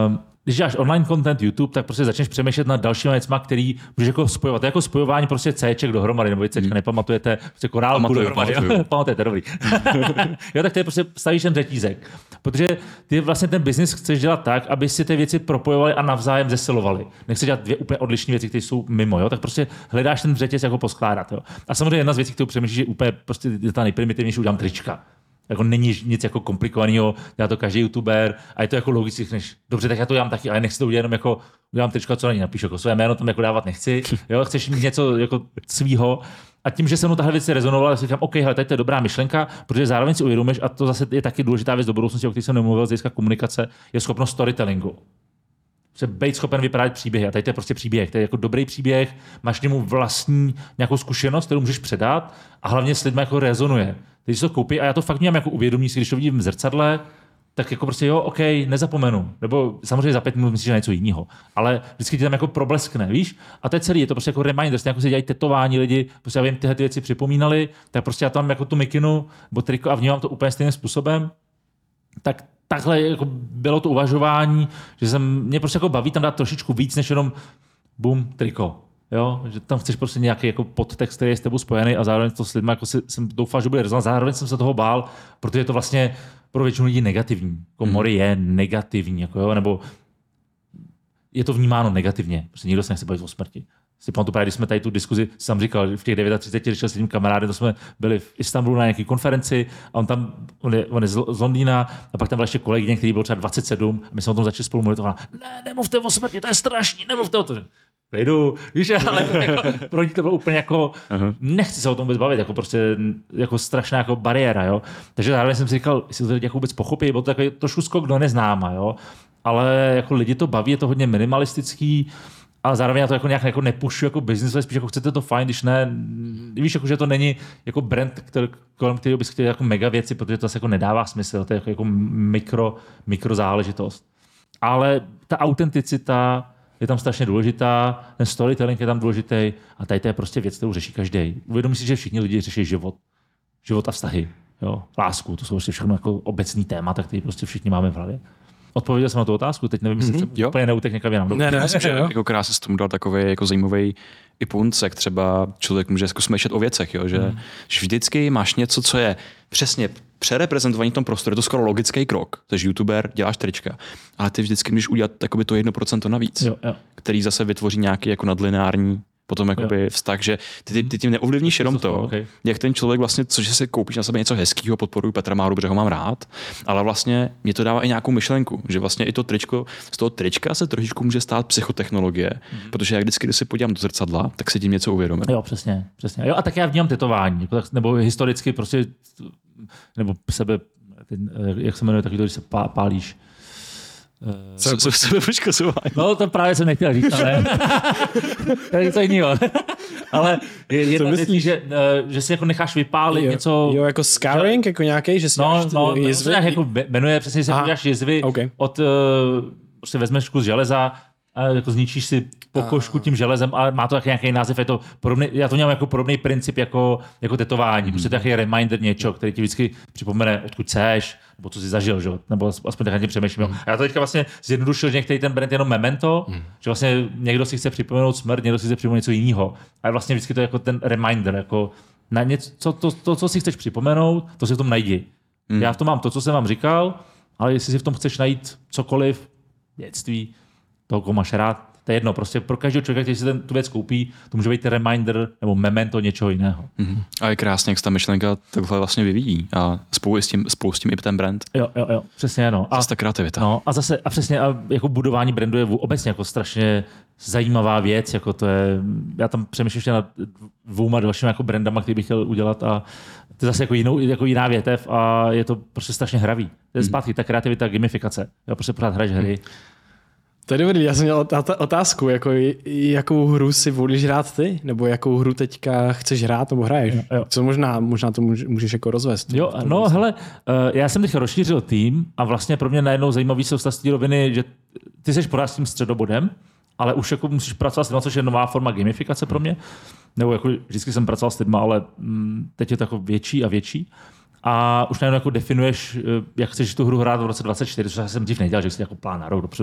když děláš online content YouTube, tak prostě začneš přemýšlet nad dalšími věcma, který můžeš jako spojovat. To je jako spojování prostě Cček dohromady, nebo Cčka nepamatujete, prostě korálku Pamatuju, dohromady. pamatuju. Pamatujete, dobrý. Jo, tak to je prostě stavíš ten řetízek. Protože ty vlastně ten biznis chceš dělat tak, aby si ty věci propojovaly a navzájem zesilovaly. Nechceš dělat dvě úplně odlišné věci, které jsou mimo, jo? Tak prostě hledáš ten řetěz jako poskládat. Jo? A samozřejmě jedna z věcí, kterou přemýšlíš, je úplně prostě je ta nejprimitivnější, udělám trička. Jako není nic jako komplikovaného, dělá to každý youtuber a je to jako logicky, než dobře, tak já to dělám taky, ale nechci to udělat jenom jako udělám trička, co na ní napíšu, jako své jméno tam jako dávat nechci, jo? Chceš mít něco jako svýho. A tím, že se mnou tahle věc rezonovala, si říkám, OK, hele, tady to je dobrá myšlenka, protože zároveň si uvědomíš, a to zase je taky důležitá věc do budoucnosti, o které jsem nemluvil, z hlediska komunikace, je schopnost storytellingu. Se být schopen vyprávět příběhy. A tady to je prostě příběh. To je jako dobrý příběh, máš k němu vlastní nějakou zkušenost, kterou můžeš předat a hlavně s lidmi jako rezonuje. Když to koupí a já to fakt mám jako uvědomí si, když to vidím v zrcadle, tak jako prostě jo, OK, nezapomenu. Nebo samozřejmě za pět minut myslíš na něco jiného. Ale vždycky ti tam jako probleskne, víš? A to je celý, je to prostě jako reminder, jako se dělají tetování lidi, prostě aby jim tyhle ty věci připomínali, tak prostě já tam jako tu mikinu, nebo triko a vnímám to úplně stejným způsobem. Tak takhle jako bylo to uvažování, že jsem, mě prostě jako baví tam dát trošičku víc, než jenom bum, triko. Jo, že tam chceš prostě nějaký jako podtext, který je s tebou spojený a zároveň to s lidmi jako si, jsem doufal, že bude rezonovat. Zároveň jsem se toho bál, protože je to vlastně pro většinu lidí negativní. Jako mm. Mori je negativní, jako jo, nebo je to vnímáno negativně. Prostě nikdo se nechce bavit o smrti. Si pamatuju právě, když jsme tady tu diskuzi, jsem říkal, v těch třicet devět, když šel s tím kamarádem, to jsme byli v Istanbulu na nějaké konferenci a on tam, on je, on je z Londýna a pak tam byl ještě kolegyně, který byl třeba dvacet sedm a my jsme o tom začali spolu mluvit a ona, ne, nemluvte o smrti, to je strašný, nemluvte o to. Vejdu, víš, ale jako, pro ní to bylo úplně jako, uh-huh. nechci se o tom vůbec bavit, jako prostě jako strašná jako bariéra, jo. Takže zároveň jsem si říkal, jestli to lidi jako vůbec pochopí, bylo to takový trošku skok do neznáma, jo. Ale jako lidi to baví, je to hodně minimalistický, ale zároveň já to jako nějak jako nepušu jako business, ale spíš jako chcete to fajn, když ne, víš, jako, že to není jako brand, který, kolem kterého bys chtěl jako mega věci, protože to se jako nedává smysl, to je jako, jako mikro, mikro záležitost. Ale ta autenticita je tam strašně důležitá, ten storytelling je tam důležitý a tady to je prostě věc, kterou řeší každý. Uvědomí si, že všichni lidi řeší život, život a vztahy, jo, lásku, to jsou prostě všechno jako obecný témata, které prostě všichni máme v hlavě. Odpověděl jsem na tu otázku, teď nevím, jestli mm-hmm, jsem úplně neutek někam jinam. Ne, ne, myslím, že jo. Jako krásně s tomu dal takový jako zajímavý i puncek, třeba člověk může jako smýšlet o věcech, jo, že, mm. že vždycky máš něco, co je přesně přereprezentovaný v tom prostoru, je to skoro logický krok, jsi youtuber, děláš trička, ale ty vždycky můžeš udělat takoby to jedno procento navíc, jo, jo. který zase vytvoří nějaký jako nadlineární potom jakoby vztah, že ty, ty, ty tím neovlivníš jenom to, okay. jak ten člověk vlastně, cože si koupíš na sebe něco hezkého, podporuji Petra Máru, protože ho mám rád, ale vlastně mě to dává i nějakou myšlenku, že vlastně i to tričko, z toho trička se trošičku může stát psychotechnologie, mm. protože jak vždycky, když se podívám do zrcadla, tak si tím něco uvědomím. Jo, přesně, přesně. Jo, a tak já vnímám tetování, jako tak, nebo historicky prostě, nebo sebe, jak se jmenuje taky to, když se pá, pálíš. Co, co sebe poškozování? No, to právě jsem nechtěl říct, ale to je něco jiného. Ale je, je to myslí, že, že si jako necháš vypálit jo, něco... Jo, jako scarring, že, jako nějaký, že si no, máš no, jizvy? No, to jako jmenuje, přesně si uděláš jizvy okay. od... Prostě vezmeš kus železa a jako zničíš si pokožku tím železem a má to taky nějaký název, je to podobný, já to měl jako podobný princip jako, jako tetování, mm. prostě taky reminder něčeho, který ti vždycky připomene, odkud seš, nebo co jsi zažil, že? Nebo aspoň tak tím přemýšlím. Mm. A já to teďka vlastně zjednodušil, že některý ten brand je jenom memento, mm. že vlastně někdo si chce připomenout smrt, někdo si chce připomenout něco jiného. A vlastně vždycky to je jako ten reminder, jako na něco, to, to, to, co si chceš připomenout, to si v tom najdi. Mm. Já v tom mám to, co jsem vám říkal, ale jestli si v tom chceš najít cokoliv, dětství, toho, koho máš rád, to je jedno. Prostě pro každého člověka, který si ten, tu věc koupí, to může být reminder nebo memento něčeho jiného. Mm-hmm. A je krásně, jak se ta myšlenka takhle vlastně vyvíjí a spolu s tím, spolu s tím i ten brand. Jo, jo, jo, přesně, no. A zase ta kreativita. No, a zase, a přesně, a jako budování brandu je obecně jako strašně zajímavá věc, jako to je, já tam přemýšlím ještě nad dvouma dalšími jako brandama, který bych chtěl udělat a to je zase jako, jinou, jako jiná větev a je to prostě strašně hravý. To je zpátky, ta kreativita, gamifikace. Já prostě pořád hraješ hry. To je dobrý, já jsem měl otázku, jako, jakou hru si volíš hrát ty? Nebo jakou hru teďka chceš hrát nebo hraješ? Jo, jo. Co možná, možná to můžeš jako rozvést? Jo, no vlastně. Hele, já jsem teď rozšířil tým a vlastně pro mě najednou zajímavý jsou z té roviny, že ty jsi pořád s tím středobodem, ale už jako musíš pracovat s tím, což je nová forma gamifikace pro mě. Nebo jako vždycky jsem pracoval s lidma, ale teď je to jako větší a větší. A už najednou jako definuješ, jak chceš tu hru hrát v roce dvacet čtyři, což já jsem dřív nedělal, že jsi jako plán na rok dopředu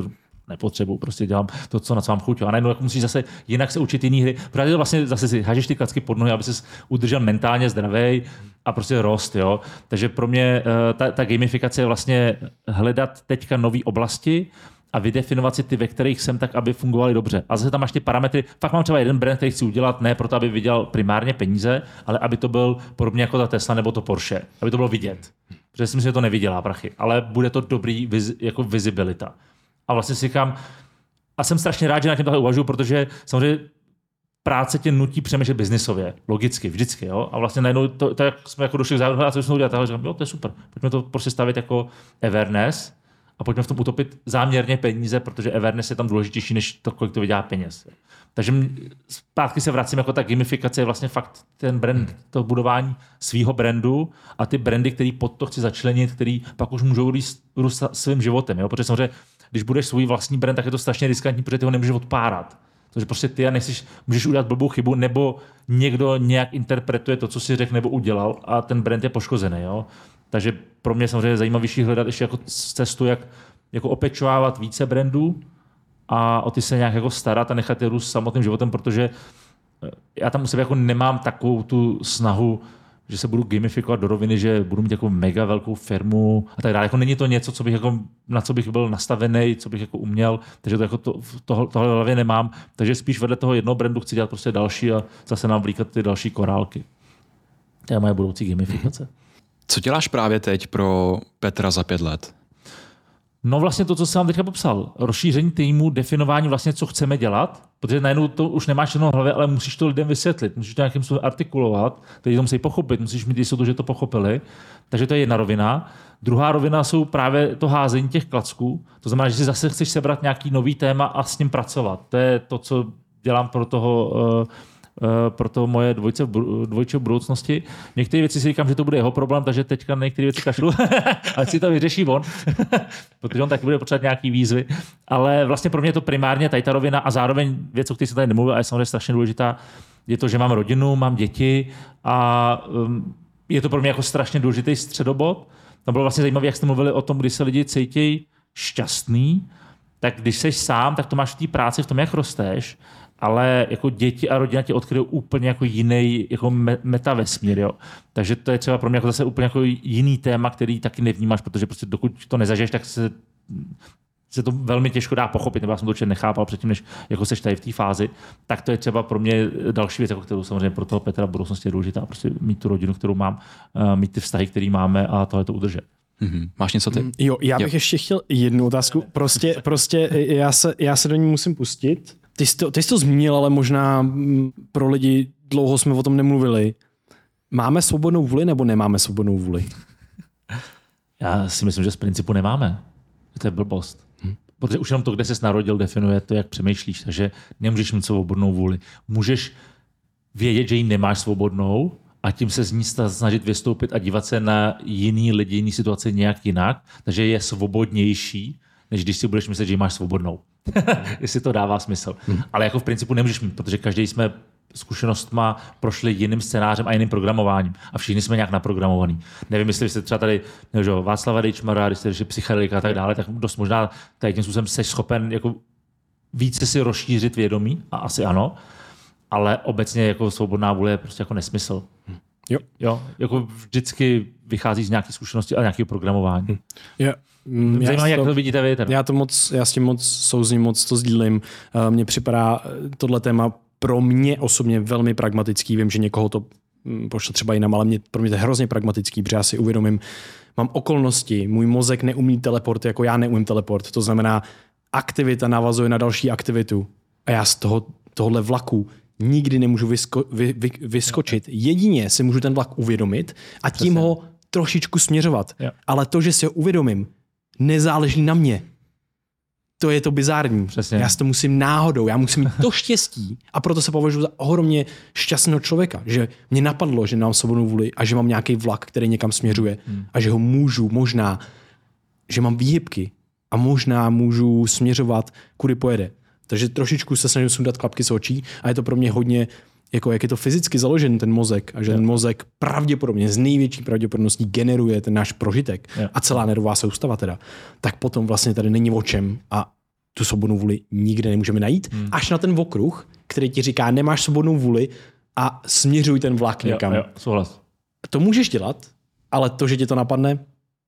nepotřebuji, prostě dělám to, co na co mám chuť. A najednou jako musíš zase jinak se učit jiný hry. Protože vlastně zase si hážeš ty klacky pod nohy, aby ses udržel mentálně zdravej a prostě rost. Jo? Takže pro mě ta, ta gamifikace je vlastně hledat teďka nové oblasti a vydefinovat si ty, ve kterých jsem, tak aby fungovaly dobře. A zase tam máš ty parametry. Fakt mám třeba jeden brand, který chci udělat, ne proto, aby vydělal primárně peníze, ale aby to byl podobně jako ta Tesla nebo to Porsche. Aby to bylo vidět. Protože si myslím, že to nevydělá prachy, ale bude to dobrý viz, jako visibilita. A vlastně si říkám, a jsem strašně rád, že na tím tohle uvažuji, protože samozřejmě práce tě nutí přemýšlet biznisově, logicky, vždycky. Jo? A vlastně najednou, to, to, jak jsme jako došli k závěru, a co jsme udělat, a říkám, jo, to je super. Pojďme to prostě stavit jako awareness a pojďme v tom utopit záměrně peníze, protože awareness je tam důležitější, než to, kolik to vydělá peněz. Takže zpátky se vracím, jako ta gamifikace je vlastně fakt ten brand, to budování svýho brandu a ty brandy, který pod to chci začlenit, který pak už můžou růst svým životem. Jo? Protože samozřejmě, když budeš svůj vlastní brand, tak je to strašně riskantní, protože ty ho nemůžeš odpárat. Protože prostě ty nechceš, můžeš udělat blbou chybu, nebo někdo nějak interpretuje to, co si řekl nebo udělal a ten brand je poškozený. Jo? Takže pro mě samozřejmě je zajímavější hledat ještě jako cestu, jak jako opečovávat více brandů a o ty se nějak jako starat a nechat je růst samotným životem, protože já tam u sebe jako nemám takovou tu snahu, že se budu gamifikovat do roviny, že budu mít jako mega velkou firmu a tak dále. Jako není to něco, co bych jako, na co bych byl nastavený, co bych jako uměl, takže to jako to, tohle, tohle v hlavě nemám. Takže spíš vedle toho jednoho brandu chci dělat prostě další a zase nám vlíkat ty další korálky. To je moje budoucí gamifikace. Co děláš právě teď pro Petra za pět let? No vlastně to, co jsem vám teďka popsal. Rozšíření týmu, definování vlastně, co chceme dělat, protože najednou to už nemáš jenom v hlavě, ale musíš to lidem vysvětlit, musíš to nějakým způsobem artikulovat, lidi to musí pochopit, musíš mít jistotu, že to pochopili. Takže to je jedna rovina. Druhá rovina jsou právě to házení těch klacků. To znamená, že si zase chceš sebrat nějaký nový téma a s ním pracovat. To je to, co dělám pro toho uh, pro to moje dvojce v dvojče v budoucnosti. Některé věci si říkám, že to bude jeho problém, takže teďka na některé věci kašlu, ale si to vyřeší on, protože on taky bude potřebovat nějaký výzvy. Ale vlastně pro mě je to primárně tady ta rovina a zároveň věc, o které se tady nemluvil, a je samozřejmě strašně důležitá, je to, že mám rodinu, mám děti a um, je to pro mě jako strašně důležitý středobod. To bylo vlastně zajímavé, jak jste mluvili o tom, kdy se lidi cítí šťastný, tak když jsi sám, tak to máš v té práci, v tom, jak rosteš, ale jako děti a rodina tě odkryjí úplně jako jiný jako metavesmír, jo. Takže to je třeba pro mě jako zase úplně jako jiný téma, který taky nevnímáš, protože prostě dokud to nezažiješ, tak se, se to velmi těžko dá pochopit, nebo já jsem to určitě nechápal předtím, než jako seš tady v té fázi, tak to je třeba pro mě další věc, jako kterou samozřejmě pro toho Petra v budoucnosti je důležitá, prostě mít tu rodinu, kterou mám, mít ty vztahy, které máme a tohle to udržet. Mm-hmm. Máš něco ty? Jo, já bych jo. ještě chtěl jednu otázku. Prostě, prostě já, se, já se do ní musím pustit. Ty jsi, to, ty jsi to zmínil, ale možná pro lidi dlouho jsme o tom nemluvili. Máme svobodnou vůli nebo nemáme svobodnou vůli? Já si myslím, že z principu nemáme. To je blbost. Hm. Protože už jenom to, kde jsi narodil, definuje to, jak přemýšlíš. Takže nemůžeš mít svobodnou vůli. Můžeš vědět, že ji nemáš svobodnou a tím se z ní snažit vystoupit a dívat se na jiný lidi, jiný situace nějak jinak. Takže je svobodnější, než když si budeš myslet, že ji máš svobodnou. Jestli to dává smysl. Hmm. Ale jako v principu nemůžeš mít, protože každý jsme zkušenostma prošli jiným scénářem a jiným programováním. A všichni jsme nějak naprogramovaní. Nevím, jestli jste třeba tady nevím, Václava Dejčmara, když jste řešili psychedelika a tak dále, tak dost možná tady tím způsobem jsi schopen jako více si rozšířit vědomí, a asi ano, ale obecně jako svobodná vůle je prostě jako nesmysl. Jo. Jo, jako vždycky vychází z nějaké zkušenosti a nějakého programování. Hmm. Jo. Zajímavé, jak to vidíte vy. Já, to moc, já s tím moc souzním, moc to sdílím. Mně připadá tohle téma pro mě osobně velmi pragmatický. Vím, že někoho to pošle třeba jinam, ale mě, pro mě to je hrozně pragmatický, protože já si uvědomím, mám okolnosti, můj mozek neumí teleport, jako já neumím teleport. To znamená, aktivita navazuje na další aktivitu. A já z toho, tohohle vlaku nikdy nemůžu vysko, vy, vy, vyskočit. Jedině si můžu ten vlak uvědomit a tím Přesně. ho trošičku směřovat. Jo. Ale to, že si ho uvědomím, nezáleží na mě. To je to bizární. Přesně. Já si to musím náhodou, já musím mít to štěstí a proto se považuji za ohromně šťastného člověka, že mě napadlo, že mám svobodnou vůli a že mám nějaký vlak, který někam směřuje hmm. a že ho můžu, možná, že mám výhybky a možná můžu směřovat, kudy pojede. Takže trošičku se snažím sundat klapky z očí a je to pro mě hodně, jako jak je to fyzicky založen ten mozek a že ten mozek pravděpodobně z největší pravděpodobností generuje ten náš prožitek jo. a celá nervová soustava teda, tak potom vlastně tady není o čem a tu svobodnou vůli nikde nemůžeme najít, hmm. až na ten okruh, který ti říká, nemáš svobodnou vůli a směřuj ten vlak někam. Jo, jo, souhlas. To můžeš dělat, ale to, že tě to napadne,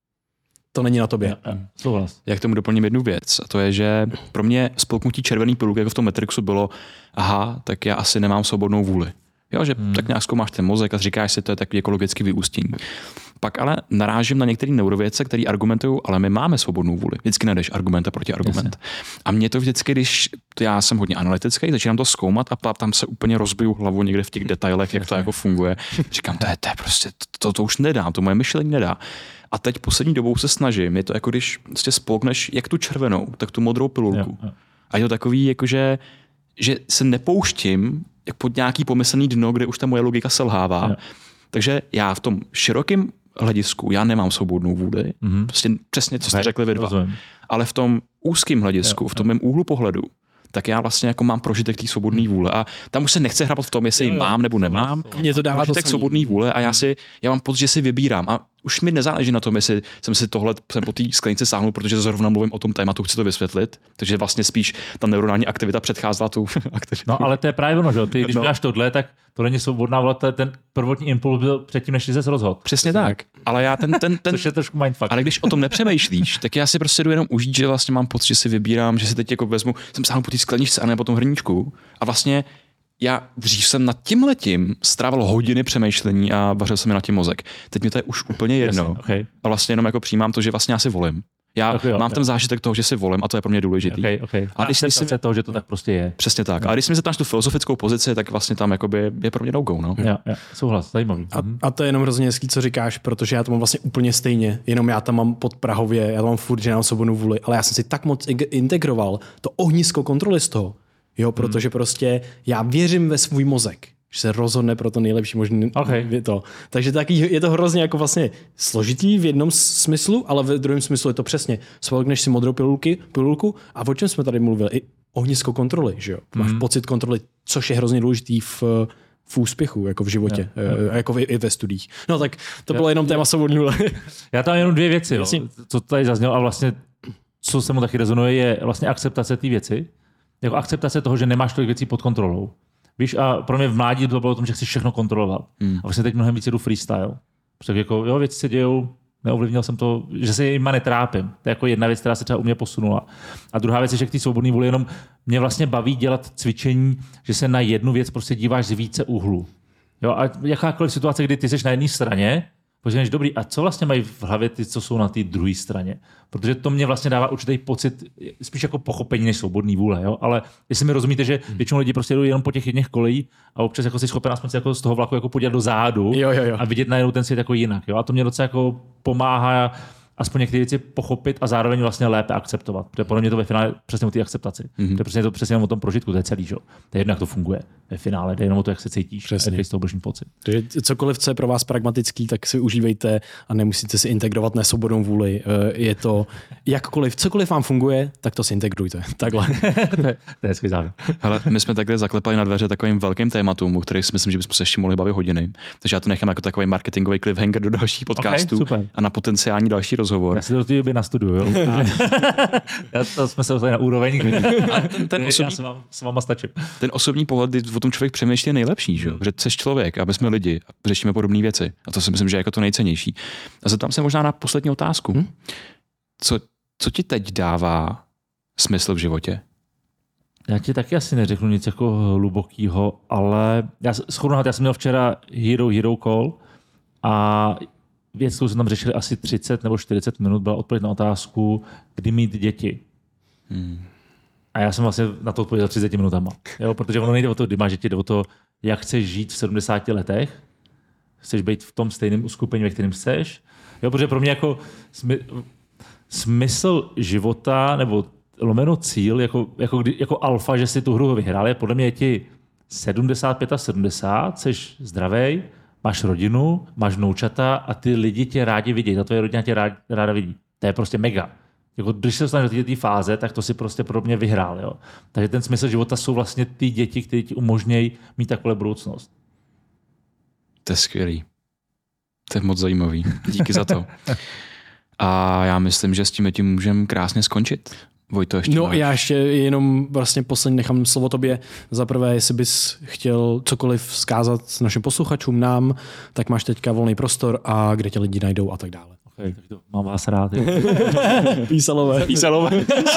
to není na tobě. Jo, jo, souhlas. Já k tomu doplním jednu věc a to je, že pro mě spolknutí červený pilulky jako v tom Matrixu bylo, aha, tak já asi nemám svobodnou vůli. Jo, že hmm. tak nějak zkoumáš ten mozek a říkáš si, to je takový ekologický vyústění. Pak ale narážím na některé neurovědce, které argumentují, ale my máme svobodnou vůli. Vždycky najdeš argument a protiargument. Jasně. A mě to vždycky, když já jsem hodně analytický, začínám to zkoumat a tam se úplně rozbiju hlavu někde v těch detailech, jak to jako funguje. Říkám, to je, to je prostě, to, to už nedá, to moje myšlení nedá. A teď poslední dobou se snažím, je to jako když prostě spolkneš jak tu červenou, tak tu modrou pilulku. Jo, jo. A je to takový, jakože, že se nepouštím jak pod nějaký pomyslný dno, kde už ta moje logika selhává. Jo. Takže já v tom širokém hledisku, já nemám svobodnou vůli, mm-hmm. prostě přesně, co jste řekli vy dva. Rozumím. Ale v tom úzkém hledisku, jo, v tom mém úhlu pohledu, tak já vlastně jako mám prožitek té svobodné vůle. A tam už se nechce hrabat v tom, jestli ji mám nebo nemám. Mě to dává prožitek svobodné vůle a já si, já mám pocit, že si vybírám. A už mi nezáleží na tom, jestli jsem si tohle jsem po té sklenici sáhnul, protože zrovna mluvím o tom tématu, chci to vysvětlit. Takže vlastně spíš ta neuronální aktivita předcházela tu aktivitu. No ale to je právě ono, že ty, když no. děláš tohle, tak to není svobodná vůle, ten prvotní impuls byl předtím, než jsi se rozhodl. Přesně tak. Ale já ten, ten, ten což je trošku mindfuck. Ale když o tom nepřemýšlíš, tak já si prostě jdu jenom užít, že vlastně mám pocit, že si vybírám, že si teď jako vezmu, jsem sáhnul po té skleničce a ne po tom hrníčku. A vlastně já dřív jsem nad tímhletím strávil hodiny přemýšlení a vařil jsem mi na tím mozek. Teď mi to je už úplně jedno. Jasně, okay. A vlastně jenom jako přijímám to, že vlastně já si volím. Já okay, mám okay. ten zážitek toho, že si volím a to je pro mě důležitý. Okay, okay. A když si toho, že to tak prostě je. Přesně tak. A když si mi zeptáš tu filozofickou pozici, tak vlastně tam jakoby je pro mě no go, no. Já, já, souhlas, zajímavý. A, a to je jenom hrozně hezký, co říkáš, protože já to mám vlastně úplně stejně. Jenom já tam mám pod Prahově, já tam mám furt, že mám svobodnou vůli, ale já jsem si tak moc integroval to ohnisko kontroly z toho. Jo, protože hmm. prostě já věřím ve svůj mozek, že se rozhodne pro to nejlepší možné okay. to. Takže taky je to hrozně jako vlastně složitý v jednom smyslu, ale v druhém smyslu je to přesně. Spolkneš si modrou pilulky, pilulku a o čem jsme tady mluvili? I ohnisko kontroly, že jo? Máš hmm. pocit kontroly, což je hrozně důležitý v, v úspěchu, jako v životě, jo, jo. jako i ve studiích. No tak to jo, bylo jenom téma svobodný vůle. Já tam jenom dvě věci, jo. Co tady zaznělo a vlastně, co se mu taky rezonuje, je vlastně akceptace té věci. Jako akceptace toho, že nemáš tolik věcí pod kontrolou. Víš, a pro mě v mládí to bylo o tom, že chci všechno kontrolovat. Hmm. A vlastně teď mnohem víc jedu freestyle. Protože jako, jo, věci se dějou, neovlivnil jsem to, že se jima netrápím. To je jako jedna věc, která se třeba u mě posunula. A druhá věc je, že k té svobodné vůli jenom mě vlastně baví dělat cvičení, že se na jednu věc prostě díváš z více úhlů. Jo, a jakákoliv situace, kdy ty jsi na jedné straně, protože dobrý, a co vlastně mají v hlavě ty, co jsou na té druhé straně? Protože to mě vlastně dává určitý pocit, spíš jako pochopení než svobodný vůle, jo? Ale jestli mi rozumíte, že většinou lidi prostě jdou jenom po těch jedných kolejí a občas jako jsi schopen aspoň jako z toho vlaku jako podívat do zádu jo, jo, jo. a vidět najednou ten svět jako jinak, jo? A to mě docela jako pomáhá aspoň některé věci pochopit a zároveň vlastně lépe akceptovat. Protože podle mě to ve finále přesně o té akceptaci. Mm-hmm. To je přesně, to přesně o tom prožitku, to je celý, že? To je jedno, jak to funguje. Ve finále jde jenom o to, jak se cítíš. Přesně. Z toho božný pocit. Takže cokoliv, co je pro vás pragmatický, tak si užívejte a nemusíte si integrovat nesvobodnou vůli. Je to jakkoliv, cokoliv vám funguje, tak to si integrujte. Takhle. to, je, to je hezký závěr. Hele, my jsme takhle zaklepali na dveře takovým velkým tématům, o kterých si myslím, že bychom se ještě mohli bavit hodiny. Takže já to nechám jako takový marketingový cliffhanger do dalších podcastů okay, a na potenciální další rozhovor. Já si to do té doby nastuduju, jo? já to jsme se dostali na úroveň, ten, ten osobní, já s, vám, s váma stačím. Ten osobní pohled, kdy o tom člověk přemýšlí, je nejlepší, že? Že jsi člověk a my jsme lidi a řešíme podobné věci. A to si myslím, že je jako to nejcennější. A zeptám se možná na poslední otázku. Hm? Co, co ti teď dává smysl v životě? Já ti taky asi neřeknu nic jako hlubokýho, ale já, shodnout, já jsem měl včera Hero Hero Call a věc, kterou jsme tam řešili asi třicet nebo čtyřicet minut, byla odpověď na otázku, kdy mít děti. Hmm. A já jsem vlastně na to odpověděl třicet minutama. Jo, protože ono nejde o to, kdy máš děti, jde o to, jak chceš žít v sedmdesáti letech. Chceš být v tom stejném uskupení, ve kterém chceš. Jo, protože pro mě jako smy, smysl života nebo lomeno cíl, jako, jako, kdy, jako alfa, že si tu hru vyhrál, je podle mě je ti sedmdesát pět a sedmdesát, jsi zdravej, máš rodinu, máš vnoučata a ty lidi tě rádi vidí, a tvoje rodina tě rád, ráda vidí. To je prostě mega. Jako, když se dostaneš do té fáze, tak to si prostě pro mě vyhrál. Jo? Takže ten smysl života jsou vlastně ty děti, které ti umožňují mít takové budoucnost. To je skvělý. To je moc zajímavý. Díky za to. A já myslím, že s tím tím můžeme krásně skončit. Vojto, ještě No máš. já ještě jenom vlastně poslední nechám slovo tobě. Za prvé, jestli bys chtěl cokoliv vzkázat našim posluchačům, nám, tak máš teďka volný prostor a kde tě lidi najdou a tak dále. Okay, tak to mám vás rád. Písalové. Písalové.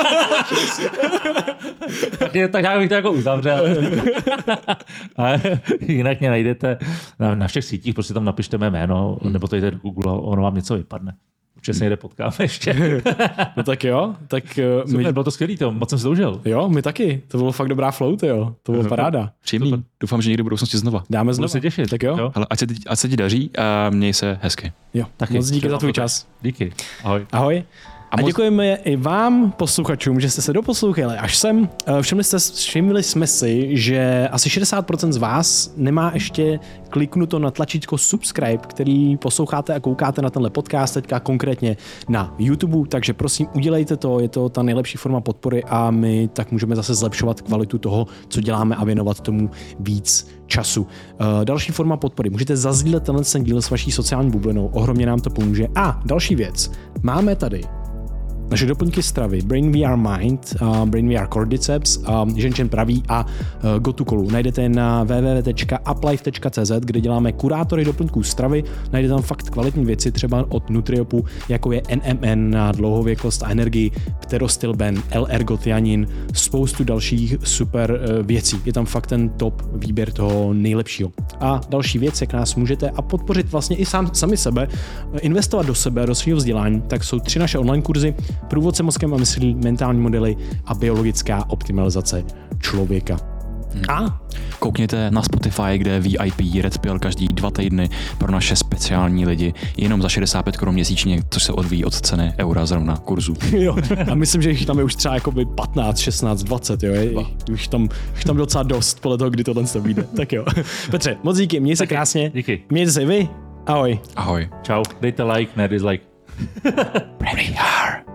tak, je, tak já bych to jako uzavřel. A jinak mě najdete na, na všech sítích, prostě tam napište mé jméno, nebo to jde do Google, ono vám něco vypadne. Určitě se někde potkáme ještě. No tak jo, tak uh, Super, my, bylo to skvělý, to moc jsem se doužil. jo, my taky. To bylo fakt dobrá flow, jo. To bylo paráda. Příjemný. Super. Doufám, že někdy v budoucnosti znova. Dáme Budu znovu. se těšit. Tak jo, jo. jo? Ale ať se, ti- ať se ti daří a měj se hezky. jo. Taky. Moc díky Třeba za tvůj to tak. čas. Díky. Ahoj. Ahoj. A, a moc- děkujeme i vám, posluchačům, že jste se doposlouchali až sem. Eh, Všimli, jste, všimli jsme si, že asi šedesát procent z vás nemá ještě kliknuto na tlačítko subscribe, který posloucháte a koukáte na tenhle podcast teďka konkrétně na YouTube, takže prosím udělejte to, je to ta nejlepší forma podpory a my tak můžeme zase zlepšovat kvalitu toho, co děláme a věnovat tomu víc času. Uh, další forma podpory. Můžete zazdílet tenhle ten díl s vaší sociální bublinou, ohromně nám to pomůže. A další věc. Máme tady naše doplňky stravy Brain V R Mind, uh, Brain V R Cordyceps, uh, Ženčen praví a uh, Gotukolu. Najdete je na w w w tečka uplife tečka c z, kde děláme kurátory doplňků stravy. Najdete tam fakt kvalitní věci, třeba od Nutriopu, jako je N M N na dlouhověkost a energii, pterostilben, L-ergotianin, spoustu dalších super uh, věcí. Je tam fakt ten top výběr toho nejlepšího. A další věc, jak nás můžete a podpořit vlastně i sám, sami sebe, investovat do sebe, do svého vzdělání, tak jsou tři naše online kurzy: Průvodce mozkem a myslí, mentální modely a biologická optimalizace člověka. A Koukněte na Spotify, kde je V I P Red Pill každý dva týdny pro naše speciální lidi. Jenom za šedesát pět korun měsíčně, což se odvíjí od ceny eura zrovna kurzu. jo, a myslím, že jich tam je už třeba jakoby patnáct, šestnáct, dvacet, jo. Je, už tam, už tam docela dost podle toho, kdy tohle to vyjde. Tak jo. Petře, moc díky, měj se krásně. Díky. Mějte se i vy. Ahoj. Ahoj. Čau. Dejte like, ne dislike. Brain V R.